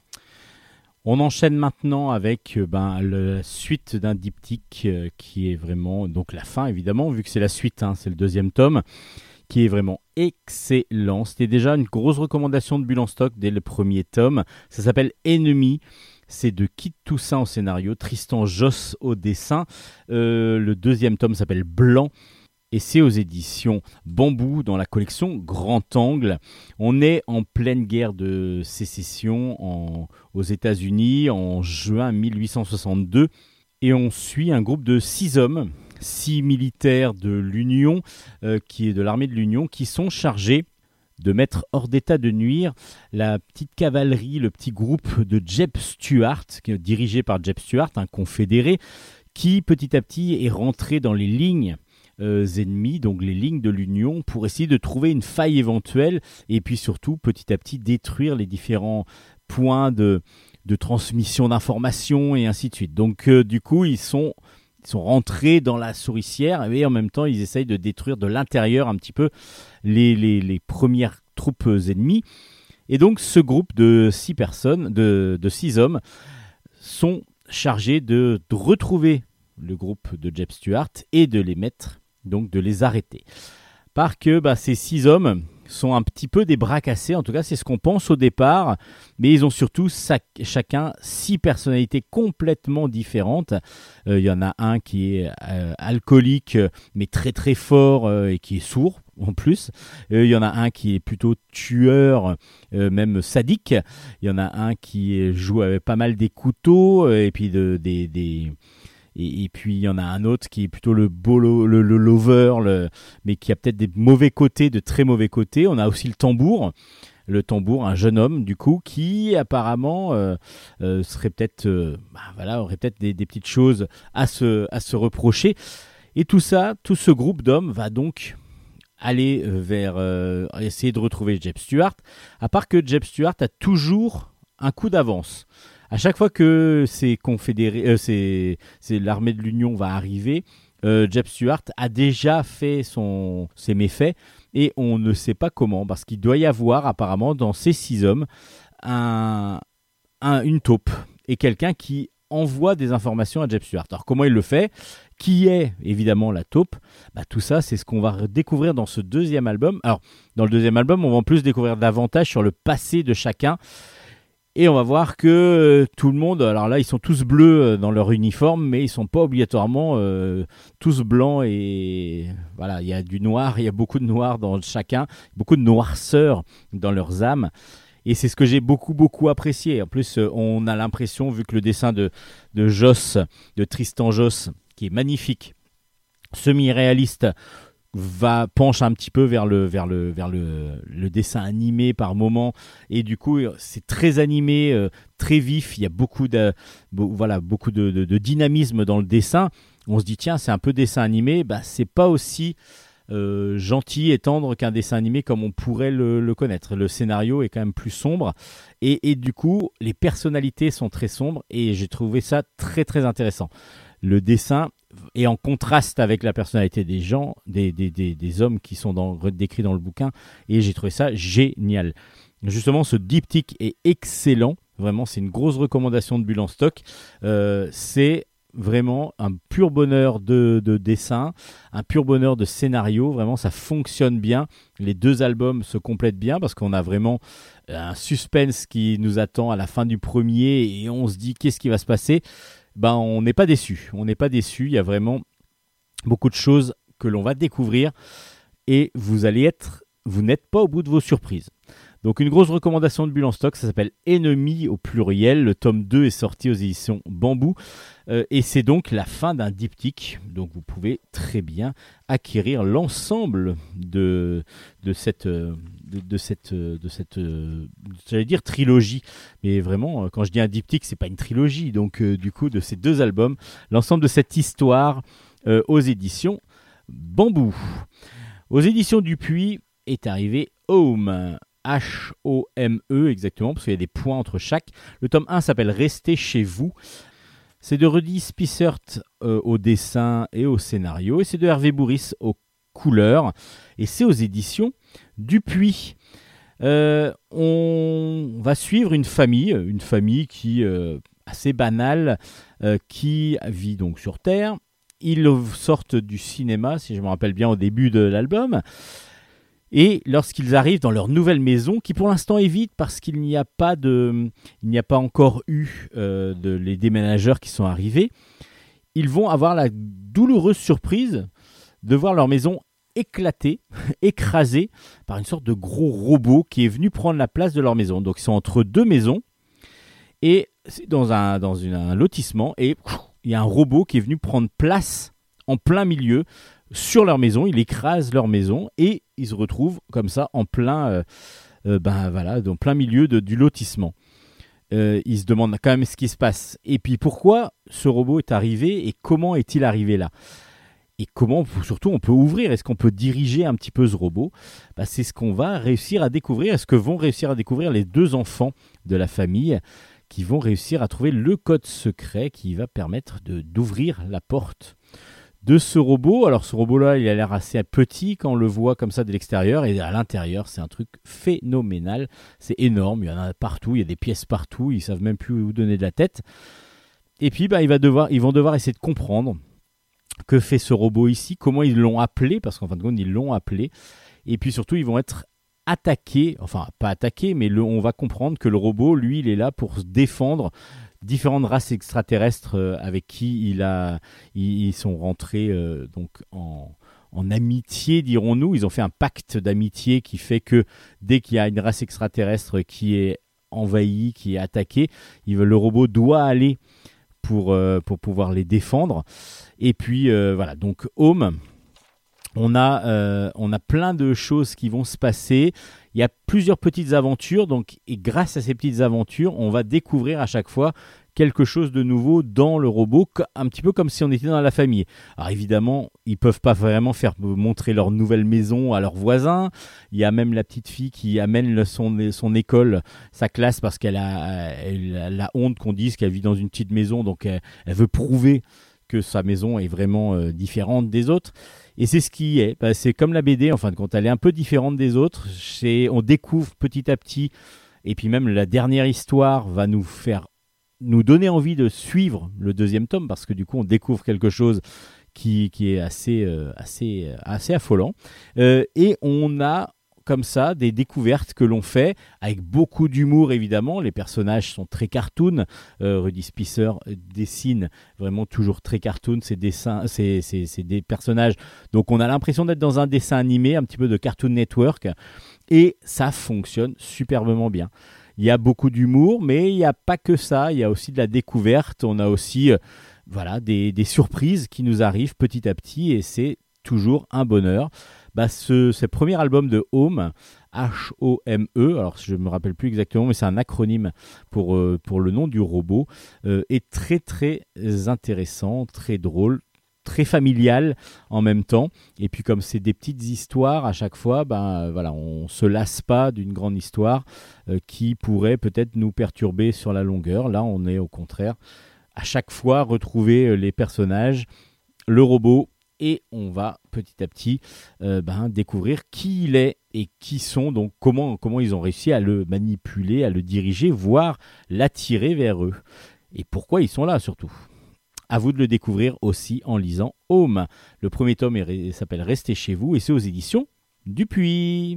On enchaîne maintenant avec ben, la suite d'un diptyque euh, qui est vraiment, donc la fin évidemment, vu que c'est la suite, hein, c'est le deuxième tome, qui est vraiment excellent. C'était déjà une grosse recommandation de Bulle en stock dès le premier tome. Ça s'appelle Ennemi. C'est de Kit Toussaint au scénario, Tristan Josse au dessin. Euh, le deuxième tome s'appelle Blanc. Et c'est aux éditions Bambou dans la collection Grand Angle. On est en pleine guerre de sécession en, aux États-Unis en juin mille huit cent soixante-deux. Et on suit un groupe de six hommes, six militaires de l'Union, euh, qui est de l'armée de l'Union, qui sont chargés de mettre hors d'état de nuire la petite cavalerie, le petit groupe de Jeb Stuart, qui est dirigé par Jeb Stuart, un confédéré, qui petit à petit est rentré dans les lignes Euh, ennemis, donc les lignes de l'Union, pour essayer de trouver une faille éventuelle et puis surtout petit à petit détruire les différents points de, de transmission d'informations et ainsi de suite. Donc euh, du coup ils sont, ils sont rentrés dans la souricière et en même temps ils essayent de détruire de l'intérieur un petit peu les, les, les premières troupes ennemies. Et donc ce groupe de six personnes, de, de six hommes sont chargés de, de retrouver le groupe de Jeb Stuart et de les mettre, donc de les arrêter. Parce que bah, ces six hommes sont un petit peu des bras cassés, en tout cas c'est ce qu'on pense au départ, mais ils ont surtout sac- chacun six personnalités complètement différentes. Il euh, y en a un qui est euh, alcoolique, mais très très fort euh, et qui est sourd en plus. Il euh, y en a un qui est plutôt tueur, euh, même sadique. Il y en a un qui joue avec pas mal des couteaux euh, et puis de, des... des Et, et puis il y en a un autre qui est plutôt le bolo, le, le lover, le, mais qui a peut-être des mauvais côtés, de très mauvais côtés. On a aussi le tambour, le tambour, un jeune homme du coup qui apparemment euh, euh, serait peut-être, euh, bah, voilà, aurait peut-être des, des petites choses à se, à se reprocher. Et tout ça, tout ce groupe d'hommes va donc aller vers euh, essayer de retrouver Jeb Stuart. À part que Jeb Stuart a toujours un coup d'avance. À chaque fois que ces confédérés, euh, c'est, c'est l'armée de l'Union va arriver, euh, Jeb Stuart a déjà fait son, ses méfaits et on ne sait pas comment, parce qu'il doit y avoir apparemment dans ces six hommes un, un, une taupe et quelqu'un qui envoie des informations à Jeb Stuart. Alors comment il le fait ? Qui est évidemment la taupe ? Bah, tout ça, c'est ce qu'on va découvrir dans ce deuxième album. Alors, dans le deuxième album, on va en plus découvrir davantage sur le passé de chacun. Et on va voir que euh, tout le monde, alors là ils sont tous bleus euh, dans leur uniforme, mais ils sont pas obligatoirement euh, tous blancs et voilà, il y a du noir, il y a beaucoup de noir dans chacun, beaucoup de noirceur dans leurs âmes. Et c'est ce que j'ai beaucoup beaucoup apprécié. En plus, euh, on a l'impression, vu que le dessin de, de Josse, de Tristan Josse, qui est magnifique, semi-réaliste, va penche un petit peu vers le vers le vers le, le dessin animé par moment et du coup c'est très animé, euh, très vif, il y a beaucoup de bo- voilà beaucoup de, de, de dynamisme dans le dessin. On se dit tiens, c'est un peu dessin animé, bah c'est pas aussi euh, gentil et tendre qu'un dessin animé comme on pourrait le, le connaître. Le scénario est quand même plus sombre et, et du coup les personnalités sont très sombres et j'ai trouvé ça très très intéressant. Le dessin est en contraste avec la personnalité des gens, des, des, des, des hommes qui sont dans, décrits dans le bouquin, et j'ai trouvé ça génial. Justement, ce diptyque est excellent, vraiment, c'est une grosse recommandation de Bulle en stock. Euh, c'est vraiment un pur bonheur de, de dessin, un pur bonheur de scénario, vraiment ça fonctionne bien. Les deux albums se complètent bien parce qu'on a vraiment un suspense qui nous attend à la fin du premier et on se dit qu'est-ce qui va se passer. Ben, on n'est pas déçu. On n'est pas déçu. Il y a vraiment beaucoup de choses que l'on va découvrir et vous allez être, vous n'êtes pas au bout de vos surprises. Donc une grosse recommandation de Bulle en stock, ça s'appelle Ennemi au pluriel. Le tome deux est sorti aux éditions Bambou. Euh, et c'est donc la fin d'un diptyque. Donc vous pouvez très bien acquérir l'ensemble de, de cette, de, de cette, de cette euh, j'allais dire trilogie. Mais vraiment, quand je dis un diptyque, c'est pas une trilogie. Donc euh, du coup, de ces deux albums, l'ensemble de cette histoire euh, aux éditions Bambou. Aux éditions Dupuis est arrivé Home. H O M E exactement, parce qu'il y a des points entre chaque. Le tome un s'appelle Restez chez vous. C'est de Rudy Spissert euh, au dessin et au scénario, et c'est de Hervé Bourris aux couleurs, et c'est aux éditions Dupuis. Euh, on va suivre une famille, une famille qui euh, assez banale, euh, qui vit donc sur Terre. Ils sortent du cinéma, si je me rappelle bien, au début de l'album. Et lorsqu'ils arrivent dans leur nouvelle maison, qui pour l'instant est vide parce qu'il n'y a pas de, il n'y a pas encore eu euh, de, les déménageurs qui sont arrivés, ils vont avoir la douloureuse surprise de voir leur maison éclatée, écrasée par une sorte de gros robot qui est venu prendre la place de leur maison. Donc ils sont entre deux maisons et c'est dans un, dans une, un lotissement et il y a un robot qui est venu prendre place en plein milieu sur leur maison, il écrase leur maison et ils se retrouvent comme ça en plein, euh, euh, ben voilà, dans plein milieu de, du lotissement. Euh, ils se demandent quand même ce qui se passe. Et puis pourquoi ce robot est arrivé et comment est-il arrivé là ? Et comment surtout on peut ouvrir ? Est-ce qu'on peut diriger un petit peu ce robot ? Ben, c'est ce qu'on va réussir à découvrir. Est-ce que vont réussir à découvrir les deux enfants de la famille qui vont réussir à trouver le code secret qui va permettre de, d'ouvrir la porte de ce robot. Alors ce robot-là, il a l'air assez petit quand on le voit comme ça de l'extérieur, et à l'intérieur, c'est un truc phénoménal. C'est énorme, il y en a partout, il y a des pièces partout, ils savent même plus où donner de la tête. Et puis, bah, il va devoir, ils vont devoir essayer de comprendre que fait ce robot ici, comment ils l'ont appelé, parce qu'en fin de compte, ils l'ont appelé. Et puis surtout, ils vont être attaqués, enfin pas attaqués, mais le, on va comprendre que le robot, lui, il est là pour se défendre différentes races extraterrestres euh, avec qui il a, ils, ils sont rentrés euh, donc en, en amitié, dirons-nous. Ils ont fait un pacte d'amitié qui fait que dès qu'il y a une race extraterrestre qui est envahie, qui est attaquée, il, le robot doit aller pour, euh, pour pouvoir les défendre. Et puis euh, voilà, donc Home, on a, euh, on a plein de choses qui vont se passer. Il y a plusieurs petites aventures, donc, et grâce à ces petites aventures, on va découvrir à chaque fois quelque chose de nouveau dans le robot, un petit peu comme si on était dans la famille. Alors évidemment, ils ne peuvent pas vraiment faire montrer leur nouvelle maison à leurs voisins. Il y a même la petite fille qui amène le, son, son école, sa classe, parce qu'elle a, elle a la honte qu'on dise qu'elle vit dans une petite maison, donc elle, elle veut prouver que sa maison est vraiment euh, différente des autres. Et c'est ce qui est. Bah, c'est comme la B D, en fin de compte, elle est un peu différente des autres. C'est, on découvre petit à petit, et puis même la dernière histoire va nous faire, nous donner envie de suivre le deuxième tome, parce que du coup, on découvre quelque chose qui, qui est assez, euh, assez, assez affolant. Euh, et on a comme ça des découvertes que l'on fait avec beaucoup d'humour, évidemment. Les personnages sont très cartoon. euh, Rudy Spissert dessine vraiment toujours très cartoon ces dessins, c'est, c'est, c'est des personnages, donc on a l'impression d'être dans un dessin animé un petit peu de Cartoon Network, et ça fonctionne superbement bien. Il y a beaucoup d'humour, mais il n'y a pas que ça, il y a aussi de la découverte. On a aussi euh, voilà, des, des surprises qui nous arrivent petit à petit, et c'est toujours un bonheur. Bah, ce, ce premier album de Home, H O M E, alors je ne me rappelle plus exactement, mais c'est un acronyme pour, euh, pour le nom du robot, euh, est très très intéressant, très drôle, très familial en même temps. Et puis comme c'est des petites histoires à chaque fois, ben, voilà, on ne se lasse pas d'une grande histoire euh, qui pourrait peut-être nous perturber sur la longueur. Là, on est au contraire à chaque fois retrouver les personnages, le robot, et on va petit à petit euh, ben, découvrir qui il est et qui sont, donc comment, comment ils ont réussi à le manipuler, à le diriger, voire l'attirer vers eux. Et pourquoi ils sont là surtout. À vous de le découvrir aussi en lisant Home. Le premier tome est, s'appelle Restez chez vous, et c'est aux éditions Dupuis.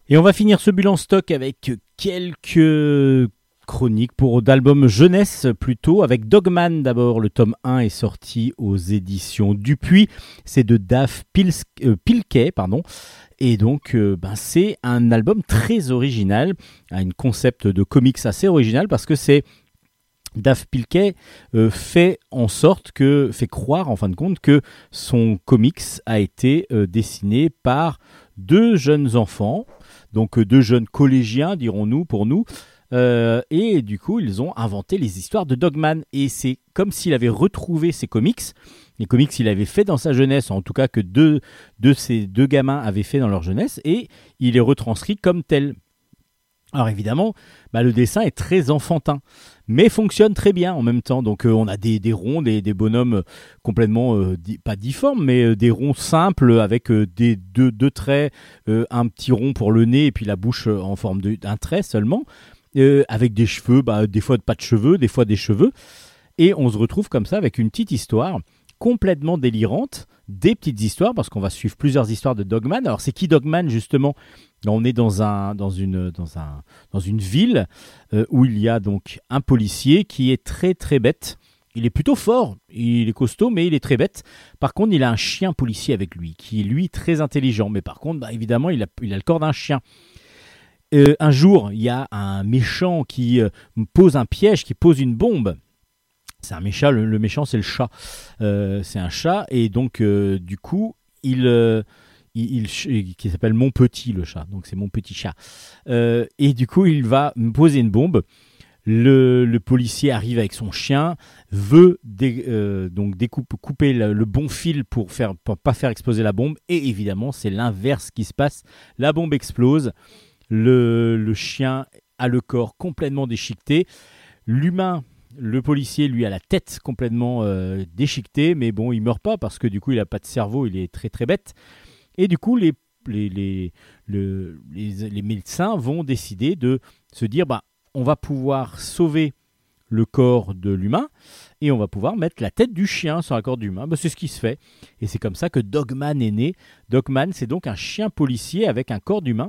Et on va finir ce bulle en stock avec quelques chroniques pour d'albums jeunesse plutôt, avec Dogman d'abord. Le tome un est sorti aux éditions Dupuis, c'est de Dave Pils- euh, Pilkey, pardon. Et donc euh, ben, c'est un album très original, un concept de comics assez original, parce que c'est Dave Pilkey euh, fait en sorte que, fait croire en fin de compte que son comics a été euh, dessiné par deux jeunes enfants, donc euh, deux jeunes collégiens dirons-nous pour nous, euh, et du coup ils ont inventé les histoires de Dogman, et c'est comme s'il avait retrouvé ses comics, les comics qu'il avait fait dans sa jeunesse, en tout cas que deux de ces deux gamins avaient fait dans leur jeunesse, et il est retranscrit comme tel. Alors évidemment, bah, le dessin est très enfantin, mais fonctionne très bien en même temps. Donc euh, on a des, des ronds, des, des bonhommes complètement, euh, di- pas difformes, mais euh, des ronds simples avec euh, des, deux, deux traits, euh, un petit rond pour le nez et puis la bouche euh, en forme de, d'un trait seulement, euh, avec des cheveux, bah, des fois pas de cheveux, des fois des cheveux. Et on se retrouve comme ça avec une petite histoire complètement délirante, des petites histoires, parce qu'on va suivre plusieurs histoires de Dogman. Alors c'est qui Dogman justement ? On est dans, un, dans, une, dans, un, dans une ville euh, où il y a donc un policier qui est très très bête. Il est plutôt fort, il est costaud, mais il est très bête. Par contre, il a un chien policier avec lui, qui est lui très intelligent. Mais par contre, bah, évidemment, il a, il a le corps d'un chien. Euh, un jour, il y a un méchant qui euh, pose un piège, qui pose une bombe. C'est un méchant, le, le méchant c'est le chat. Euh, c'est un chat, et donc euh, du coup, il... Euh, Il, il, qui s'appelle Mon Petit, le chat, donc c'est Mon Petit Chat. Euh, et du coup, il va me poser une bombe. Le, le policier arrive avec son chien, veut dé, euh, donc découpe, couper le, le bon fil pour faire pour pas faire exploser la bombe. Et évidemment, c'est l'inverse qui se passe. La bombe explose. Le, le chien a le corps complètement déchiqueté. L'humain, le policier, lui, a la tête complètement euh, déchiquetée. Mais bon, il meurt pas parce que du coup, il a pas de cerveau. Il est très très bête. Et du coup, les, les, les, le, les, les médecins vont décider de se dire bah, on va pouvoir sauver le corps de l'humain et on va pouvoir mettre la tête du chien sur la corps de l'humain. Bah, c'est ce qui se fait. Et c'est comme ça que Dogman est né. Dogman, c'est donc un chien policier avec un corps d'humain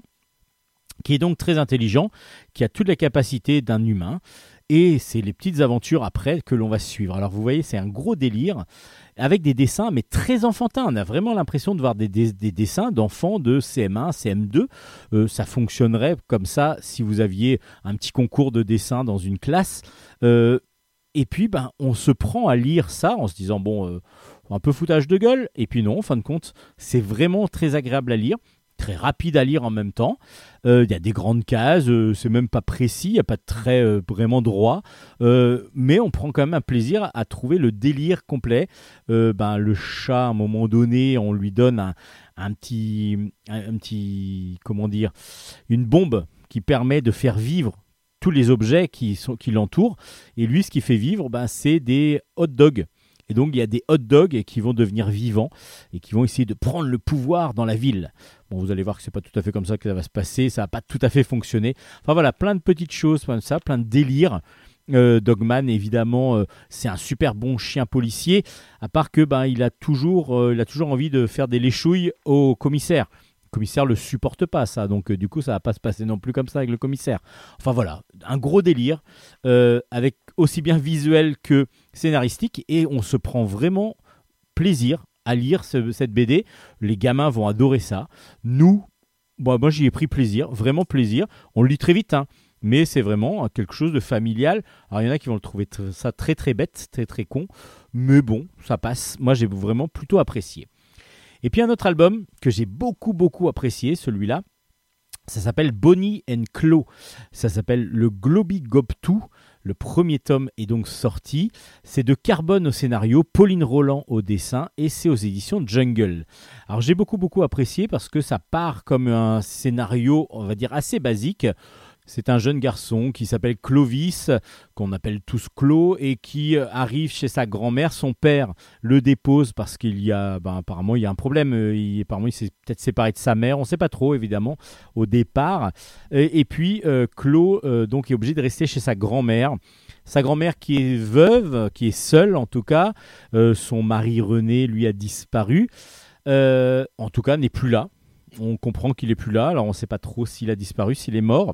qui est donc très intelligent, qui a toutes les capacités d'un humain. Et c'est les petites aventures après que l'on va suivre. Alors vous voyez, c'est un gros délire avec des dessins, mais très enfantins. On a vraiment l'impression de voir des, des, des dessins d'enfants de C M un, C M deux. Euh, ça fonctionnerait comme ça si vous aviez un petit concours de dessin dans une classe. Euh, et puis, ben, on se prend à lire ça en se disant, bon, euh, un peu foutage de gueule. Et puis non, en fin de compte, c'est vraiment très agréable à lire. Très rapide à lire en même temps. Il euh, y a des grandes cases, euh, c'est même pas précis, il n'y a pas de trait euh, vraiment droit, euh, mais on prend quand même un plaisir à trouver le délire complet. Euh, ben, le chat, à un moment donné, on lui donne un, un, petit, un, un petit, comment dire, une bombe qui permet de faire vivre tous les objets qui, sont, qui l'entourent. Et lui, ce qui fait vivre, ben, c'est des hot dogs. Et donc, il y a des hot dogs qui vont devenir vivants et qui vont essayer de prendre le pouvoir dans la ville. Bon, vous allez voir que c'est pas tout à fait comme ça que ça va se passer. Ça va pas tout à fait fonctionner. Enfin, voilà, plein de petites choses comme ça, plein de délires. Euh, Dogman, évidemment, euh, c'est un super bon chien policier. À part que, ben, il a toujours, euh, il a toujours envie de faire des léchouilles au commissaire. Le commissaire le supporte pas, ça. Donc, euh, du coup, ça va pas se passer non plus comme ça avec le commissaire. Enfin, voilà, un gros délire euh, avec aussi bien visuel que scénaristique, et on se prend vraiment plaisir à lire ce, cette B D. Les gamins vont adorer ça. Nous, bon, moi j'y ai pris plaisir, vraiment plaisir. On le lit très vite, hein, mais c'est vraiment quelque chose de familial. Alors il y en a qui vont le trouver t- ça très très bête, très très con, mais bon, ça passe. Moi j'ai vraiment plutôt apprécié. Et puis un autre album que j'ai beaucoup beaucoup apprécié, celui-là, ça s'appelle Bonnie and Claude. Ça s'appelle le Globy Gobtou. Le premier tome est donc sorti. C'est de Carbone au scénario, Pauline Roland au dessin, et c'est aux éditions Jungle. Alors j'ai beaucoup beaucoup apprécié parce que ça part comme un scénario, on va dire, assez basique. C'est un jeune garçon qui s'appelle Clovis, qu'on appelle tous Clo, et qui arrive chez sa grand-mère. Son père le dépose parce qu'il y a, ben, apparemment, il y a un problème. Il, apparemment, il s'est peut-être séparé de sa mère. On ne sait pas trop, évidemment, au départ. Et, et puis, euh, Clo euh, donc, est obligé de rester chez sa grand-mère. Sa grand-mère qui est veuve, qui est seule en tout cas. Euh, son mari René, lui, a disparu. Euh, en tout cas, n'est plus là. on comprend qu'il est plus là. Alors on ne sait pas trop s'il a disparu, s'il est mort.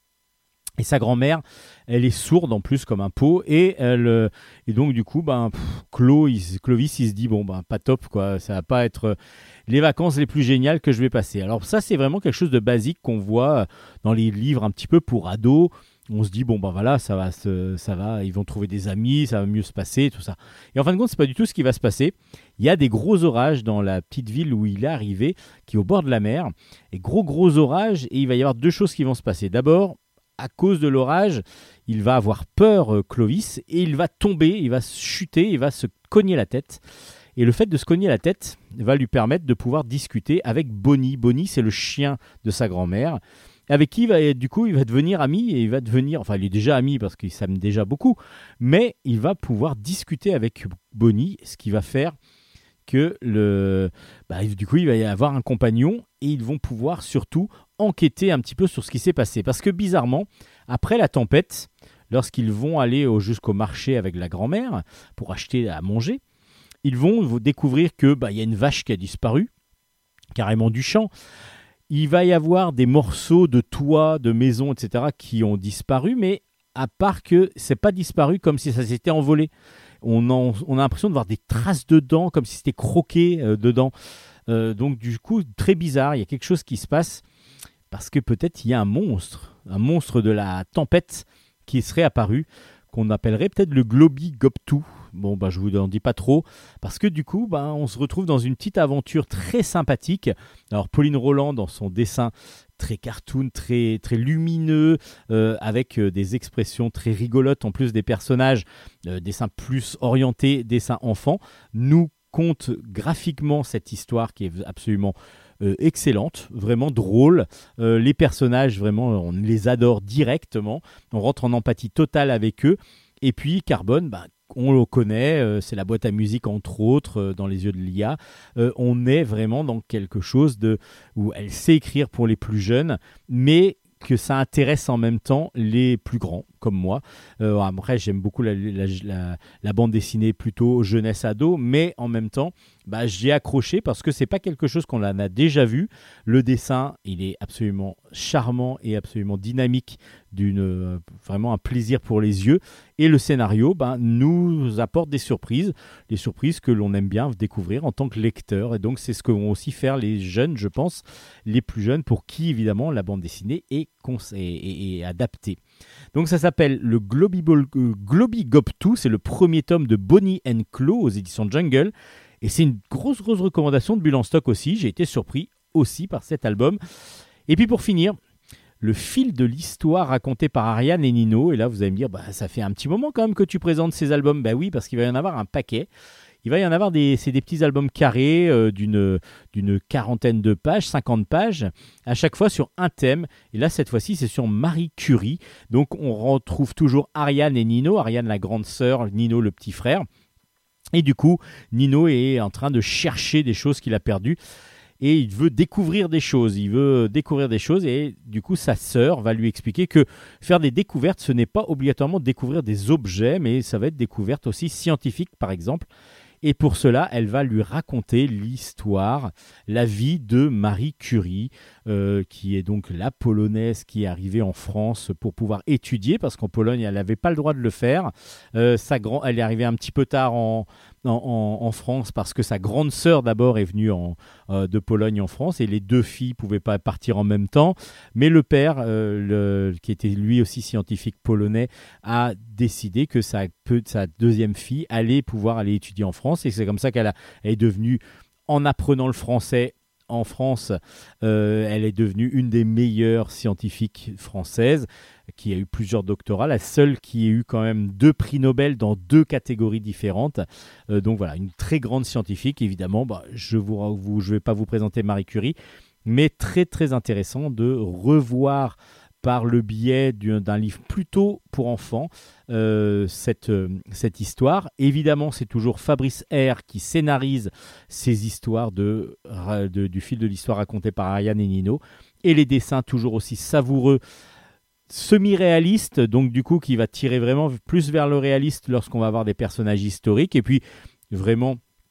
Et sa grand-mère, elle est sourde en plus comme un pot. Et, elle, euh, et donc du coup, ben, pff, Clo, il, Clovis, il se dit, bon, ben, pas top, quoi. Ça va pas être les vacances les plus géniales que je vais passer. Alors ça, c'est vraiment quelque chose de basique qu'on voit dans les livres un petit peu pour ados. On se dit, bon, ben voilà, ça va, se, ça va, ils vont trouver des amis, ça va mieux se passer, tout ça. Et en fin de compte, c'est pas du tout ce qui va se passer. Il y a des gros orages dans la petite ville où il est arrivé, qui est au bord de la mer. Et gros, gros orages, et il va y avoir deux choses qui vont se passer. D'abord, à cause de l'orage, il va avoir peur, euh, Clovis, et il va tomber, il va chuter, il va se cogner la tête. Et le fait de se cogner la tête va lui permettre de pouvoir discuter avec Bonnie. Bonnie, c'est le chien de sa grand-mère, avec qui il va, du coup il va devenir ami, et il va devenir, enfin il est déjà ami parce qu'il s'aime déjà beaucoup, mais il va pouvoir discuter avec Bonnie, ce qui va faire que le, bah, du coup il va y avoir un compagnon, et ils vont pouvoir surtout enquêter un petit peu sur ce qui s'est passé. Parce que bizarrement, après la tempête, lorsqu'ils vont aller au, jusqu'au marché avec la grand-mère pour acheter à manger, ils vont découvrir que bah, y a une vache qui a disparu, carrément du champ. Il va y avoir des morceaux de toit, de maisons, et cetera qui ont disparu, mais à part que c'est pas disparu comme si ça s'était envolé. On, en, on a l'impression de voir des traces dedans, comme si c'était croqué euh, dedans. Euh, donc du coup, très bizarre, il y a quelque chose qui se passe, parce que peut-être il y a un monstre, un monstre de la tempête qui serait apparu, qu'on appellerait peut-être le Globi-Goptu. Bon, bah, je ne vous en dis pas trop, parce que du coup, bah, on se retrouve dans une petite aventure très sympathique. Alors, Pauline Roland, dans son dessin très cartoon, très, très lumineux, euh, avec euh, des expressions très rigolotes, en plus des personnages, euh, dessin plus orienté, dessin enfant, nous conte graphiquement cette histoire qui est absolument euh, excellente, vraiment drôle. Euh, les personnages, vraiment, on les adore directement. On rentre en empathie totale avec eux. Et puis, Carbone, bah, on le connaît, euh, c'est la boîte à musique entre autres, euh, dans les yeux de l'I A. Euh, on est vraiment dans quelque chose de, où elle sait écrire pour les plus jeunes, mais que ça intéresse en même temps les plus grands, comme moi. Euh, après, j'aime beaucoup la, la, la, la bande dessinée plutôt jeunesse-ado, mais en même temps, bah, j'ai accroché parce que c'est pas quelque chose qu'on a déjà vu. Le dessin, il est absolument charmant et absolument dynamique, d'une, euh, vraiment un plaisir pour les yeux. Et le scénario bah, nous apporte des surprises, des surprises que l'on aime bien découvrir en tant que lecteur. Et donc, c'est ce que vont aussi faire les jeunes, je pense, les plus jeunes, pour qui, évidemment, la bande dessinée est, cons- est, est, est adaptée. Donc, ça s'appelle le Globi-Goptu, c'est le premier tome de Bonnie and Clo aux éditions Jungle. Et c'est une grosse, grosse recommandation de Bulle en Stock aussi. J'ai été surpris aussi par cet album. Et puis, pour finir, le fil de l'histoire raconté par Ariane et Nino. Et là, vous allez me dire, bah, ça fait un petit moment quand même que tu présentes ces albums. Ben oui, parce qu'il va y en avoir un paquet. Il va y en avoir des, c'est des petits albums carrés euh, d'une, d'une quarantaine de pages, cinquante pages, à chaque fois sur un thème. Et là, cette fois-ci, c'est sur Marie Curie. Donc, on retrouve toujours Ariane et Nino. Ariane, la grande sœur, Nino, le petit frère. Et du coup, Nino est en train de chercher des choses qu'il a perdues. Et il veut découvrir des choses, il veut découvrir des choses et du coup sa sœur va lui expliquer que faire des découvertes, ce n'est pas obligatoirement découvrir des objets, mais ça va être découverte aussi scientifique par exemple. Et pour cela, elle va lui raconter l'histoire, la vie de Marie Curie, euh, qui est donc la Polonaise qui est arrivée en France pour pouvoir étudier, parce qu'en Pologne, elle n'avait pas le droit de le faire. Euh, sa grand... Elle est arrivée un petit peu tard en, en, en, en France, parce que sa grande sœur d'abord est venue en, euh, de Pologne en France, et les deux filles ne pouvaient pas partir en même temps. Mais le père, euh, le... qui était lui aussi scientifique polonais, a décidé que sa, sa deuxième fille allait pouvoir aller étudier en France. Et c'est comme ça qu'elle a, elle est devenue, en apprenant le français en France, euh, elle est devenue une des meilleures scientifiques françaises, qui a eu plusieurs doctorats, la seule qui ait eu quand même deux prix Nobel dans deux catégories différentes. Euh, donc voilà, une très grande scientifique. Évidemment, bah, je ne vous, je vais pas vous présenter Marie Curie, mais très très intéressant de revoir par le biais d'un livre plutôt pour enfants, euh, cette, euh, cette histoire. Évidemment, c'est toujours Fabrice R qui scénarise ces histoires de, de, du fil de l'histoire raconté par Ariane et Nino. Et les dessins toujours aussi savoureux, semi-réalistes, donc du coup qui va tirer vraiment plus vers le réaliste lorsqu'on va avoir des personnages historiques. Et puis vraiment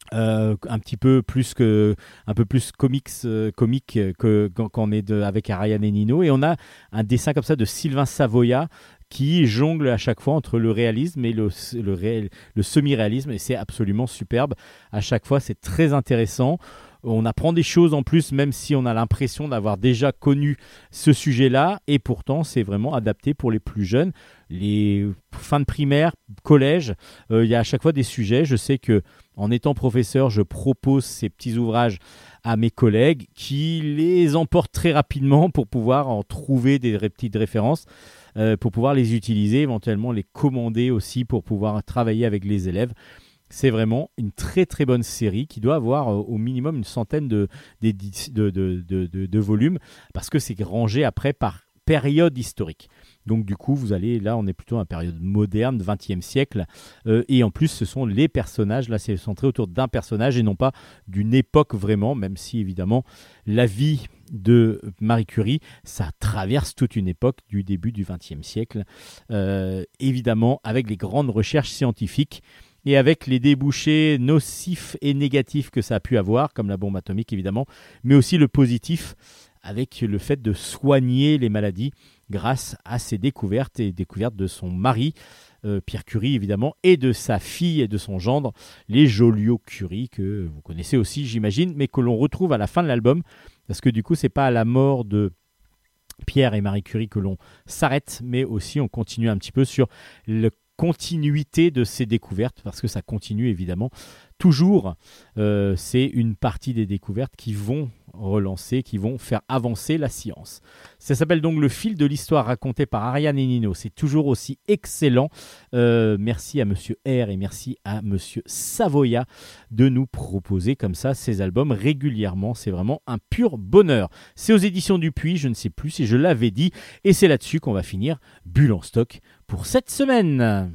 Euh, un petit peu plus que un peu plus comics euh, comique que quand, quand on est de, avec Ariane et Nino, et on a un dessin comme ça de Sylvain Savoya qui jongle à chaque fois entre le réalisme et le, le, réel, le semi-réalisme, et c'est absolument superbe à chaque fois. C'est très intéressant. On apprend des choses en plus, même si on a l'impression d'avoir déjà connu ce sujet-là, et pourtant c'est vraiment adapté pour les plus jeunes, les fins de primaire, collège. Euh, il y a à chaque fois des sujets. Je sais que en étant professeur, je propose ces petits ouvrages à mes collègues qui les emportent très rapidement pour pouvoir en trouver des ré- petites références, euh, pour pouvoir les utiliser, éventuellement les commander aussi pour pouvoir travailler avec les élèves. C'est vraiment une très très bonne série qui doit avoir euh, au minimum une centaine de, de, de, de, de, de, de volumes, parce que c'est rangé après par période historique. Donc du coup, vous allez, là on est plutôt à la période moderne, vingtième siècle, euh, et en plus ce sont les personnages, là c'est centré autour d'un personnage et non pas d'une époque vraiment, même si évidemment la vie de Marie Curie, ça traverse toute une époque du début du vingtième siècle, euh, évidemment avec les grandes recherches scientifiques, et avec les débouchés nocifs et négatifs que ça a pu avoir, comme la bombe atomique évidemment, mais aussi le positif, avec le fait de soigner les maladies grâce à ses découvertes et découvertes de son mari, euh, Pierre Curie évidemment, et de sa fille et de son gendre, les Joliot-Curie, que vous connaissez aussi j'imagine, mais que l'on retrouve à la fin de l'album, parce que du coup c'est pas à la mort de Pierre et Marie Curie que l'on s'arrête, mais aussi on continue un petit peu sur le continuité de ces découvertes, parce que ça continue évidemment toujours. Euh, c'est une partie des découvertes qui vont relancer, qui vont faire avancer la science. Ça s'appelle donc Le fil de l'histoire, raconté par Ariane et Nino. C'est toujours aussi excellent. Euh, merci à Monsieur R et merci à Monsieur Savoya de nous proposer comme ça ces albums régulièrement. C'est vraiment un pur bonheur. C'est aux éditions Dupuis, je ne sais plus si je l'avais dit, et c'est là-dessus qu'on va finir Bulle en stock pour cette semaine.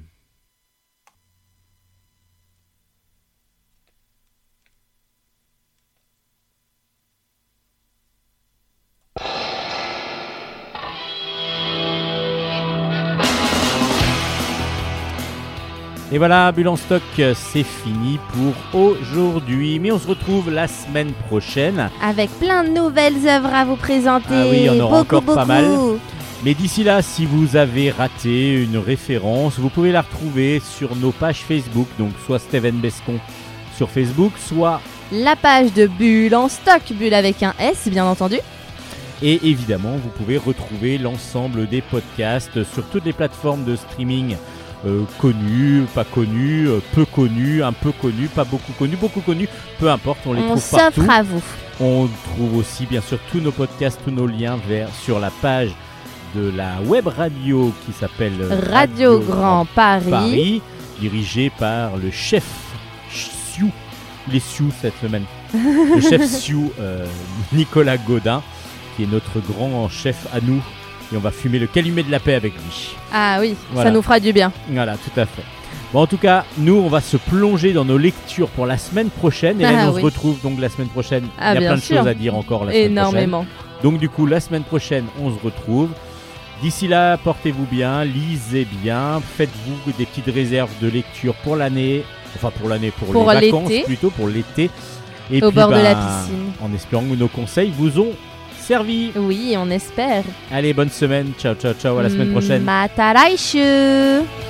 Et voilà, Bulle en stock, c'est fini pour aujourd'hui. Mais on se retrouve la semaine prochaine. Avec plein de nouvelles œuvres à vous présenter. Ah oui, on aura beaucoup, encore beaucoup. pas mal. Mais d'ici là, si vous avez raté une référence, vous pouvez la retrouver sur nos pages Facebook. Donc soit Steven Bescon sur Facebook, soit la page de Bulle en stock, Bulle avec un S bien entendu. Et évidemment, vous pouvez retrouver l'ensemble des podcasts sur toutes les plateformes de streaming euh, connues, pas connues, euh, peu connues, un peu connues, pas beaucoup connues, beaucoup connues, peu importe, on les On trouve partout. s'offre à vous. On trouve aussi bien sûr tous nos podcasts, tous nos liens vers sur la page de la web radio qui s'appelle Radio, Radio Grand Paris. Paris, dirigée par le chef Sioux, les Sioux cette semaine, le chef Sioux euh, Nicolas Godin, qui est notre grand chef à nous, et on va fumer le calumet de la paix avec lui. Ah oui, voilà. Ça nous fera du bien. Voilà, tout à fait. Bon, en tout cas, nous, on va se plonger dans nos lectures pour la semaine prochaine, et ah, là, on oui. se retrouve donc la semaine prochaine. Ah, il y a bien plein de sûr. choses à dire encore la semaine Énormément. prochaine. Donc du coup, la semaine prochaine, on se retrouve. D'ici là, portez-vous bien, lisez bien, faites-vous des petites réserves de lecture pour l'année, enfin pour l'année, pour, pour les vacances l'été. plutôt, pour l'été. Et Au puis, bord bah, de la piscine. En espérant que nos conseils vous ont servi. Oui, on espère. Allez, bonne semaine, ciao ciao ciao, à la semaine prochaine. Mataraishu.